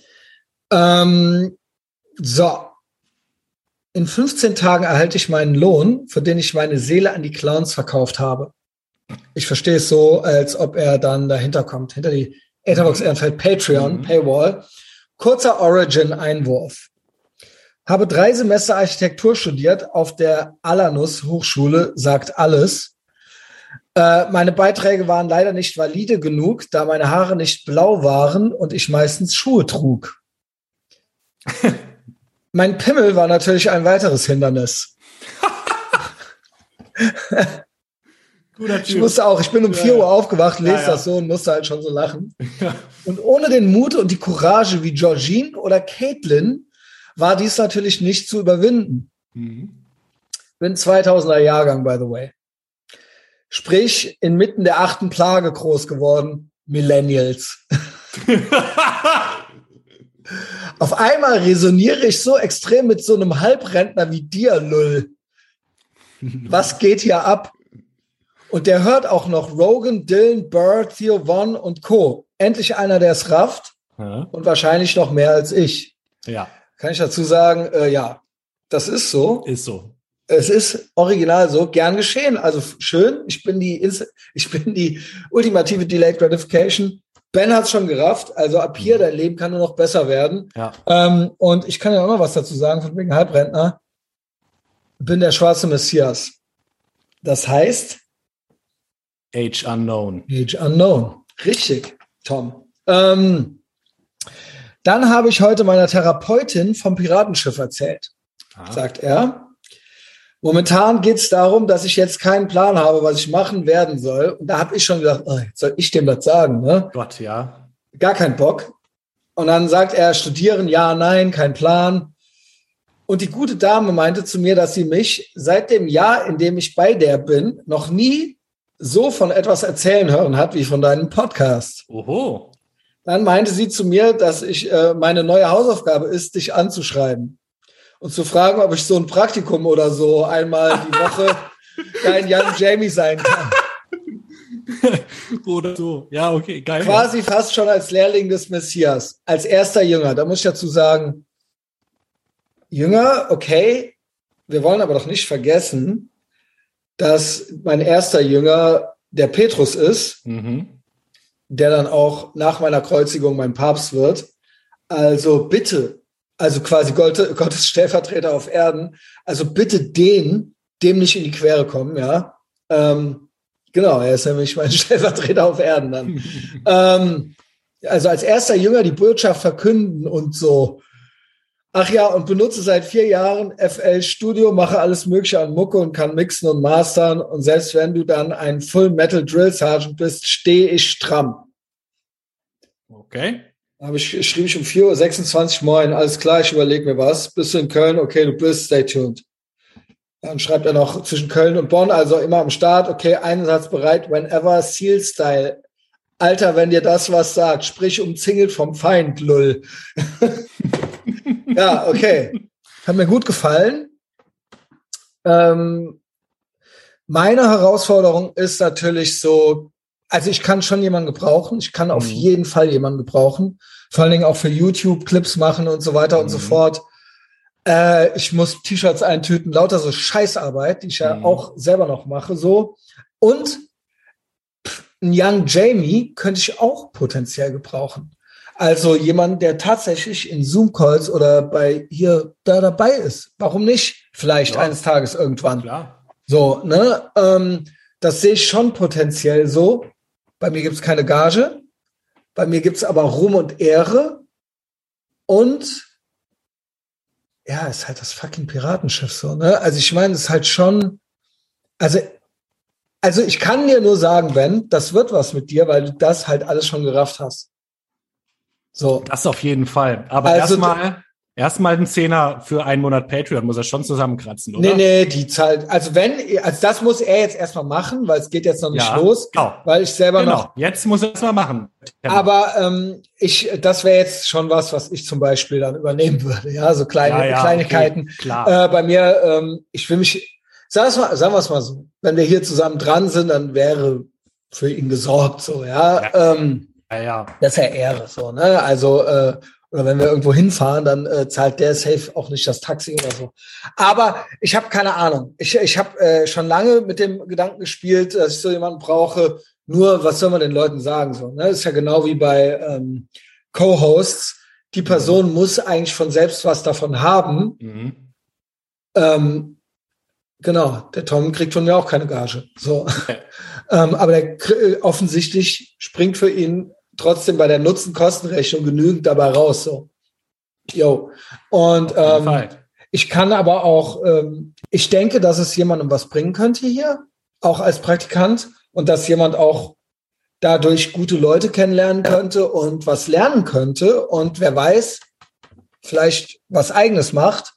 Ähm, so. In fünfzehn Tagen erhalte ich meinen Lohn, für den ich meine Seele an die Clowns verkauft habe. Ich verstehe es so, als ob er dann dahinter kommt, hinter die Etavox Ehrenfeld Patreon, Mhm. Paywall. Kurzer Origin-Einwurf. Habe drei Semester Architektur studiert auf der Alanus Hochschule, sagt alles. Äh, meine Beiträge waren leider nicht valide genug, da meine Haare nicht blau waren und ich meistens Schuhe trug. Mein Pimmel war natürlich ein weiteres Hindernis. Guter Ich musste auch, ich bin um Ja, vier ja. Uhr aufgewacht, lese Ja, ja. das so und musste halt schon so lachen. Ja. Und ohne den Mut und die Courage wie Georgine oder Caitlin war dies natürlich nicht zu überwinden. Mhm. Bin zweitausender Jahrgang, by the way. Sprich, inmitten der achten Plage groß geworden, Millennials. Auf einmal resoniere ich so extrem mit so einem Halbrentner wie dir, Lull. Was geht hier ab? Und der hört auch noch Rogan, Dylan, Burr, Theo Von und Co. Endlich einer, der es rafft Ja. und wahrscheinlich noch mehr als ich. Ja, Kann ich dazu sagen, äh, ja, das ist so. ist so. Es ist original so, gern geschehen. Also f- schön, ich bin die Inst- ich bin die ultimative Delayed Gratification. Ben hat's schon gerafft, also ab hier, dein Leben kann nur noch besser werden. Ja. Ähm, und ich kann ja auch noch was dazu sagen, von wegen Halbrentner. Bin der schwarze Messias. Das heißt, Age unknown. Age unknown. Richtig, Tom. Ähm, dann habe ich heute meiner Therapeutin vom Piratenschiff erzählt, Ah. sagt er. Momentan geht es darum, dass ich jetzt keinen Plan habe, was ich machen werden soll. Und da habe ich schon gedacht, oh, jetzt soll ich dem das sagen, ne? Gott, ja. Gar kein Bock. Und dann sagt er, studieren, ja, nein, kein Plan. Und die gute Dame meinte zu mir, dass sie mich seit dem Jahr, in dem ich bei der bin, noch nie so von etwas erzählen hören hat, wie von deinem Podcast. Oho. Dann meinte sie zu mir, dass ich äh, meine neue Hausaufgabe ist, dich anzuschreiben und zu fragen, ob ich so ein Praktikum oder so einmal die Woche dein Young Jamie sein kann. Oder so. Ja, okay, geil. Quasi fast schon als Lehrling des Messias, als erster Jünger. Da muss ich dazu sagen, Jünger, okay, wir wollen aber doch nicht vergessen, dass mein erster Jünger der Petrus ist, mhm. der dann auch nach meiner Kreuzigung mein Papst wird. Also bitte, also quasi Gottes Stellvertreter auf Erden, also bitte den, dem nicht in die Quere kommen, ja. Ähm, genau, er ist nämlich mein Stellvertreter auf Erden dann. ähm, also als erster Jünger die Botschaft verkünden und so. Ach ja, und benutze seit vier Jahren F L Studio, mache alles Mögliche an Mucke und kann mixen und mastern. Und selbst wenn du dann ein Full Metal Drill Sergeant bist, stehe ich stramm. Okay. Habe ich, schrieb ich um vier Uhr sechsundzwanzig, moin, alles klar, ich überlege mir was. Bist du in Köln? Okay, du bist, stay tuned. Dann schreibt er noch zwischen Köln und Bonn, also immer am Start. Okay, einsatzbereit, whenever, Seal Style. Alter, wenn dir das was sagt, sprich umzingelt vom Feind, lull. Ja, okay. Hat mir gut gefallen. Ähm, meine Herausforderung ist natürlich so, also ich kann schon jemanden gebrauchen. Ich kann mhm. auf jeden Fall jemanden gebrauchen. Vor allen Dingen auch für YouTube Clips machen und so weiter mhm. und so fort. Äh, ich muss T-Shirts eintüten, lauter so Scheißarbeit, die ich mhm. ja auch selber noch mache, so. Und ein Young Jamie könnte ich auch potenziell gebrauchen. Also jemand, der tatsächlich in Zoom-Calls oder bei hier da dabei ist. Warum nicht? Vielleicht ja. eines Tages irgendwann. Klar. So, ne? Ähm, das sehe ich schon potenziell so. Bei mir gibt's keine Gage. Bei mir gibt's aber Ruhm und Ehre. Und ja, ist halt das fucking Piratenschiff so, ne? Also ich meine, es ist halt schon, also Also ich kann dir nur sagen, Ben, das wird was mit dir, weil du das halt alles schon gerafft hast. So. Das auf jeden Fall. Aber also, erstmal erstmal ein Zehner für einen Monat Patreon muss er schon zusammenkratzen, oder? Nee, nee, die Zeit, also wenn, also das muss er jetzt erstmal machen, weil es geht jetzt noch nicht ja, los, genau. weil ich selber genau. noch. Jetzt muss er es mal machen. Aber ähm, ich, das wäre jetzt schon was, was ich zum Beispiel dann übernehmen würde, ja, so kleine ja, ja, Kleinigkeiten. Okay, klar. Äh, bei mir, ähm, ich will mich, sag's mal, sagen wir es mal so, wenn wir hier zusammen dran sind, dann wäre für ihn gesorgt, so, ja. Ja, ähm, ja, ja. Das ist ja Ehre, so, ne? Also, äh, oder wenn wir irgendwo hinfahren, dann äh, zahlt der safe auch nicht das Taxi oder so. Aber ich habe keine Ahnung. Ich, ich habe äh, schon lange mit dem Gedanken gespielt, dass ich so jemanden brauche. Nur, was soll man den Leuten sagen? So, ne? Das ist ja genau wie bei ähm, Co-Hosts. Die Person mhm. muss eigentlich von selbst was davon haben. Mhm. Ähm, genau, der Tom kriegt von mir auch keine Gage. So. Okay. ähm, aber der äh, offensichtlich springt für ihn trotzdem bei der Nutzen-Kosten-Rechnung genügend dabei raus. So. Jo. Und ähm, ich kann aber auch, ähm, ich denke, dass es jemandem was bringen könnte hier, auch als Praktikant, und dass jemand auch dadurch gute Leute kennenlernen könnte und was lernen könnte und wer weiß, vielleicht was Eigenes macht.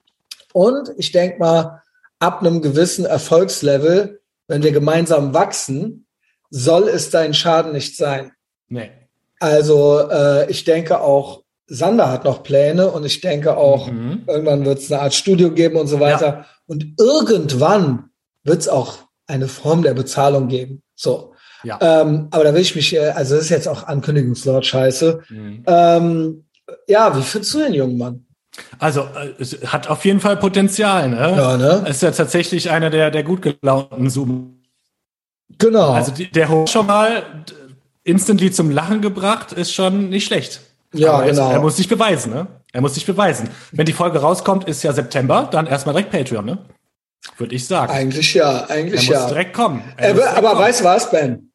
Und ich denke mal, ab einem gewissen Erfolgslevel, wenn wir gemeinsam wachsen, soll es dein Schaden nicht sein. Nee. Also äh, ich denke auch, Sander hat noch Pläne und ich denke auch, mhm. irgendwann wird es eine Art Studio geben und so weiter. Ja. Und irgendwann wird es auch eine Form der Bezahlung geben. So. Ja. Ähm, aber da will ich mich, also das ist jetzt auch Ankündigungslord-Scheiße. Mhm. Ähm, ja, wie findest du den jungen Mann? Also, es hat auf jeden Fall Potenzial, ne? Ja, ne? Es ist ja tatsächlich einer der, der gut gelaunten Zoom. Genau. Also, die, der hat schon mal instantly zum Lachen gebracht, ist schon nicht schlecht. Ja, aber genau. Es, er muss sich beweisen, ne? Er muss sich beweisen. Wenn die Folge rauskommt, ist ja September, dann erstmal direkt Patreon, ne? Würde ich sagen. Eigentlich ja, eigentlich ja. Er muss direkt kommen. Er muss direkt aber kommen. Weißt du was, Ben?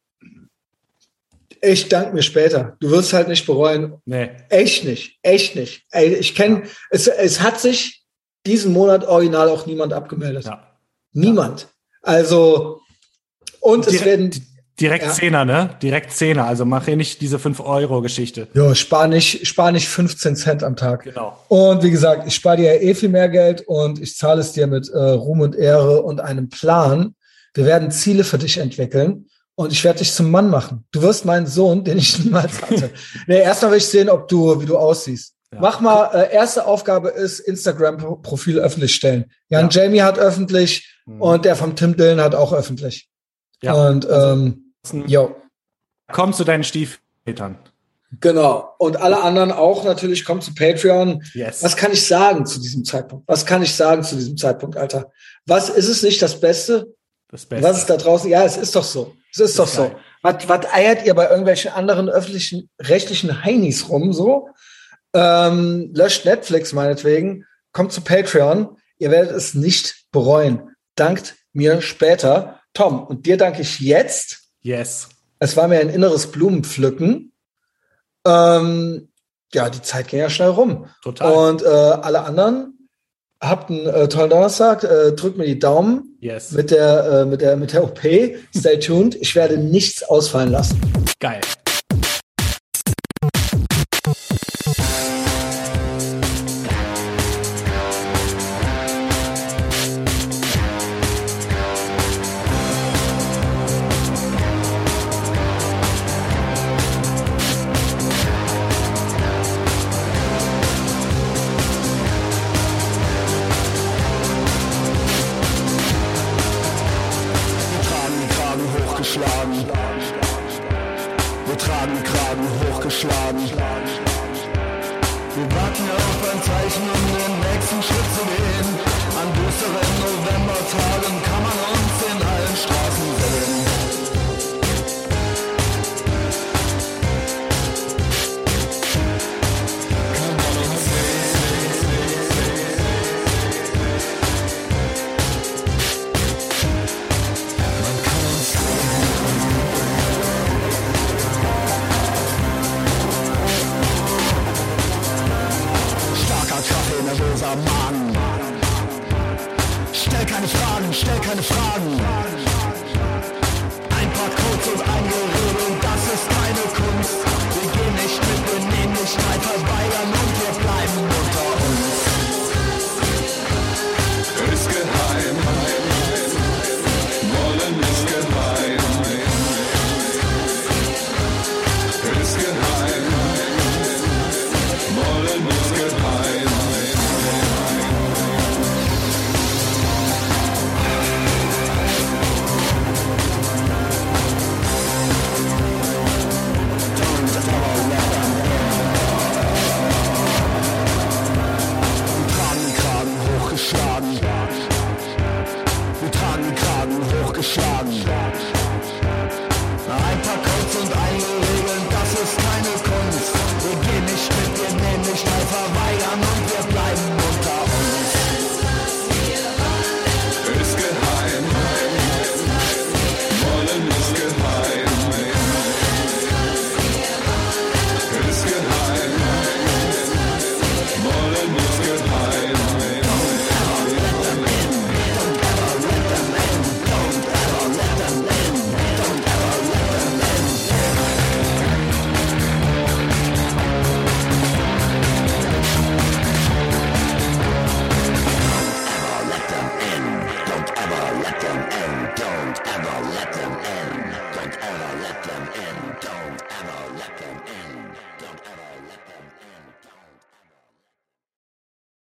Ich danke mir später. Du wirst halt nicht bereuen. Nee. Echt nicht. Echt nicht. Ey, ich kenne, ja. es, es hat sich diesen Monat original auch niemand abgemeldet. Ja. Niemand. Ja. Also, und die, es werden. Die, Direkt Ja. Zehner, ne? Direkt Zehner. Also mach hier nicht diese fünf Euro Geschichte. Jo, spar nicht, spar nicht fünfzehn Cent am Tag. Genau. Und wie gesagt, ich spare dir ja eh viel mehr Geld und ich zahle es dir mit äh, Ruhm und Ehre und einem Plan. Wir werden Ziele für dich entwickeln und ich werde dich zum Mann machen. Du wirst mein Sohn, den ich niemals hatte. Nee, erstmal will ich sehen, ob du, wie du aussiehst. Ja. Mach mal, äh, erste Aufgabe ist Instagram-Profil öffentlich stellen. Jan Ja. Jamie hat öffentlich Mhm. und der vom Tim Dillon hat auch öffentlich. Ja. Und ähm, jo. Komm zu deinen Stiefvätern. Genau. Und alle anderen auch natürlich, kommt zu Patreon. Yes. Was kann ich sagen zu diesem Zeitpunkt? Was kann ich sagen zu diesem Zeitpunkt, Alter? Was ist es nicht das Beste? Das Beste. Was ist da draußen? Ja, es ist doch so. Es ist doch ist so. geil. Was, was eiert ihr bei irgendwelchen anderen öffentlichen, rechtlichen Heinis rum, so? Ähm, löscht Netflix meinetwegen. Kommt zu Patreon. Ihr werdet es nicht bereuen. Dankt mir später. Tom, und dir danke ich jetzt. Yes. Es war mir ein inneres Blumenpflücken. Ähm, ja, die Zeit ging ja schnell rum. Total. Und äh, alle anderen, habt einen äh, tollen Donnerstag. Äh, drückt mir die Daumen Yes. mit der, äh, mit der, mit der O P. Stay tuned. Ich werde nichts ausfallen lassen. Geil. hochgeschlagen. Wir tragen den Kragen hochgeschlagen. Wir warten auf ein Zeichen, um den nächsten Schritt zu gehen. An düsteren Novembertagen kann man uns in allen Straßen sehen. Kann man uns nervöser Mann. Stell keine Fragen, stell keine Fragen. Ein paar Codes und ein Gerede, und das ist keine Kunst. Wir gehen nicht mit, wir nehmen nicht teil, verweigern und wir bleiben unter uns. Ist geheim, wollen ist geheim. Ist geheim, wollen ist geheim. Hochgeschlagen. Wir tragen den Kragen hochgeschlagen. Ein paar Codes und einige Regeln, das ist keine Kunst. Wir gehen nicht mit, wir nehmen nicht teil, verweigern und wir bleiben unter uns. Ist geheim, wollen ist geheim. Ist geheim, wollen ist geheim. Don't ever let them in. Don't ever let them in. Don't ever let them in.